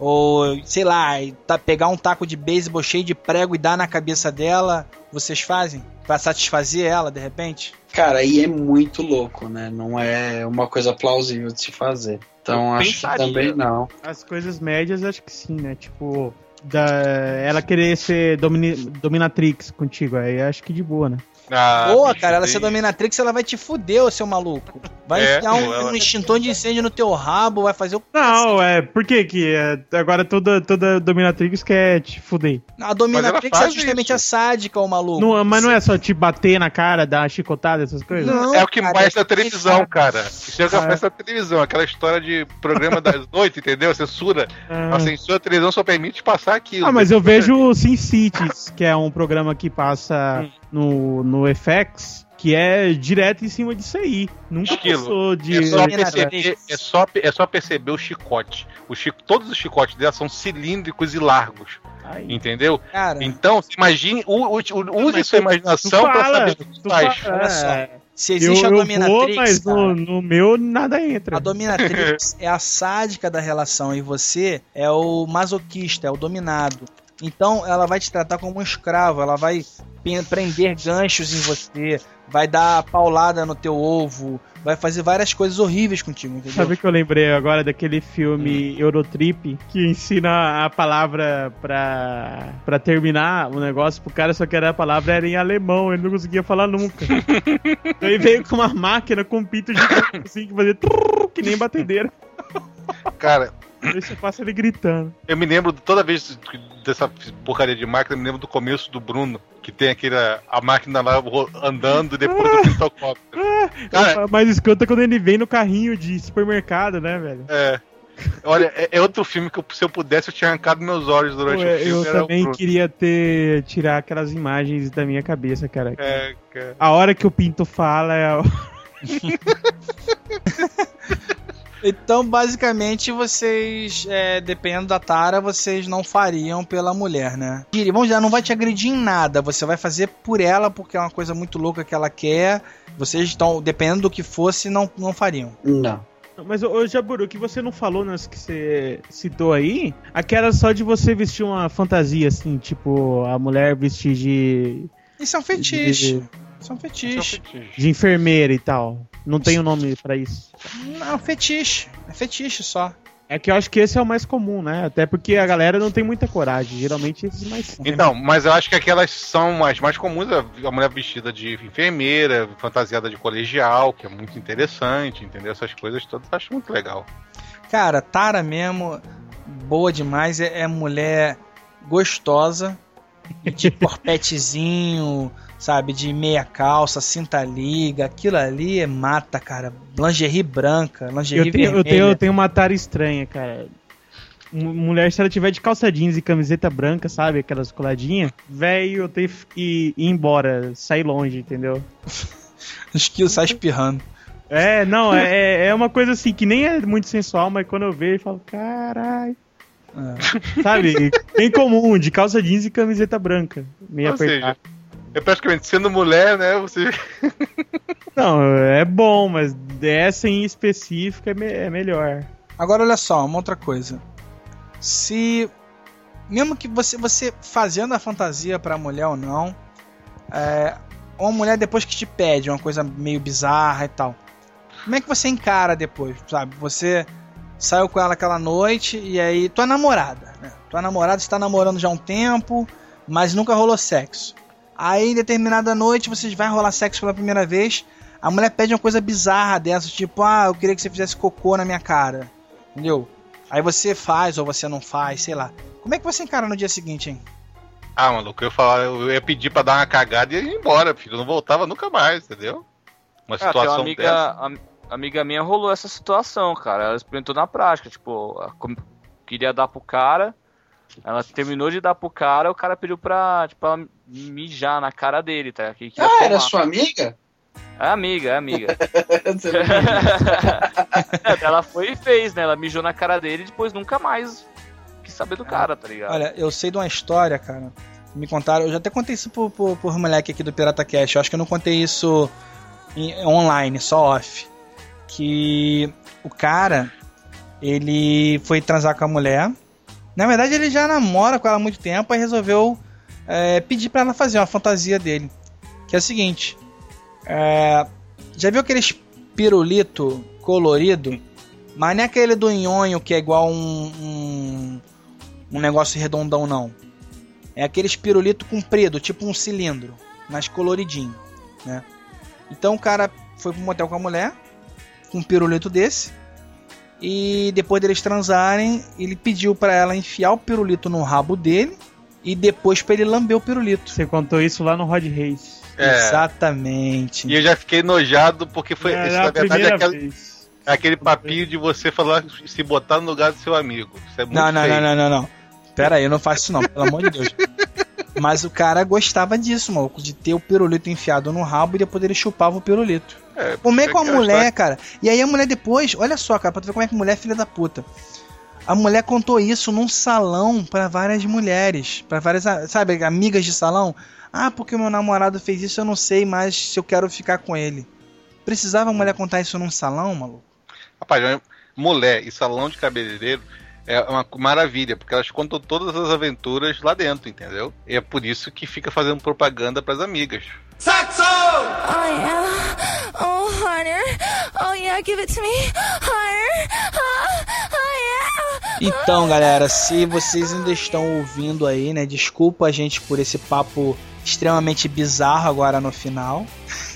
ou sei lá, tá, pegar um taco de beisebol cheio de prego e dar na cabeça dela, vocês fazem? Pra satisfazer ela, de repente? Cara, aí é muito louco, né? Não é uma coisa plausível de se fazer. Então Eu acho pensaria. que também não. As coisas médias, acho que sim, né? Tipo, da, ela querer ser domini, dominatrix contigo, aí acho que de boa, né? Ah, Boa, bicho, cara, ela tem- ser dominatrix, ela vai te fuder, ô seu maluco. Vai É, enfiar um, pô, ela- um extintor de incêndio no teu rabo, vai fazer o... Não, é, por que que é, agora toda, toda dominatrix quer te fuder? A dominatrix Mas ela é faz justamente isso. a sádica, ô maluco. Não, mas não é só te bater na cara, dar uma chicotada, essas coisas? Não, É o que cara, mais na é- televisão, cara. Isso é o que Ah, é. aparece na televisão. Aquela história de programa das oito, entendeu? Censura. Ah. A censura da televisão só permite passar aquilo. Ah, mas eu vejo o Sin Cities, que é um programa que passa no, no F X, que é direto em cima disso aí. Nunca Esquilo. passou de... É só, Dominatrix. perceber, é, só, é só perceber o chicote. O chi, todos os chicotes dela são cilíndricos e largos. Ai. Entendeu? Cara, Então, imagine, u- u- u- use mas sua tu- imaginação tu pra fala, saber o que tu faz. fala, Olha só. é, se eu, existe a eu dominatrix, vou, mas cara, no, no meu nada entra. a dominatrix é a sádica da relação e você é o masoquista, é o dominado. Então ela vai te tratar como um escravo, ela vai pe- prender ganchos em você, vai dar paulada no teu ovo, vai fazer várias coisas horríveis contigo, entendeu? Sabe o que eu lembrei agora daquele filme Eurotrip, que ensina a palavra pra, pra terminar o negócio pro cara, só que era a palavra era em alemão, ele não conseguia falar nunca. Daí veio com uma máquina com um pinto gigante assim, que fazia trrr, que nem batedeira. Cara, Aí você passa ele gritando. eu me lembro toda vez dessa porcaria de máquina, eu me lembro do começo do Bruno, que tem aquele a máquina lá ro- andando depois do pintocóptero. Cara, Mas escuta quando ele vem no carrinho de supermercado, né, velho? é. Olha, é, é outro filme que eu- se eu pudesse eu tinha arrancado meus olhos durante Pô, o filme. eu era o também Bruno. queria ter tirar aquelas imagens da minha cabeça, cara. É, cara. A hora que o Pinto fala é a... Então, basicamente, vocês, é, dependendo da tara, vocês não fariam pela mulher, né? Kiri, vamos dizer, não vai te agredir em nada. Você vai fazer por ela, porque é uma coisa muito louca que ela quer. Vocês estão, dependendo do que fosse, não, não fariam. Não. Mas, ô Jaburu, o que você não falou nas que você citou aí, aquela só de você vestir uma fantasia, assim, tipo, a mulher vestir de... Isso é um fetiche. De... Isso é um fetiche. De enfermeira e tal. Não tem um nome pra isso. Não, é um fetiche. É fetiche só. É que eu acho que esse é o mais comum, né? Até porque a galera não tem muita coragem. Geralmente esses mais... Então, mas eu acho que aquelas são as mais comuns. A mulher vestida de enfermeira, fantasiada de colegial, que é muito interessante, entendeu? Essas coisas todas eu acho muito legal. Cara, tara mesmo, boa demais. É, é mulher gostosa, de corpetezinho... Sabe, de meia calça, cinta liga, aquilo ali é mata, cara. Lingerie branca, lingerie eu tenho, vermelha. Eu tenho, eu tenho uma tara estranha, cara. M- mulher, se ela tiver de calça jeans e camiseta branca, sabe, aquelas coladinhas, velho, eu tenho que ir embora, sair longe, entendeu? Os quilos saem espirrando. É, não, é, é uma coisa assim, que nem é muito sensual, mas quando eu vejo, eu falo, caralho. É. Sabe, bem comum, de calça jeans e camiseta branca, meio Ou apertado. seja, é praticamente sendo mulher, né? Você. Não, é bom, mas essa em específico é, me- é melhor. Agora olha só, uma outra coisa. Se. Mesmo que você, você fazendo a fantasia pra mulher ou não, é, uma mulher depois que te pede uma coisa meio bizarra e tal, como é que você encara depois, sabe? Você saiu com ela aquela noite e aí. Tua namorada, né? Tua namorada está namorando já há um tempo, mas nunca rolou sexo. Aí, em determinada noite, vocês vão rolar sexo pela primeira vez. A mulher pede uma coisa bizarra dessa, tipo, ah, eu queria que você fizesse cocô na minha cara. Entendeu? Aí você faz ou você não faz, sei lá. Como é que você encara no dia seguinte, hein? Ah, maluco, eu ia falar, eu ia pedir pra dar uma cagada e ia embora, filho. Eu não voltava nunca mais, entendeu? Uma Ah, tem situação uma amiga, dessa. am- amiga minha rolou essa situação, cara. Ela experimentou na prática, tipo, a- com- queria dar pro cara. Ela terminou de dar pro cara, o cara pediu pra, tipo, ela mijar na cara dele, tá? Que, que ia Ah, era tomar. sua amiga? É amiga, é amiga. É, ela foi e fez, né? Ela mijou na cara dele e depois nunca mais quis saber do cara, tá ligado? Olha, eu sei de uma história, cara. Me contaram, eu já até contei isso por, por, por moleque aqui do Pirata Cash. Eu acho que eu não contei isso em, online, só off. Que o cara, ele foi transar com a mulher. Na verdade, ele já namora com ela há muito tempo e resolveu é, pedir pra ela fazer uma fantasia dele. Que é o seguinte: é, já viu aqueles pirulito colorido? Mas não é aquele do nhonho que é igual um, um, um negócio redondão, não. É aqueles pirulito comprido, tipo um cilindro, mas coloridinho, né? Então o cara foi pro motel com a mulher, com um pirulito desse. E depois deles transarem, ele pediu pra ela enfiar o pirulito no rabo dele e depois pra ele lamber o pirulito. Você contou isso lá no Rod Reis. É. Exatamente. E eu já fiquei nojado porque foi. Era Isso, a na verdade, é primeira aquele, vez. é aquele papinho de você falar, se botar no lugar do seu amigo. Isso é muito Não, não, feio. não, não, não, não. Pera aí, eu não faço isso não, pelo amor de Deus. Mas o cara gostava disso, maluco, de ter o pirulito enfiado no rabo e depois ele chupava o pirulito. É, Comer com a aquela mulher, história- cara. E aí a mulher depois, olha só, cara, pra tu ver como é que mulher é filha da puta. A mulher contou isso num salão pra várias mulheres, pra várias, sabe, amigas de salão. Ah, porque o meu namorado fez isso, eu não sei mais se eu quero ficar com ele. Precisava a mulher contar isso num salão, maluco? Rapaz, mulher e salão de cabeleireiro é uma maravilha, porque elas contam todas as aventuras lá dentro, entendeu? E é por isso que fica fazendo propaganda pras amigas. Oh yeah. Oh, harder. Oh yeah, give it to me. Harder. Oh, oh yeah. Então, galera, se vocês ainda estão ouvindo aí, né, desculpa a gente por esse papo extremamente bizarro agora no final.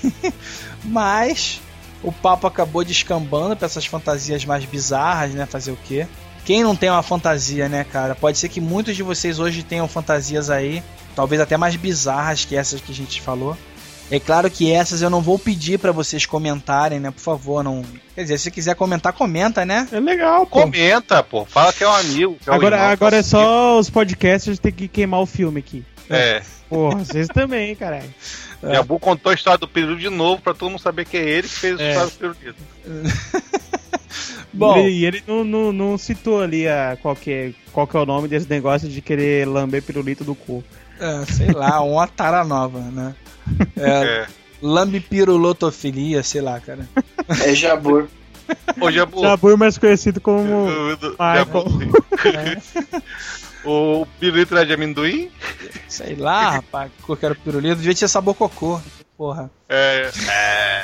Mas o papo acabou descambando para essas fantasias mais bizarras, né, fazer o quê? Quem não tem uma fantasia, né, cara? Pode ser que muitos de vocês hoje tenham fantasias aí, talvez até mais bizarras que essas que a gente falou. É claro que essas eu não vou pedir pra vocês comentarem, né? Por favor, não. Quer dizer, se quiser comentar, comenta, né? É legal, pô. Comenta, pô. Fala que é um amigo. Que é um Agora, irmão, agora é que é um só os podcasters ter que queimar o filme aqui. É. Porra, vocês também, caralho. E a Bu contou a história do período de novo pra todo mundo saber que é ele que fez a É. história do período. Bom, E ele não, não, não citou ali a, qual, que é, qual que é o nome desse negócio de querer lamber pirulito do cu. é, sei lá, uma tara nova, né? É, É. lambipirulotofilia, sei lá, cara. É Jabur. Ô, Jabu. Jabur mais conhecido como o- do- Michael. Jabu. O pirulito era de amendoim? Sei lá, rapaz, que cor que era o pirulito. Devia ter sabor cocô. Porra. É. é.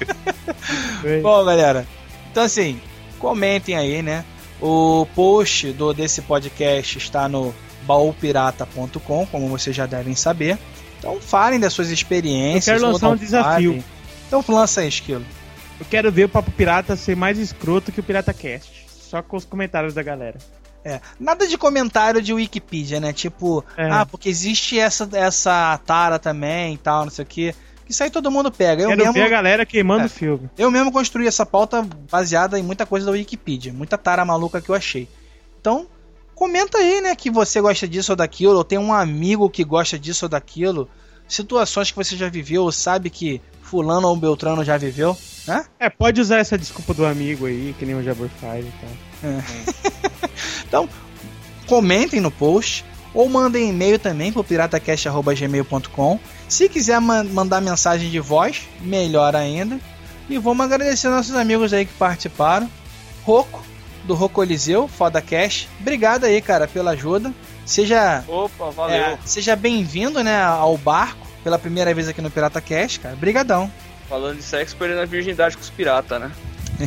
Bom, galera, então assim, comentem aí, né? O post do, desse podcast está no baú pirata ponto com, como vocês já devem saber. Então falem das suas experiências. Eu quero ou lançar não um desafio. falem. Então lança aí, Esquilo. Eu quero ver o Papo Pirata ser mais escroto que o Pirata Cast. Só com os comentários da galera. É, nada de comentário de Wikipedia, né? Tipo, É. ah, porque existe essa, essa tara também e tal, não sei o que. Isso aí todo mundo pega. Eu quero mesmo, ver a galera queimando É. o filme. eu mesmo construí essa pauta baseada em muita coisa da Wikipedia. Muita tara maluca que eu achei. Então, comenta aí, né? Que você gosta disso ou daquilo. Ou tem um amigo que gosta disso ou daquilo. Situações que você já viveu ou sabe que fulano ou beltrano já viveu, né? É, pode usar essa desculpa do amigo aí, que nem o Jabur faz e tal. Então, comentem no post ou mandem e-mail também pro piratacast arroba gmail ponto com. Se quiser man- mandar mensagem de voz, melhor ainda. E vamos agradecer nossos amigos aí que participaram. Roco, do Rocoliseu, FodaCast. Obrigado aí, cara, pela ajuda. Seja, Opa, valeu. é, seja bem-vindo, né, ao barco pela primeira vez aqui no PirataCast, cara. Brigadão. Falando de sexo, perdendo a virgindade com os piratas, né?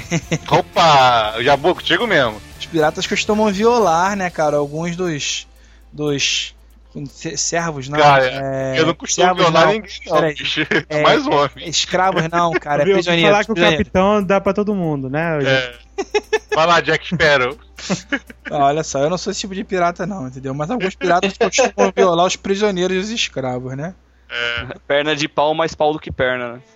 Opa! O Jabu, contigo mesmo. Os piratas costumam violar, né, cara, alguns dos dos se- servos, não. Cara, é, eu não costumo servos violar não. ninguém, não, Peraí. bicho. É, Mais homem. Escravos não, cara, é Eu ouvi prisioneiro. falar que o capitão dá pra todo mundo, né? É. Vai lá, Jack Sparrow. Ah, olha só, eu não sou esse tipo de pirata não, entendeu? Mas alguns piratas costumam violar os prisioneiros e os escravos, né? É. Perna de pau, mais pau do que perna, né?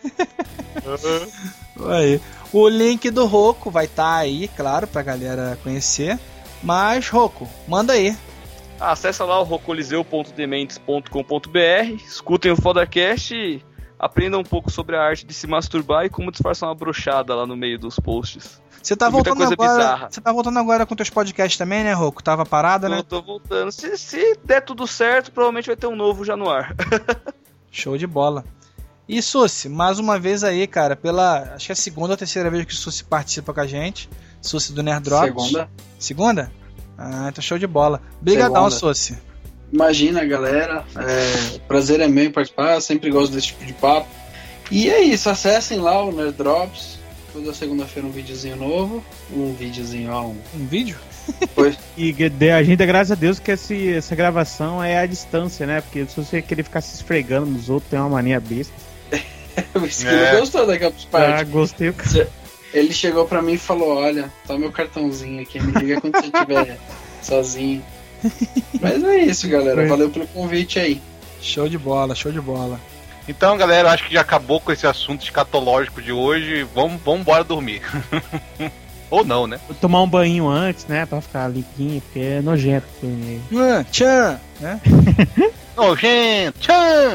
Aí. O link do Roco vai estar aí, claro, pra galera conhecer. Mas, Roco, manda aí. Acesse lá o rocoliseu ponto dementes ponto com ponto br, escutem o FodaCast e aprendam um pouco sobre a arte de se masturbar e como disfarçar uma brochada lá no meio dos posts. Você tá Muita voltando coisa agora. bizarra. Você tá voltando agora com teus podcasts também, né, Roco? Tava parado, né? Eu tô voltando. Se, se der tudo certo, provavelmente vai ter um novo já no ar. Show de bola. E Susi, mais uma vez aí, cara, pela. Acho que é a segunda ou terceira vez que o Susi participa com a gente. Susi do Nerd Drops. Segunda. Segunda? Ah, então show de bola. Obrigadão, Segunda. Susi. Imagina, galera. É, prazer é meu em participar. Sempre gosto desse tipo de papo. E é isso. Acessem lá o Nerd Drops. Toda segunda-feira um videozinho novo. Um videozinho, ó. Um... Um vídeo? Pois. E de- a gente, graças a Deus, que esse, essa gravação é à distância, né? Porque se você querer ficar se esfregando nos outros, tem uma mania besta. O Esquilo É. gostou daquela Ah, parte. gostei. Ele chegou pra mim e falou: olha, tá meu cartãozinho aqui. Me liga quando você estiver sozinho. Mas é isso, galera. Foi. Valeu pelo convite aí. Show de bola, show de bola. Então, galera, acho que já acabou com esse assunto escatológico de hoje. Vamos, vamos embora dormir. Ou não, né? Vou tomar um banho antes, né? Pra ficar limpinho, porque é nojento. dormir. Ah, tchan! Né? Ô, gente! Tchan!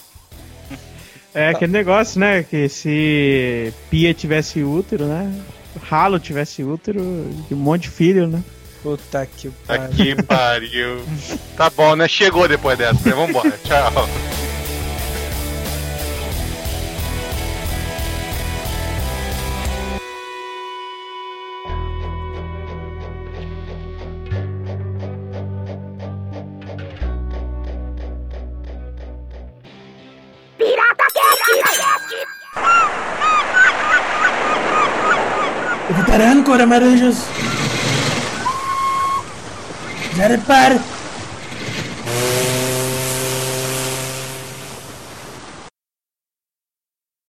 É aquele negócio, né? Que se Pia tivesse útero, né? Ralo tivesse útero, de um monte de filho, né? Puta que pariu. Aqui pariu. Tá bom, né? Chegou depois dessa, né? Vambora. Tchau. Evitarán, Coramaranjos. Ya repare.